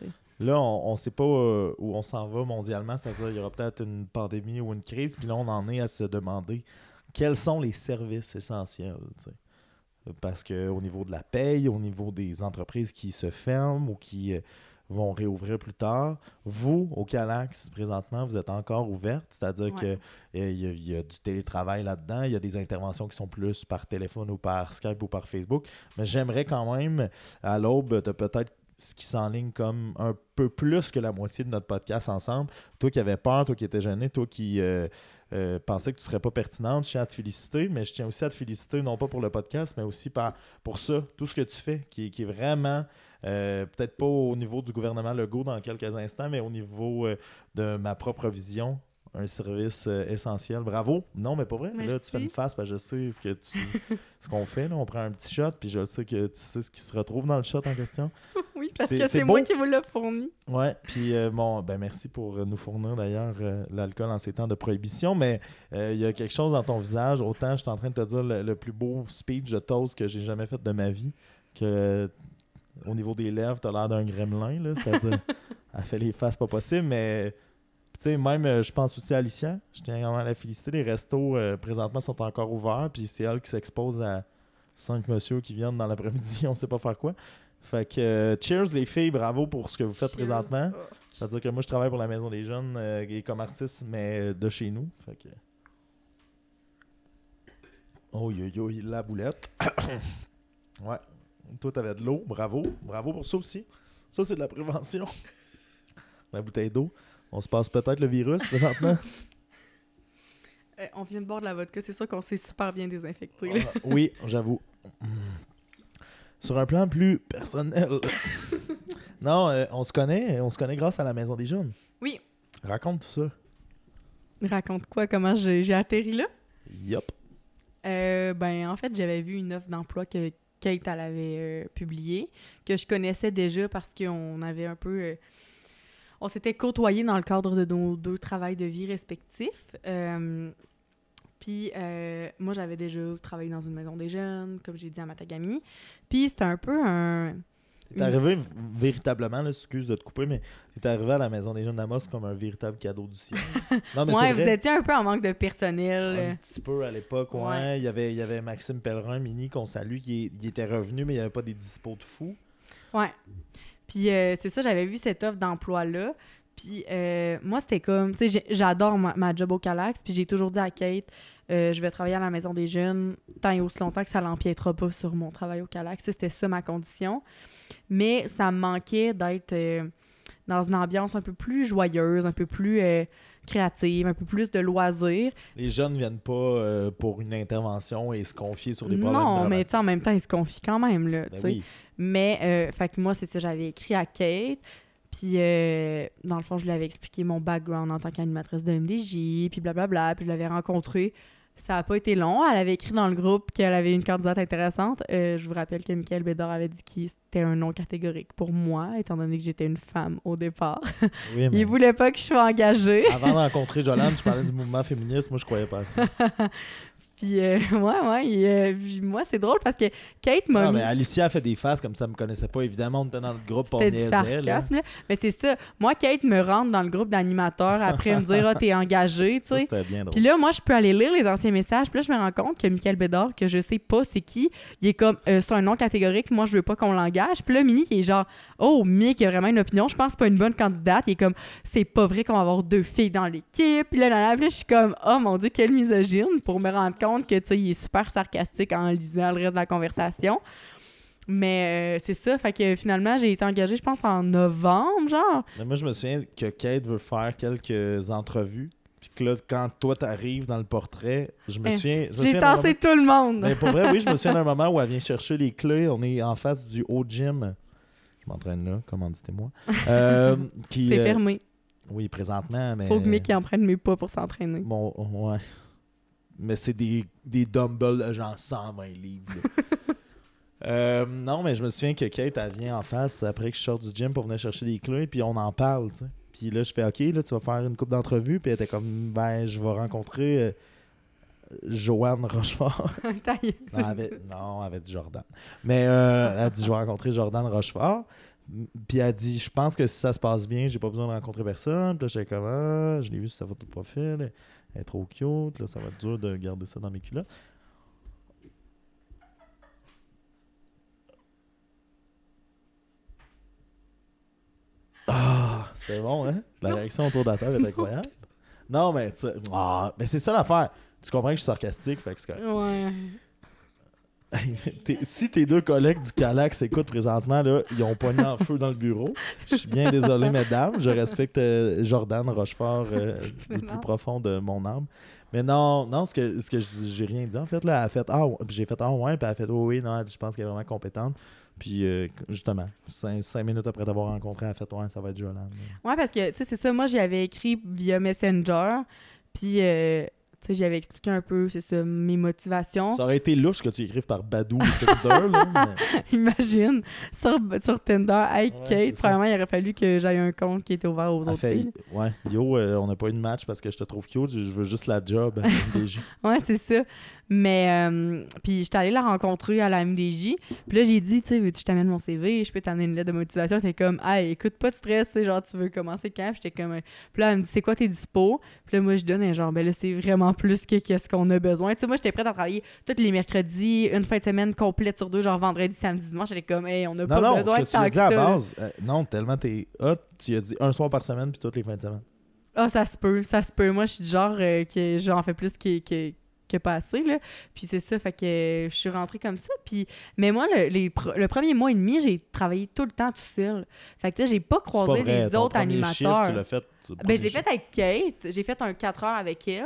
Là, on, on sait pas euh, où on s'en va mondialement, c'est-à-dire il y aura peut-être une pandémie ou une crise, puis là, on en est à se demander quels sont les services essentiels, tu sais. Parce qu'au niveau de la paye, au niveau des entreprises qui se ferment ou qui euh, vont réouvrir plus tard, vous, au Calax, présentement, vous êtes encore ouverte, c'est-à-dire Ouais. qu'il y, a- y a du télétravail là-dedans, il y a des interventions qui sont plus par téléphone ou par Skype ou par Facebook, mais j'aimerais quand même, à l'aube de peut-être ce qui s'enligne comme un peu plus que la moitié de notre podcast ensemble, toi qui avais peur, toi qui étais gêné, toi qui euh, euh, pensais que tu ne serais pas pertinente, je tiens à te féliciter, mais je tiens aussi à te féliciter, non pas pour le podcast, mais aussi par, pour ça, tout ce que tu fais, qui, qui est vraiment, euh, peut-être pas au niveau du gouvernement Legault dans quelques instants, mais au niveau euh, de ma propre vision, un service euh, essentiel. Bravo! Non, mais pas vrai. Là, tu Merci. fais une face, parce que je sais ce que tu, ce qu'on fait. Là. On prend un petit shot, puis je sais que tu sais ce qui se retrouve dans le shot en question. Oui, parce C'est- que c'est c'est moi beau. qui vous l'ai fourni. Ouais, puis euh, bon, ben merci pour euh, nous fournir d'ailleurs euh, l'alcool en ces temps de prohibition, mais euh, il y a quelque chose dans ton visage, autant je suis en train de te dire le, le plus beau speech de toast que j'ai jamais fait de ma vie, que euh, au niveau des lèvres, t'as l'air d'un gremlin, là, c'est-à-dire, elle fait les faces pas possibles, mais tu sais, même, euh, je pense aussi à Alicia, je tiens vraiment à la féliciter, les restos euh, présentement sont encore ouverts, puis c'est elle qui s'expose à cinq messieurs qui viennent dans l'après-midi, on sait pas faire quoi. Fait que euh, cheers les filles, bravo pour ce que vous faites Cheers. présentement. Oh. C'est-à-dire que moi je travaille pour la Maison des Jeunes euh, et comme artiste, mais de chez nous. Fait que... Oh yo yo, la boulette. Ouais. Toi t'avais de l'eau, bravo. Bravo pour ça aussi. Ça c'est de la prévention. La bouteille d'eau. On se passe peut-être le virus présentement. Euh, on vient de boire de la vodka, c'est sûr qu'on s'est super bien désinfecté. Là. Ah, oui, j'avoue. Sur un plan plus personnel. non, euh, on se connaît, on se connaît grâce à la Maison des Jeunes. Oui. Raconte tout ça. Raconte quoi, comment j'ai, j'ai atterri là? Yup. Euh, ben, en fait, j'avais vu une offre d'emploi que Kate, elle avait euh, publiée, que je connaissais déjà parce qu'on avait un peu... Euh, on s'était côtoyés dans le cadre de nos deux travails de vie respectifs. Euh, Puis, euh, moi, j'avais déjà travaillé dans une maison des jeunes, comme j'ai dit à Matagami. Puis, c'était un peu un... T'es arrivé v- véritablement, là, excuse de te couper, mais t'es arrivé à la Maison des Jeunes d'Amos comme un véritable cadeau du ciel. Non, mais ouais, c'est vous vrai. étiez un peu en manque de personnel. Un petit peu à l'époque, ouais. Ouais. Il, y avait, il y avait Maxime Pellerin, Mini, qu'on salue, qui il était revenu, mais il n'y avait pas des dispos de fou. Ouais. Puis euh, c'est ça, j'avais vu cette offre d'emploi-là. Puis euh, moi, c'était comme... Tu sais, j'ai- j'adore ma, ma job au Calax. Puis j'ai toujours dit à Kate, euh, je vais travailler à la Maison des Jeunes tant et aussi longtemps que ça l'empiétera pas sur mon travail au Calax. Tu sais, c'était ça ma condition. Mais ça me manquait d'être euh, dans une ambiance un peu plus joyeuse, un peu plus euh, créative, un peu plus de loisirs. Les jeunes ne viennent pas euh, pour une intervention et se confier sur des problèmes Non, mais dramatiques. tu sais, en même temps, ils se confient quand même, là, Ben tu sais. oui. Mais, euh, fait que moi, c'est ça, j'avais écrit à Kate. Puis, euh, dans le fond, je lui avais expliqué mon background en tant qu'animatrice de M D J, puis blablabla. Puis, je l'avais rencontrée. Ça n'a pas été long. Elle avait écrit dans le groupe qu'elle avait une candidate intéressante. Euh, je vous rappelle que Michael Bédard avait dit que c'était un non catégorique pour moi, étant donné que j'étais une femme au départ. Oui, mais Il voulait pas que je sois engagée. avant de rencontrer Jolande, je parlais du mouvement féministe. Moi, je croyais pas à ça. Puis, euh, ouais, ouais. et, euh, puis moi, c'est drôle parce que Kate m'a Non, mis... mais Alicia a fait des faces comme ça, elle me connaissait pas. Évidemment, on était dans le groupe, on C'était du niaisait. Là. sarcasme, là. Mais c'est ça. Moi, Kate me rentre dans le groupe d'animateurs après me dire « Ah, t'es engagé », tu Ça, sais. c'était bien drôle. Puis là, moi, je peux aller lire les anciens messages. Puis là, je me rends compte que Michael Bédard, que je sais pas c'est qui, il est comme euh, c'est un nom catégorique, moi, je veux pas qu'on l'engage. Puis là, Mini, qui est genre oh, Mick, il a vraiment une opinion, je pense que c'est pas une bonne candidate. Il est comme c'est pas vrai qu'on va avoir deux filles dans l'équipe. Puis là, là, là, puis là, je suis comme oh mon Dieu, quelle misogyne pour me rendre compte que, tu sais, il est super sarcastique en lisant le reste de la conversation. Mais euh, c'est ça, fait que finalement, j'ai été engagée, je pense, en novembre, genre. Mais moi, je me souviens que Kate veut faire quelques entrevues. Puis que là, quand toi, t'arrives dans le portrait, je me Eh, souviens... je me J'ai souviens d'un tassé tout le monde. Mais pour vrai, oui, je me souviens d'un moment où elle vient chercher les clés. On est en face du haut gym. Je m'entraîne là, commanditez-moi. Euh, qui, C'est euh, fermé. Oui, présentement, mais... Faut que Mick il en prenne mes pas pour s'entraîner. Bon, ouais. Mais c'est des, des dumbbells de genre cent vingt livres. là. euh, non, mais je me souviens que Kate, elle vient en face après que je sorte du gym pour venir chercher des clés, puis on en parle, tu sais. Puis là, je fais « OK, là, tu vas faire une couple d'entrevues. » Puis elle était comme « Ben, je vais rencontrer euh, Joanne Rochefort. » Ta gueule. Non, elle avait, non, elle avait dit Jordan. Mais euh, elle a dit « Je vais rencontrer Jordan Rochefort. » Puis elle a dit « Je pense que si ça se passe bien, j'ai pas besoin de rencontrer personne. » Puis là, j'étais comme « Ah, je l'ai vu sur sa photo de profil. Elle est trop cute. Là, ça va être dur de garder ça dans mes culottes. » Ah, c'était bon, hein? La réaction autour de la table est incroyable. Non, mais, tu sais, ah, mais c'est ça l'affaire. Tu comprends que je suis sarcastique, fait que c'est correct. Ouais. T'es- si tes deux collègues du Calax écoutent présentement, là, ils ont pogné en feu dans le bureau. Je suis bien désolé, mesdames. Je respecte euh, Jordan Rochefort euh, du plus profond de mon âme. Mais non, non, ce que, ce que je dis- j'ai rien dit en fait. Là, elle a fait Ah, ouais. Puis j'ai fait Ah, ouais, puis elle a fait Oh, oui, non, elle dit, je pense qu'elle est vraiment compétente. Puis euh, justement, cinq, cinq minutes après t'avoir rencontré, elle a fait Ouais, ça va être Jolande. Ouais, parce que, tu sais, c'est ça. Moi, j'y avais écrit via Messenger. Puis, euh, tu sais, j'avais expliqué un peu, c'est ça, mes motivations. Ça aurait été louche que tu écrives par Badou ou Tinder, là. Mais... Imagine, sur, sur Tinder, avec Ouais, Kate, c'est ça. probablement, il aurait fallu que j'aille un compte qui était ouvert aux Elle autres fait, filles. ouais, yo, euh, on n'a pas eu de match parce que je te trouve cute, je je veux juste la job à M D J. Ouais, c'est ça. Mais, euh, puis j'étais allée la rencontrer à la M D J. Puis là, j'ai dit, tu sais, veux-tu que je t'amène mon C V? Je peux t'amener une lettre de motivation. T'es comme, hey, écoute, pas de stress, tu sais, genre, tu veux commencer quand? Puis j'étais comme, euh, puis là, elle me dit, c'est quoi tes dispos? Puis là, moi, je donne un genre, ben là, c'est vraiment plus que qu'est-ce qu'on a besoin. Tu sais, moi, j'étais prête à travailler tous les mercredis, une fin de semaine complète sur deux, genre vendredi, samedi, dimanche. J'étais comme, hey, on n'a Non, pas non, besoin ce de que tu as tant dit que à ça. la là. base, euh, non, tellement t'es hot, tu as dit un soir par semaine puis toutes les fins de semaine. Ah, ça se peut, ça se peut. Moi, je suis du genre euh, que j'en fais plus que, que, que pas assez, là. Puis c'est ça, fait que euh, je suis rentrée comme ça. Puis, mais moi, le, les pr- le premier mois et demi, j'ai travaillé tout le temps tout seul. Fait que, tu sais, j'ai pas C'est croisé pas vrai, les ton autres premier animateurs. chiffre, tu l'as fait. tu- Ben, premier je l'ai chiffre. fait avec Kate. J'ai fait un quatre heures avec elle.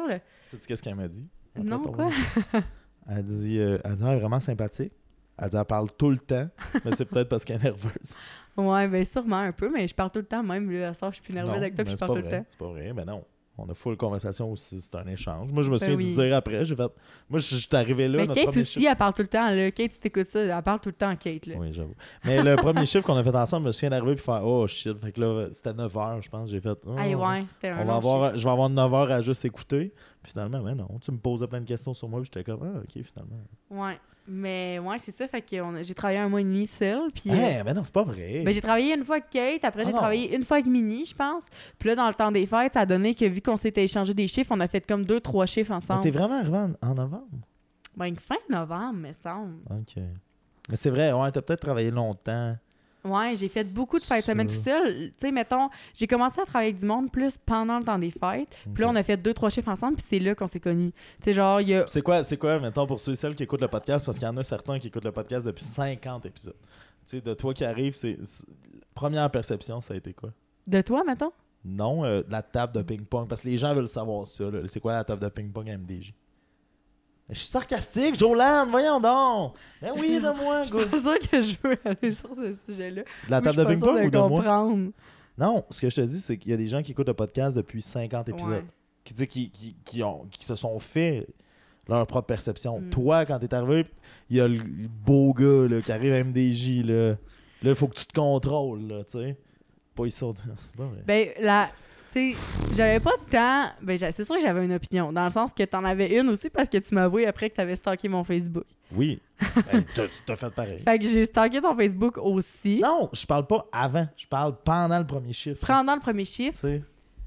Sais-tu qu'est-ce qu'elle m'a dit? Non, Après, quoi? Elle dit, euh, elle dit, ah, elle est vraiment sympathique. Elle dit, elle parle tout le temps, mais c'est peut-être parce qu'elle est nerveuse. Ouais, ben sûrement un peu, mais je parle tout le temps même. Là, à ce soir, je suis plus nerveuse Non, avec toi, puis mais je c'est parle pas tout vrai, le temps. C'est pas vrai, mais non. On a full conversation aussi, c'est un échange. Moi, je me Ben souviens oui. de dire après, j'ai fait... Moi, je je suis arrivé là, Mais notre Kate premier aussi, chiffre... elle parle tout le temps. Là. Kate, si t'écoutes ça, elle parle tout le temps, Kate. Là. Oui, j'avoue. Mais le premier chiffre qu'on a fait ensemble, je me souviens d'arriver et faire « Oh, shit! » Fait que là, c'était neuf heures, je pense. J'ai fait oh, Hey, ouais, c'était un on va long avoir, je vais avoir neuf heures à juste écouter. Puis finalement, mais non, tu me posais plein de questions sur moi, puis j'étais comme « Ah, OK, finalement. » Ouais, mais ouais, c'est ça. Fait que on a- j'ai travaillé un mois et demi seule. Puis, euh, Hey, mais non, c'est pas vrai. ben, j'ai travaillé une fois avec Kate, après Ah j'ai non. travaillé une fois avec Minnie, je pense. Puis là, dans le temps des fêtes, ça a donné que vu qu'on s'était échangé des chiffres, on a fait comme deux, trois chiffres Mais ensemble. t'es vraiment arrivé en, en novembre? Ben, fin novembre, me semble. OK. Mais c'est vrai, ouais, t'as peut-être travaillé longtemps. Ouais, j'ai fait beaucoup de fêtes de semaine Ça. tout seul. Tu sais, mettons, j'ai commencé à travailler avec du monde plus pendant le temps des fêtes. Puis là, on a fait deux, trois chiffres ensemble, puis c'est là qu'on s'est connus. Tu sais, genre, il y a. C'est quoi, c'est quoi, mettons, pour ceux et celles qui écoutent le podcast, parce qu'il y en a certains qui écoutent le podcast depuis cinquante épisodes. Tu sais, de toi qui arrive, c'est... c'est- Première perception, ça a été quoi? De toi, mettons? Non, euh, de la table de ping-pong, parce que les gens veulent savoir ça, là. C'est quoi la table de ping-pong à M D J? Je suis sarcastique, Jolane, voyons donc! Ben oui, de moi, Je go! suis pas sûre que je veux aller sur ce sujet-là. De la Ou table je de suis pas sûre ping-pong ou de moi? comprendre. Non, ce que je te dis, c'est qu'il y a des gens qui écoutent le podcast depuis cinquante épisodes. Ouais. Qui, dit, qui, qui, qui, ont, qui se sont fait leur propre perception. Mm. Toi, quand t'es arrivé, il y a le le beau gars là, qui arrive à M D J. Là, il faut que tu te contrôles, là, tu sais. Pas ils sont... C'est pas vrai. Ben, la. Tu sais, j'avais pas de temps. Ben, j'a- c'est sûr que j'avais une opinion. Dans le sens que t'en avais une aussi parce que tu m'as avoué après que t'avais stalké mon Facebook. Oui. Ben, t'as, t'as fait pareil. Fait que j'ai stalké ton Facebook aussi. Non, je parle pas avant. Je parle pendant le premier chiffre. Pendant le premier Tu chiffre, sais.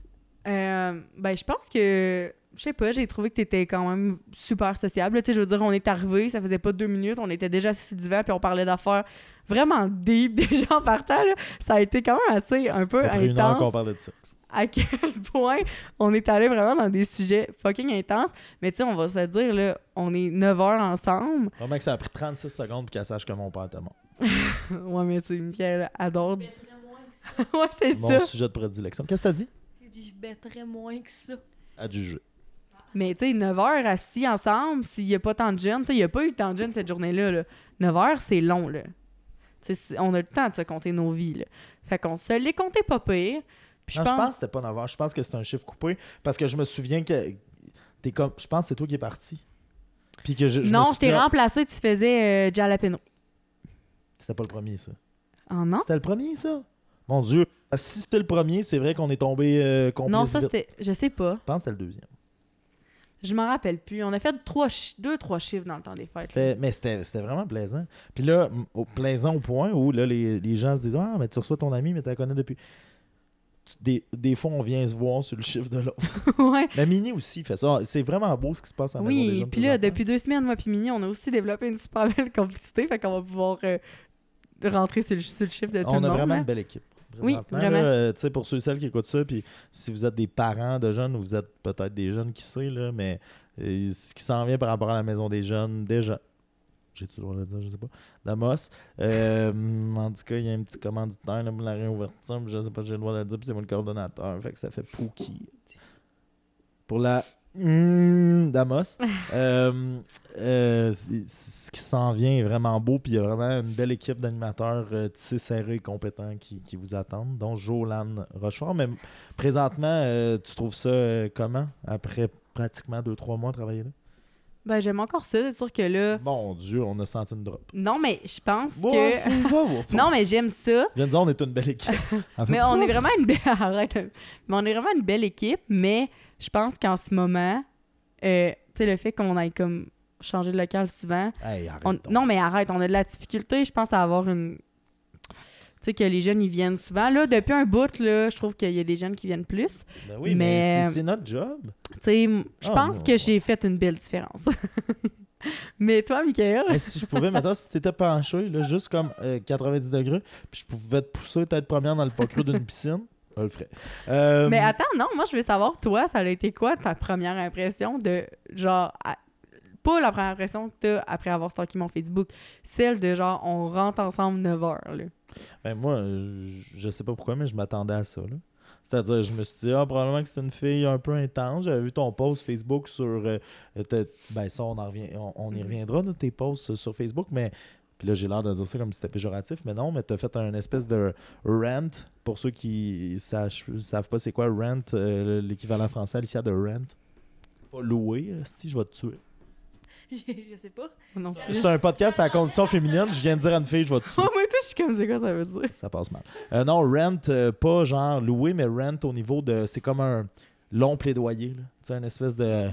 euh, ben, je pense que. Je sais pas, j'ai trouvé que t'étais quand même super sociable. Tu sais, je veux dire, on est arrivé, ça faisait pas deux minutes, on était déjà assis sur le divan, puis on parlait d'affaires vraiment deep déjà en partant. Là. Ça a été quand même assez un peu Après une heure intense. qu'on parlait de sexe. À quel point on est allé vraiment dans des sujets fucking intenses. Mais tu sais, on va se le dire, là, on est neuf heures ensemble. Vraiment que ça a pris trente-six secondes pour qu'elle sache que mon père était mort. Ouais, mais tu sais, Mickaël adore. Je bêterais moins que ça. Ouais, c'est Mon ça. sujet de prédilection. Qu'est-ce que t'as dit? J'ai dit, je bêterais moins que ça. À juger. Mais tu sais, neuf heures assis ensemble, s'il n'y a pas tant de jeunes, tu sais, il n'y a pas eu tant de jeunes cette journée-là. Là. neuf heures, c'est long, là. Tu sais, c'est- on a le temps de se compter nos vies, là. Fait qu'on se les comptait pas pire. Puis je Non, je pense pense... que c'était pas neuf heures. Je pense que c'est un chiffre coupé. Parce que je me souviens que t'es comme. Je pense que c'est toi qui es parti. Puis que je, je me non, suis je t'ai dit, ah, remplacé, tu faisais euh, Jalapeno. C'était pas le premier, ça. Ah non? C'était le premier, ça? Mon Dieu. Si c'était le premier, c'est vrai qu'on est tombé euh, complice Non, ça vite. c'était... Je sais pas. Je pense que c'était le deuxième. Je m'en rappelle plus. On a fait trois chi- deux, trois chiffres dans le temps des fêtes. là. C'était- mais c'était c'était vraiment plaisant. Puis là, m- au, plaisant au point où là, les, les gens se disent Ah, mais tu reçois ton ami, mais tu la connais depuis. Tu- Des, des fois, on vient se voir sur le chiffre de l'autre. Ouais. La Mini aussi fait ça. C'est vraiment beau ce qui se passe à la Maison des Oui, Jeunes puis là, présentement. depuis deux semaines, moi puis Mini, on a aussi développé une super belle complicité, fait qu'on va pouvoir euh, rentrer sur le, sur le chiffre de tout On le a monde. vraiment là. une belle équipe. Oui, présentement, vraiment. là, euh, tu sais, pour ceux et celles qui écoutent ça, puis si vous êtes des parents de jeunes ou vous êtes peut-être des jeunes qui sait, là, mais euh, ce qui s'en vient par rapport à la Maison des Jeunes, déjà, j'ai-tu le droit de le dire, je sais pas, Damos, euh, en tout cas, il y a un petit commanditaire là, pour la réouverture, mais je sais pas si j'ai le droit de le dire, puis c'est moi le coordonnateur, fait que ça fait Pookie. Pour la mm, Damos. euh, euh, c'est- ce qui s'en vient est vraiment beau, puis il y a vraiment une belle équipe d'animateurs euh, tissés, serrés et compétents qui, qui vous attendent, dont Jolane Rochefort. Mais présentement, euh, tu trouves ça euh, comment, après pratiquement deux trois mois de travailler là? Ben, j'aime encore ça, c'est sûr que là... Mon Dieu, on a senti une drop. Non, mais je pense Bof, que... bof, bof. Non, mais j'aime ça. Je viens de dire, on est une belle équipe. En fait, Mais on est vraiment une belle... Arrête. Mais on est vraiment une belle équipe, mais je pense qu'en ce moment, euh, tu sais, le fait qu'on aille comme changer de local souvent... Hey, arrête on- donc. Non, mais arrête, on a de la difficulté, je pense, à avoir une... Tu sais, que les jeunes, ils viennent souvent. Là, depuis un bout, là, je trouve qu'il y a des jeunes qui viennent plus. Ben oui, mais, mais- c'est- c'est notre job. Tu sais, m- je Ah, pense non, que ouais. j'ai fait une belle différence. Mais toi, Mickaël? Mais si je pouvais, maintenant, si t'étais penché, là, juste comme euh, quatre-vingt-dix degrés, puis je pouvais te pousser tête première dans le pas creux d'une piscine, je le ferais. Euh, Mais attends, non, moi, je veux savoir, toi, ça a été quoi ta première impression de, genre, à- pas la première impression que t'as après avoir stalké mon Facebook, celle de, genre, on rentre ensemble neuf heures, là. Ben moi, euh, je je sais pas pourquoi, mais je m'attendais à ça. Là. C'est-à-dire, je me suis dit, ah, probablement que c'est une fille un peu intense. J'avais vu ton post Facebook sur... Euh, ben ça, on, en revient, on, on y reviendra, de tes posts sur Facebook, mais... Puis là, j'ai l'air de dire ça comme si c'était péjoratif, mais non, mais t'as fait un espèce de rant. Pour ceux qui ne savent pas c'est quoi rant, euh, l'équivalent français, Alicia, de rant. Pas louer, si je vais te tuer. Je sais pas. Non. C'est un podcast à la condition féminine. Je viens de dire à une fille, je vais te tuer. Oh, moi, toi, je suis comme, c'est quoi ça veut dire? Ça passe mal. Euh, non, rent, euh, pas genre louer, mais rent au niveau de... C'est comme un long plaidoyer. Tu sais, une espèce de...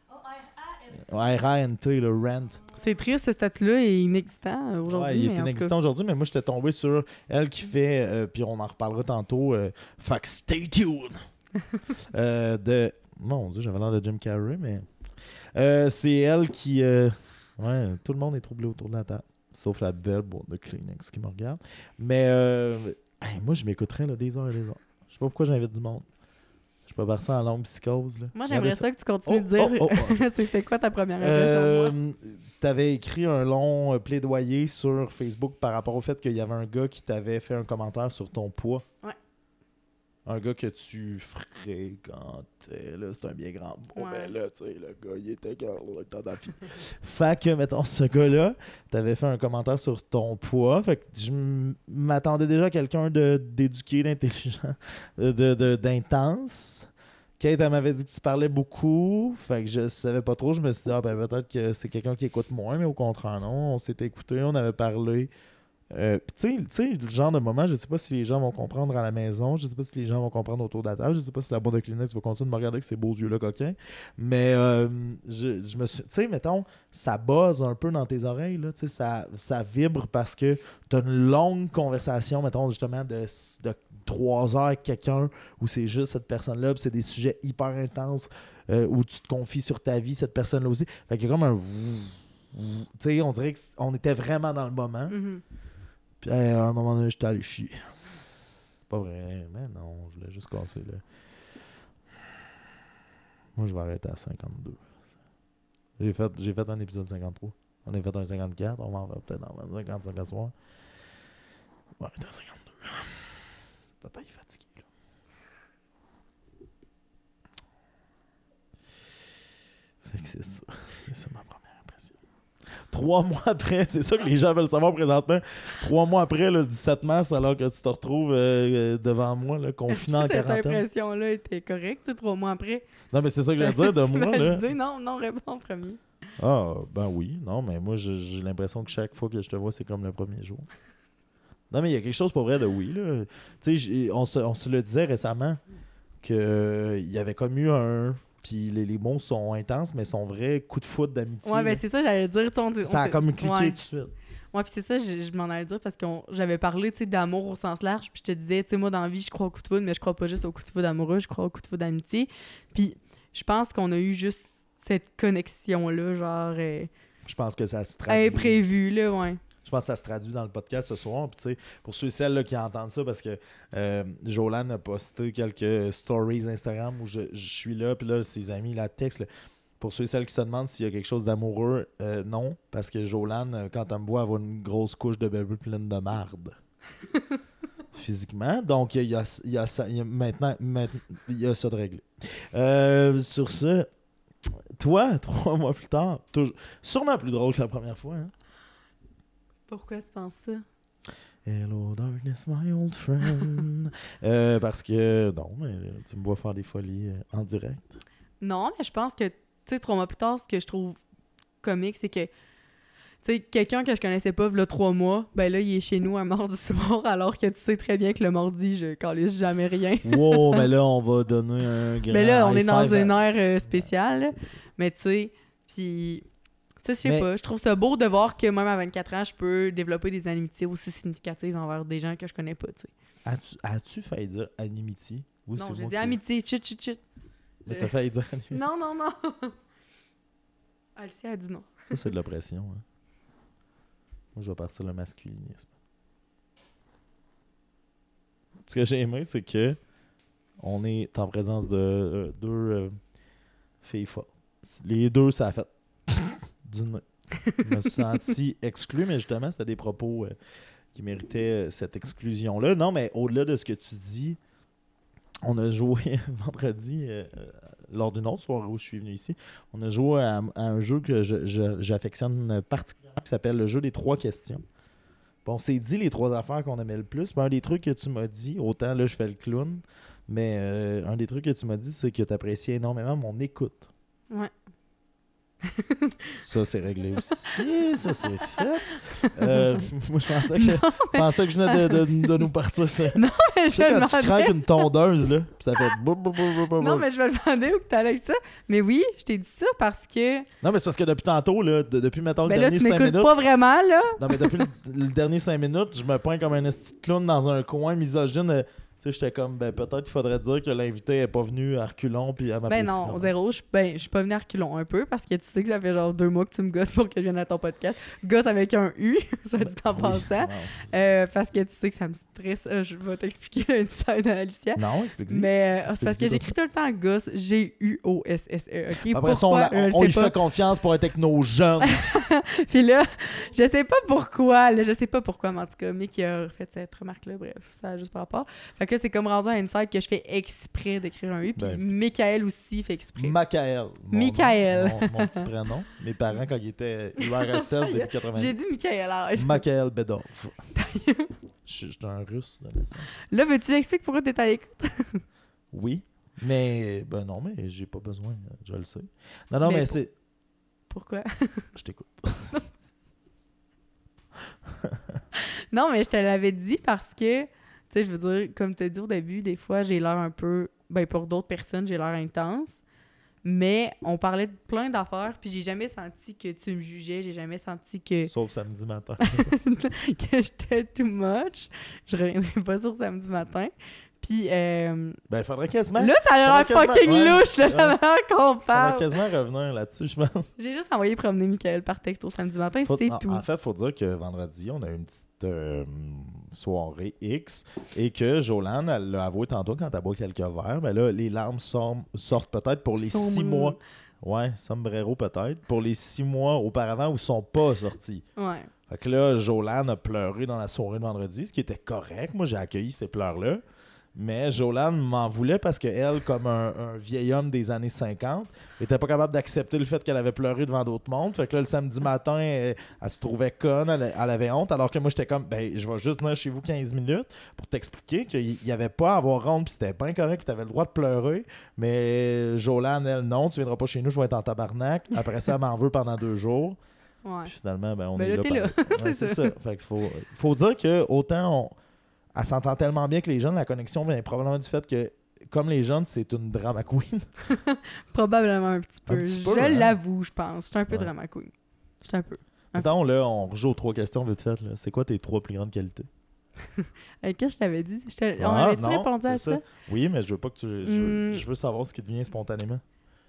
R A N T, le rent. C'est triste, ce statut-là est inexistant euh, aujourd'hui. Ouais, il est mais en tout inexistant cas- aujourd'hui, mais moi, j'étais tombé sur elle qui fait, euh, puis on en reparlera tantôt, euh, fait que stay tuned! euh, de... Mon Dieu, j'avais l'air de Jim Carrey, mais... Euh, c'est elle qui... euh, Ouais, tout le monde est troublé autour de la table. Sauf la belle boîte de Kleenex qui me regarde. Mais euh, hey, moi, je m'écouterais là, des heures et des heures. Je sais pas pourquoi j'invite du monde. Je peux partir en longue psychose. Là. Moi, Regardez j'aimerais ça. que tu continues Oh, de dire. oh, oh, oh. C'était quoi ta première impression de moi? Euh, T'avais écrit un long euh, plaidoyer sur Facebook par rapport au fait qu'il y avait un gars qui t'avait fait un commentaire sur ton poids. Ouais. Un gars que tu fréquentais, là, c'est un bien grand mot, Ouais. mais là, tu sais, le gars, il était gars, là, dans la fille. Fait que, mettons, ce gars-là, t'avais fait un commentaire sur ton poids, fait que je m- m'attendais déjà à quelqu'un de, d'éduqué, d'intelligent, de, de, de- d'intense. Kate, elle m'avait dit que tu parlais beaucoup, fait que je savais pas trop, je me suis dit, ah ben peut-être que c'est quelqu'un qui écoute moins, mais au contraire, non, on s'était écouté, on avait parlé. Euh, Puis tu sais- tu sais, le genre de moment, je sais pas si les gens vont comprendre à la maison, je sais pas si les gens vont comprendre autour de la table, je sais pas si la boîte de Kleenex va continuer de me regarder avec ces beaux yeux-là coquins, mais euh, je, je me suis... Tu sais, mettons, ça buzz un peu dans tes oreilles, là, tu sais, ça, ça vibre parce que t'as une longue conversation, mettons, justement, de, de trois heures avec quelqu'un où c'est juste cette personne-là, puis c'est des sujets hyper intenses, euh, où tu te confies sur ta vie, cette personne-là aussi. Fait qu'il y a comme un... Tu sais, on dirait qu'on était vraiment dans le moment. Mhm. Puis hey, à un moment donné, j'étais allé chier. Pas vrai, mais non, je voulais juste casser le... Moi, je vais arrêter à cinquante-deux. J'ai fait, j'ai fait un épisode cinquante-trois. On a fait un cinquante-quatre, on va en faire peut-être en cinquante-cinq à soir. On va arrêter à cinquante-deux. Papa, il est fatigué, là. Fait que c'est ça. C'est ça ma première impression. Trois mois après, c'est ça que les gens veulent savoir présentement. Trois mois après, le dix-sept mars, alors que tu te retrouves euh, devant moi, là, confiné en Cette quarantaine. impression-là était correcte, tu sais, trois mois après. Non, mais c'est ça que je veux dire de Tu moi, m'as là. dit, Non, non, réponds en premier. Ah, ben oui. Non, mais moi, j'ai, j'ai l'impression que chaque fois que je te vois, c'est comme le premier jour. Non, mais il y a quelque chose pour vrai de oui, là. Tu sais, j'ai- on se, on se le disait récemment qu'il y avait comme eu un... Puis les, les mots sont intenses, mais sont vrais coups de foudre d'amitié. Ouais, là. ben c'est ça, j'allais dire. tu sais, on- on Ça a s'est- comme cliqué Ouais. tout de suite. Ouais, puis c'est ça, je, je m'en allais dire parce que j'avais parlé, tu sais, d'amour au sens large, puis je te disais, tu sais, moi, dans la vie, je crois au coup de foudre, mais je crois pas juste au coup de foudre amoureux, je crois au coup de foudre d'amitié. Puis je pense qu'on a eu juste cette connexion-là, genre, euh, Je pense que ça se traduit. imprévue, là, ouais. Je pense que ça se traduit dans le podcast ce soir. Puis, tu sais, pour ceux et celles là, qui entendent ça, parce que euh, Jolan a posté quelques stories Instagram où je, je suis là, puis là, ses amis la textent. Là. Pour ceux et celles qui se demandent s'il y a quelque chose d'amoureux, euh, non, parce que Jolan, euh, quand elle me voit, elle voit une grosse couche de bébé pleine de marde. Physiquement. Donc, il y a, il y a ça. Il y a maintenant, maintenant, il y a ça de réglé. Euh, sur ce, toi, trois mois plus tard, toujours, sûrement plus drôle que la première fois, hein? Pourquoi tu penses ça? Hello darkness, my old friend. euh, parce que, non, mais tu me vois faire des folies euh, en direct. Non, mais je pense que, tu sais, trois mois plus tard, ce que je trouve comique, c'est que, tu sais, quelqu'un que je connaissais pas, là, trois mois, ben là, il est chez nous un mardi soir, alors que tu sais très bien que le mardi, je calisse jamais rien. Wow, mais là, on va donner un grand Mais là, on high est dans five à- une ère euh, spéciale, là. Ouais, c'est ça. Mais tu sais, puis... Tu sais, je sais Mais- pas, je trouve ça beau de voir que même à vingt-quatre ans, je peux développer des amitiés aussi significatives envers des gens que je connais pas, tu sais. As-tu, as-tu failli dire animity? Ou Non, c'est j'ai moi dit qui- amitié, chut, chut, chut. Mais Euh, t'as failli dire animity. Non, non, non. Alicia a dit non. Ça, c'est de l'oppression. Hein. Moi, je vais partir le masculinisme. Ce que j'ai aimé, c'est que on est en présence de euh, deux euh, filles fortes. Les deux, ça a fait du nez. Je me suis senti exclu, mais justement, c'était des propos euh, qui méritaient euh, cette exclusion-là. Non, mais au-delà de ce que tu dis, on a joué vendredi, euh, lors d'une autre soirée où je suis venu ici, on a joué à, à un jeu que je, je, j'affectionne particulièrement qui s'appelle le jeu des trois questions. Bon, on s'est dit les trois affaires qu'on aimait le plus. Mais un des trucs que tu m'as dit, autant là je fais le clown, mais euh, un des trucs que tu m'as dit, c'est que tu appréciais énormément mon écoute. Ouais. Ça, c'est réglé aussi. Ça, c'est fait. Euh, moi, je pensais que, non, mais... pensais que je venais de, de, de nous partir ça. Non, mais tu sais, je quand demandais... tu craques une tondeuse, là, puis ça fait... Bou, bou, bou, bou, bou. Non, mais je me demandais où tu allais avec ça. Mais oui, je t'ai dit ça parce que... Non, mais c'est parce que depuis tantôt, là, de, depuis, mettons, le ben là, dernier tu cinq m'écoutes minutes... pas vraiment, là. Non, mais depuis le, le dernier cinq minutes, je me pointe comme un esti de clown dans un coin misogyne. Euh, Tu sais, j'étais comme, ben peut-être qu'il faudrait dire que l'invité est pas venu à reculons puis à ma Ben non, zéro. Je ben, je suis pas venue à reculons un peu parce que tu sais que ça fait genre deux mois que tu me gosses pour que je vienne à ton podcast. Gosse avec un U, ça dit en oui, passant. Wow. Euh, parce que tu sais que ça me stresse. Euh, je vais t'expliquer l'inside à Alicia. Non, explique-y. Mais euh, c'est parce que Explique-y, j'écris tout le temps gosse, G U O S S E. OK? Après ça, on, Pourquoi? a- Euh, je on sais y pas. fait confiance pour être avec nos jeunes. Puis là, je sais pas pourquoi, là, je sais pas pourquoi, mais en tout cas, Mick a fait cette remarque-là, bref, ça a juste pas rapport. Fait que là, c'est comme rendu à une site que je fais exprès d'écrire un U, puis Ben. Michael aussi fait exprès. Macaël. mon- Michael. Mon, mon petit prénom. Mes parents, quand ils étaient U R S S depuis J'ai quatre-vingt-dix. dit Michael, arrête. Macaël Bedov. Je suis un russe de naissance. Là, veux-tu que j'explique pourquoi t'es à l'écoute? Oui, mais ben non, mais j'ai pas besoin, je le sais. Non, non, mais, Mais pour- c'est... Pourquoi? Je t'écoute. Non, mais je te l'avais dit parce que, tu sais, je veux dire, comme tu as dit au début, des fois, j'ai l'air un peu... Ben, pour d'autres personnes, j'ai l'air intense. Mais on parlait de plein d'affaires, puis j'ai jamais senti que tu me jugeais, j'ai jamais senti que... Sauf samedi matin. que j'étais too much. Je reviendrai pas sur samedi matin. Puis, euh, Ben, il faudrait quasiment... là, ça a l'air Faudrait quasiment- fucking ouais, louche, là, ouais. j'avais l'air qu'on faudrait parle. quasiment revenir là-dessus, je pense. J'ai juste envoyé promener Michael par texto samedi matin, Faut- c'est en, tout. en fait, il faut dire que vendredi, on a eu une petite euh, soirée X et que Jolane, elle l'a avoué tantôt quand elle boit quelques verres, mais là, les larmes sortent, sortent peut-être pour les Sombre. six mois. Ouais, sombrero peut-être. Pour les six mois auparavant où ils sont pas sortis. Ouais. Fait que là, Jolane a pleuré dans la soirée de vendredi, ce qui était correct. Moi, j'ai accueilli ces pleurs-là. Mais Jolane m'en voulait parce qu'elle, comme un, un vieil homme des années cinquante, était pas capable d'accepter le fait qu'elle avait pleuré devant d'autres mondes. Fait que là, le samedi matin, elle, elle se trouvait conne, elle, elle avait honte. Alors que moi, j'étais comme, ben, je vais juste venir chez vous quinze minutes pour t'expliquer qu'il n'y avait pas à avoir honte, puis c'était bien correct, puis t'avais le droit de pleurer. Mais Jolane, elle, non, tu viendras pas chez nous, je vais être en tabarnak. Après ça, elle m'en veut pendant deux jours. Ouais. Puis finalement, ben, on Ben est là, là. t'es pareil. là. Ouais, C'est c'est ça. ça. Fait qu'il faut, faut dire que autant on, elle s'entend tellement bien que les jeunes, la connexion vient probablement du fait que, comme les jeunes, c'est une drama queen. Probablement un petit peu. Un petit peu, je hein? l'avoue, je pense. Je suis un peu Ouais. drama queen. Je suis un peu. Mettons, là, on rejoue aux trois questions vite fait. là. C'est quoi tes trois plus grandes qualités? Euh, Qu'est-ce que je t'avais dit? Je te- On Ah, avait-tu non, répondu à c'est ça? Oui, mais je veux pas que tu. Je, veux- Hmm. je veux savoir ce qui te vient spontanément.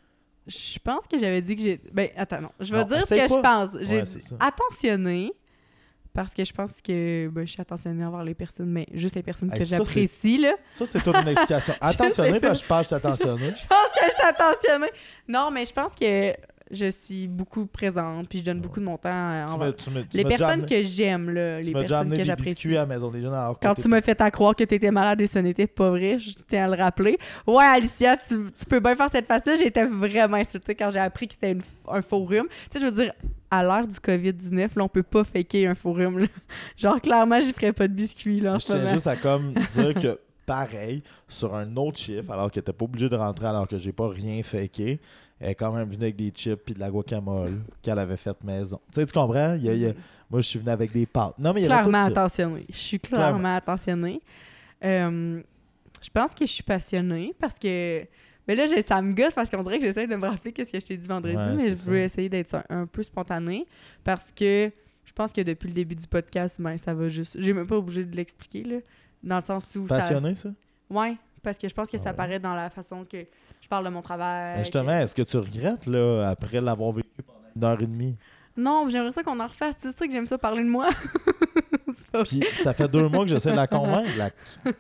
Je pense que j'avais dit que j'ai... Ben, attends, non. Je vais Non, dire ce essaye que je pas. pense. J'ai Ouais, dit c'est ça. attentionnée, parce que je pense que ben, je suis attentionnée envers les personnes, mais juste les personnes Hey, que ça, j'apprécie, là. Ça, c'est toute une explication. Attentionné, parce que je pense que je suis attentionné. Je pense que je suis attentionnée. Non, mais je pense que je suis beaucoup présente, puis je donne beaucoup de mon temps euh, Tu envers... m'as- tu m'as- tu Les m'as déjà personnes amené- que j'aime, là, tu les m'as déjà personnes amené que des j'apprécie. biscuits à la maison des jeunes alors que Quand t'étais- tu m'as fait à croire que t'étais malade et ce n'était pas vrai, je tiens à le rappeler. Ouais, Alicia, tu, tu peux bien faire cette face-là. J'étais vraiment insultée quand j'ai appris que c'était une- un faux rhume. Tu sais, je veux dire, à l'ère du covid dix-neuf, là, on peut pas faker un faux rhume. Là. Genre, clairement, j'y ferais pas de biscuits, là, en Je ce tiens moment. juste à comme dire que pareil, sur un autre chiffre, alors que t'es pas obligé de rentrer alors que j'ai pas rien faké, elle est quand même venue avec des chips et de la guacamole qu'elle avait faite maison. Tu sais, tu comprends? Il y a- il y a- moi, je suis venu avec des pâtes. Non, mais il y avait tout Clairement ça. attentionnée. Je suis clairement, Clairement. attentionnée. Euh, je pense que je suis passionnée parce que... Mais là, je- ça me gosse parce qu'on dirait que j'essaie de me rappeler ce que je t'ai dit vendredi, Ouais, mais c'est je ça. veux essayer d'être un, un peu spontanée parce que je pense que depuis le début du podcast, ben, ça va juste... J'ai même pas obligé de l'expliquer, là. Dans le sens où ça... Passionné, ça? Ouais, parce que je pense que ça Ouais. paraît dans la façon que je parle de mon travail. Mais justement, que- est-ce que tu regrettes, là, après l'avoir vécu pendant une heure et demie? Non, j'aimerais ça qu'on en refasse. Tu sais que j'aime ça parler de moi. C'est pas... Puis ça fait deux mois que j'essaie de la convaincre. La...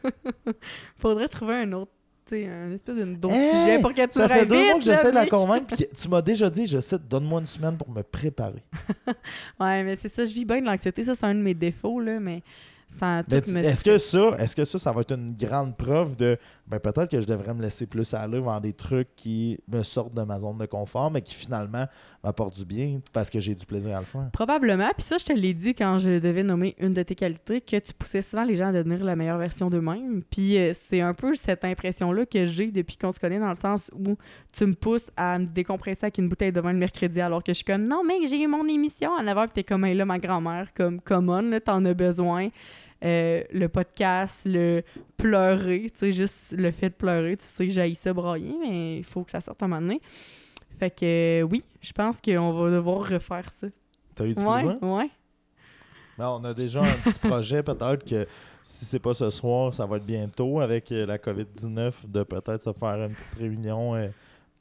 Faudrait trouver un autre, tu sais, un espèce de d'autre Hey, sujet pour que tu Ça me fait deux mois réinvites, que j'essaie là, de la mec. convaincre. Puis tu m'as déjà dit, je sais, donne-moi une semaine pour me préparer. Ouais, mais c'est ça, je vis bien de l'anxiété. Ça, c'est un de mes défauts, là, mais sans Mais tout me est-ce que ça, est-ce que ça, ça va être une grande preuve de ben peut-être que je devrais me laisser plus aller vers des trucs qui me sortent de ma zone de confort, mais qui finalement m'apportent du bien parce que j'ai du plaisir à le faire. Probablement. Puis ça, je te l'ai dit quand je devais nommer une de tes qualités, que tu poussais souvent les gens à devenir la meilleure version d'eux-mêmes. Puis euh, c'est un peu cette impression-là que j'ai depuis qu'on se connaît, dans le sens où tu me pousses à me décompresser avec une bouteille de vin le mercredi, alors que je suis comme, non, mec, j'ai eu mon émission à neuf heures, puis t'es comme, hey, là, ma grand-mère, comme, come on, là, t'en as besoin. Euh, le podcast, le pleurer, tu sais, juste le fait de pleurer, tu sais que j'haïs ça brailler, mais il faut que ça sorte à un moment donné. Fait que euh, oui, je pense qu'on va devoir refaire ça. T'as eu du Ouais, plaisir? ouais. Ben, on a déjà un petit projet, peut-être que si c'est pas ce soir, ça va être bientôt avec euh, la covid dix-neuf, de peut-être se faire une petite réunion euh,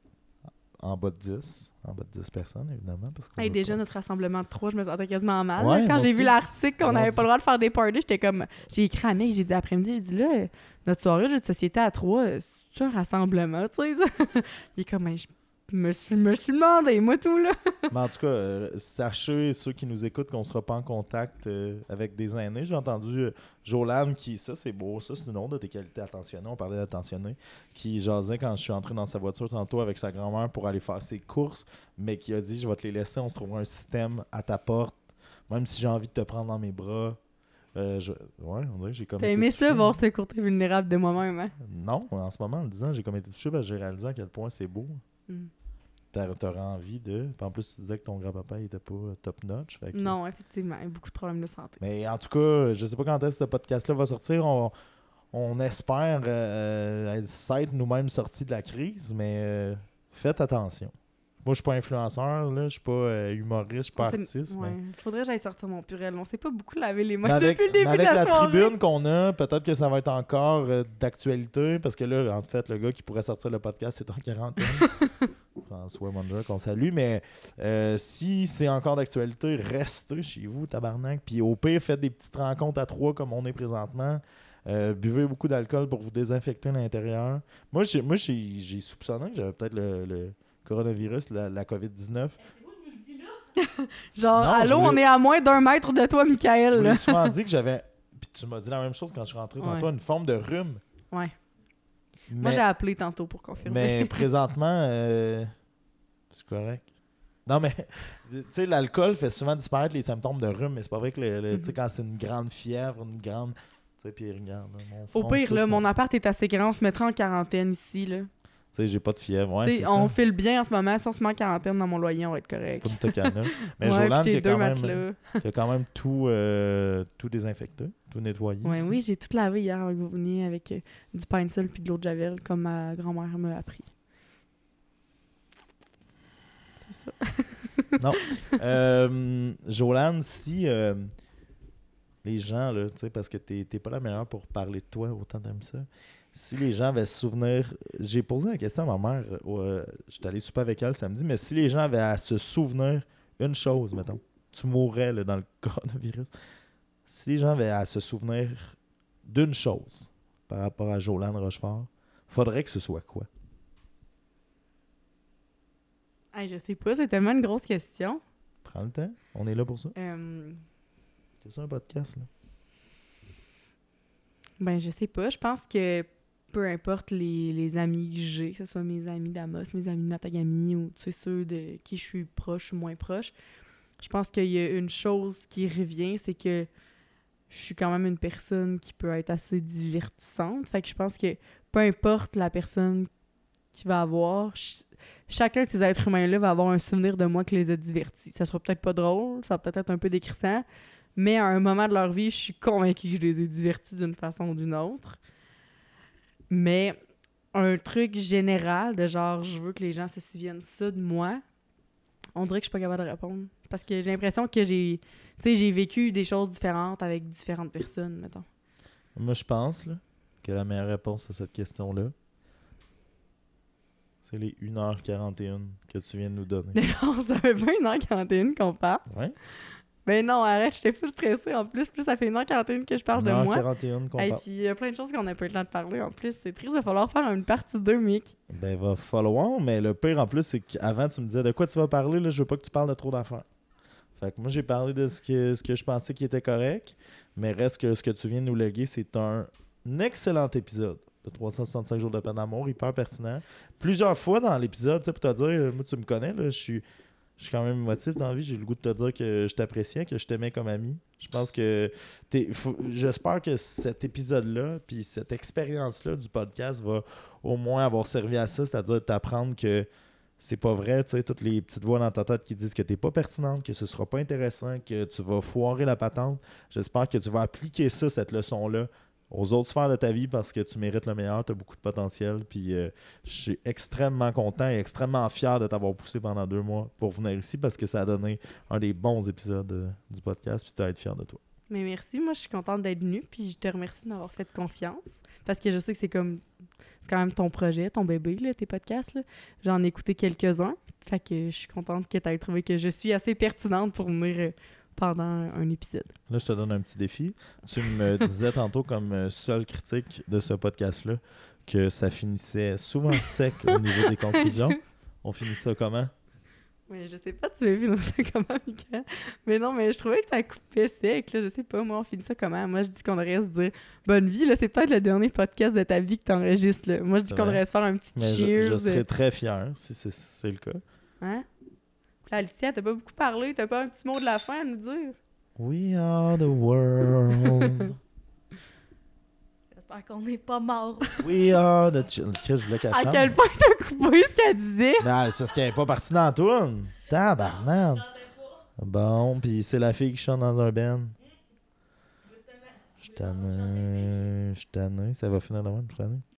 en bas de dix. En bas de dix personnes, évidemment. Parce qu'on Hey, veut déjà, pas- notre rassemblement de trois, je me sentais quasiment mal. Ouais, là. Quand moi j'ai aussi. vu l'article qu'on On n'avait dit- pas le droit de faire des parties, j'étais comme... J'ai écrit à mec, j'ai dit après-midi, j'ai dit là, notre soirée jeu de société à trois, c'est un rassemblement, tu sais. Il est comme, hey, je me suis, me suis demandé, moi tout, là. Mais en tout cas, euh, sachez, ceux qui nous écoutent, qu'on sera pas en contact euh, avec des aînés. J'ai entendu euh, Jolan qui, ça c'est beau, ça c'est une autre de tes qualités attentionnées, on parlait d'attentionné, qui jasait quand je suis entré dans sa voiture tantôt avec sa grand-mère pour aller faire ses courses, mais qui a dit, je vais te les laisser, on se trouvera un système à ta porte, même si j'ai envie de te prendre dans mes bras. Euh, je... Ouais, on dirait que j'ai comme T'as été aimé touché, ça, voir hein. ce côté vulnérable de moi-même, hein? Non, en ce moment, en le disant, j'ai comme été touché parce que j'ai réalisé à quel point c'est beau. Mm. T'as- T'aurais envie de... Puis en plus, tu disais que ton grand-papa, il était pas euh, top-notch. Fait que... Non, effectivement, il y a beaucoup de problèmes de santé. Mais en tout cas, je sais pas quand est-ce que ce podcast-là va sortir. On, on espère euh, être s'être nous-mêmes sortis de la crise, mais euh, faites attention. Moi, je suis pas influenceur, là, je suis pas euh, humoriste, je suis pas On s'est- artiste. Ouais, Mais, faudrait que j'aille sortir mon purel. On s'est pas beaucoup lavé les mains mais avec, depuis le début mais avec de la, la soirée. tribune qu'on a, peut-être que ça va être encore euh, d'actualité, parce que là, en fait, le gars qui pourrait sortir le podcast, c'est en quarantaine. François Wonder, qu'on salue, mais euh, si c'est encore d'actualité, restez chez vous, tabarnak. Puis au pire, faites des petites rencontres à trois comme on est présentement. Euh, buvez beaucoup d'alcool pour vous désinfecter l'intérieur. Moi, j'ai, moi, j'ai, j'ai soupçonné que j'avais peut-être le, le coronavirus, la, la covid dix-neuf. Genre, Non, je allô, on voulais- est à moins d'un mètre de toi, Je Michael. vous là. l'ai souvent dit que j'avais... Puis tu m'as dit la même chose quand je suis rentré Ouais. tantôt, une forme de rhume. Ouais. Mais, Moi, j'ai appelé tantôt pour confirmer. mais présentement, euh, c'est correct. Non, mais tu sais, l'alcool fait souvent disparaître les symptômes de rhume, mais c'est pas vrai que le, le- tu sais, Mhm. quand c'est une grande fièvre, une grande. Tu sais, puis regarde, là, mon Au front pire, touche là, mon front. appart est assez grand. On se mettra en quarantaine ici, là. Tu sais, j'ai pas de fièvre. Ouais, Tu sais, c'est on ça. file bien en ce moment. Si on se met en quarantaine dans mon loyer, on va être correct. Punta Cana. Mais ouais, Jolan puis qui j'ai a, deux quand même, matelas. qui a quand même tout, euh, tout désinfecté, tout nettoyé. Ouais, ici. oui, j'ai tout lavé hier avant que vous veniez avec euh, du pain seul puis de l'eau de javel, comme ma grand-mère m'a appris. C'est ça. Euh, Jolan, si euh, les gens, là, tu sais, parce que t'es t'es pas la meilleure pour parler de toi, autant t'aimes ça. Si les gens avaient se souvenir, j'ai posé la question à ma mère, euh, j'étais allé souper avec elle samedi, mais si les gens avaient à se souvenir une chose, mettons, tu mourrais là, dans le coronavirus, si les gens avaient à se souvenir d'une chose par rapport à Jolan Rochefort, faudrait que ce soit quoi? Hey, je sais pas, c'est tellement une grosse question. Prends le temps, on est là pour ça. Euh, C'est ça un podcast, là. ben, je sais pas. Je pense que peu importe les, les amis que j'ai, que ce soit mes amis d'Amos, mes amis de Matagami ou tu sais, ceux de qui je suis proche ou moins proche, je pense qu'il y a une chose qui revient, c'est que je suis quand même une personne qui peut être assez divertissante. Fait que je pense que peu importe la personne qui va avoir, ch- chacun de ces êtres humains-là va avoir un souvenir de moi qui les a divertis. Ça sera peut-être pas drôle, ça va peut-être être un peu décrissant, mais à un moment de leur vie, je suis convaincue que je les ai divertis d'une façon ou d'une autre. Mais un truc général de genre, je veux que les gens se souviennent ça de moi, on dirait que je suis pas capable de répondre. Parce que j'ai l'impression que j'ai, tu sais, j'ai vécu des choses différentes avec différentes personnes, mettons. Moi, je pense là, que la meilleure réponse à cette question-là, c'est les une heure quarante et un que tu viens de nous donner. Mais non, ça fait pas une heure quarante et un qu'on parle. Ouais? Mais non, arrête, j'étais fou stressée en plus. Plus ça fait une heure quarante et un que je parle de moi. une heure quarante et un qu'on Et parle. puis il y a plein de choses qu'on n'a pas eu le temps de parler en plus. C'est triste, il va falloir faire une partie deux, Mick. Ben, va follow mais le pire en plus, c'est qu'avant, tu me disais de quoi tu vas parler, là, je veux pas que tu parles de trop d'affaires. Fait que moi, j'ai parlé de ce que, ce que je pensais qui était correct, Mais reste que ce que tu viens de nous léguer, c'est un excellent épisode de trois cent soixante-cinq jours de peine d'amour, hyper pertinent. Plusieurs fois dans l'épisode, tu sais, pour te dire, moi tu me connais, là, je suis je suis quand même émotif dans la vie, j'ai le goût de te dire que je t'appréciais, que je t'aimais comme ami. Je pense que t'es, faut, j'espère que cet épisode-là, puis cette expérience-là du podcast va au moins avoir servi à ça, c'est-à-dire t'apprendre que c'est pas vrai, tu sais, toutes les petites voix dans ta tête qui disent que t'es pas pertinente, que ce sera pas intéressant, que tu vas foirer la patente. J'espère que tu vas appliquer ça, cette leçon-là, aux autres sphères de ta vie parce que tu mérites le meilleur, tu as beaucoup de potentiel. Puis euh, je suis extrêmement content et extrêmement fier de t'avoir poussé pendant deux mois pour venir ici parce que ça a donné un des bons épisodes euh, du podcast. Puis tu vas être fier de toi. Mais merci, moi je suis contente d'être venue, puis je te remercie de m'avoir fait confiance. Parce que je sais que c'est comme. C'est quand même ton projet, ton bébé, là, tes podcasts. Là. J'en ai écouté quelques-uns. Fait que je suis contente que tu aies trouvé que je suis assez pertinente pour venir. Euh, pendant un épisode. Là, je te donne un petit défi. Tu me disais tantôt comme seule critique de ce podcast-là que ça finissait souvent sec au niveau des conclusions. On finit ça comment? Mais je sais pas, tu m'as vu dans ça comment, Mickaël? Mais non, mais je trouvais que ça coupait sec, là. Je sais pas, moi, on finit ça comment? Moi, je dis qu'on devrait se dire bonne vie, là. C'est peut-être le dernier podcast de ta vie que t'enregistres, là. Moi, je dis qu'on devrait se faire un petit mais cheers. Je, je serais très fier si c'est, si c'est le cas. Hein? Là, Alicia, t'as pas beaucoup parlé, t'as pas un petit mot de la fin à nous dire? We are the world. J'espère qu'on n'est pas mort. We are the children. Qu'est-ce que je voulais qu'elle À chante? quel point t'as coupé ce qu'elle disait? Non, c'est parce qu'elle n'est pas partie dans la tourne. Tabarnak. Bon, puis c'est la fille qui chante dans un band. Je suis tanné. Je suis tanné. Ça va finir de même, je suis tanné.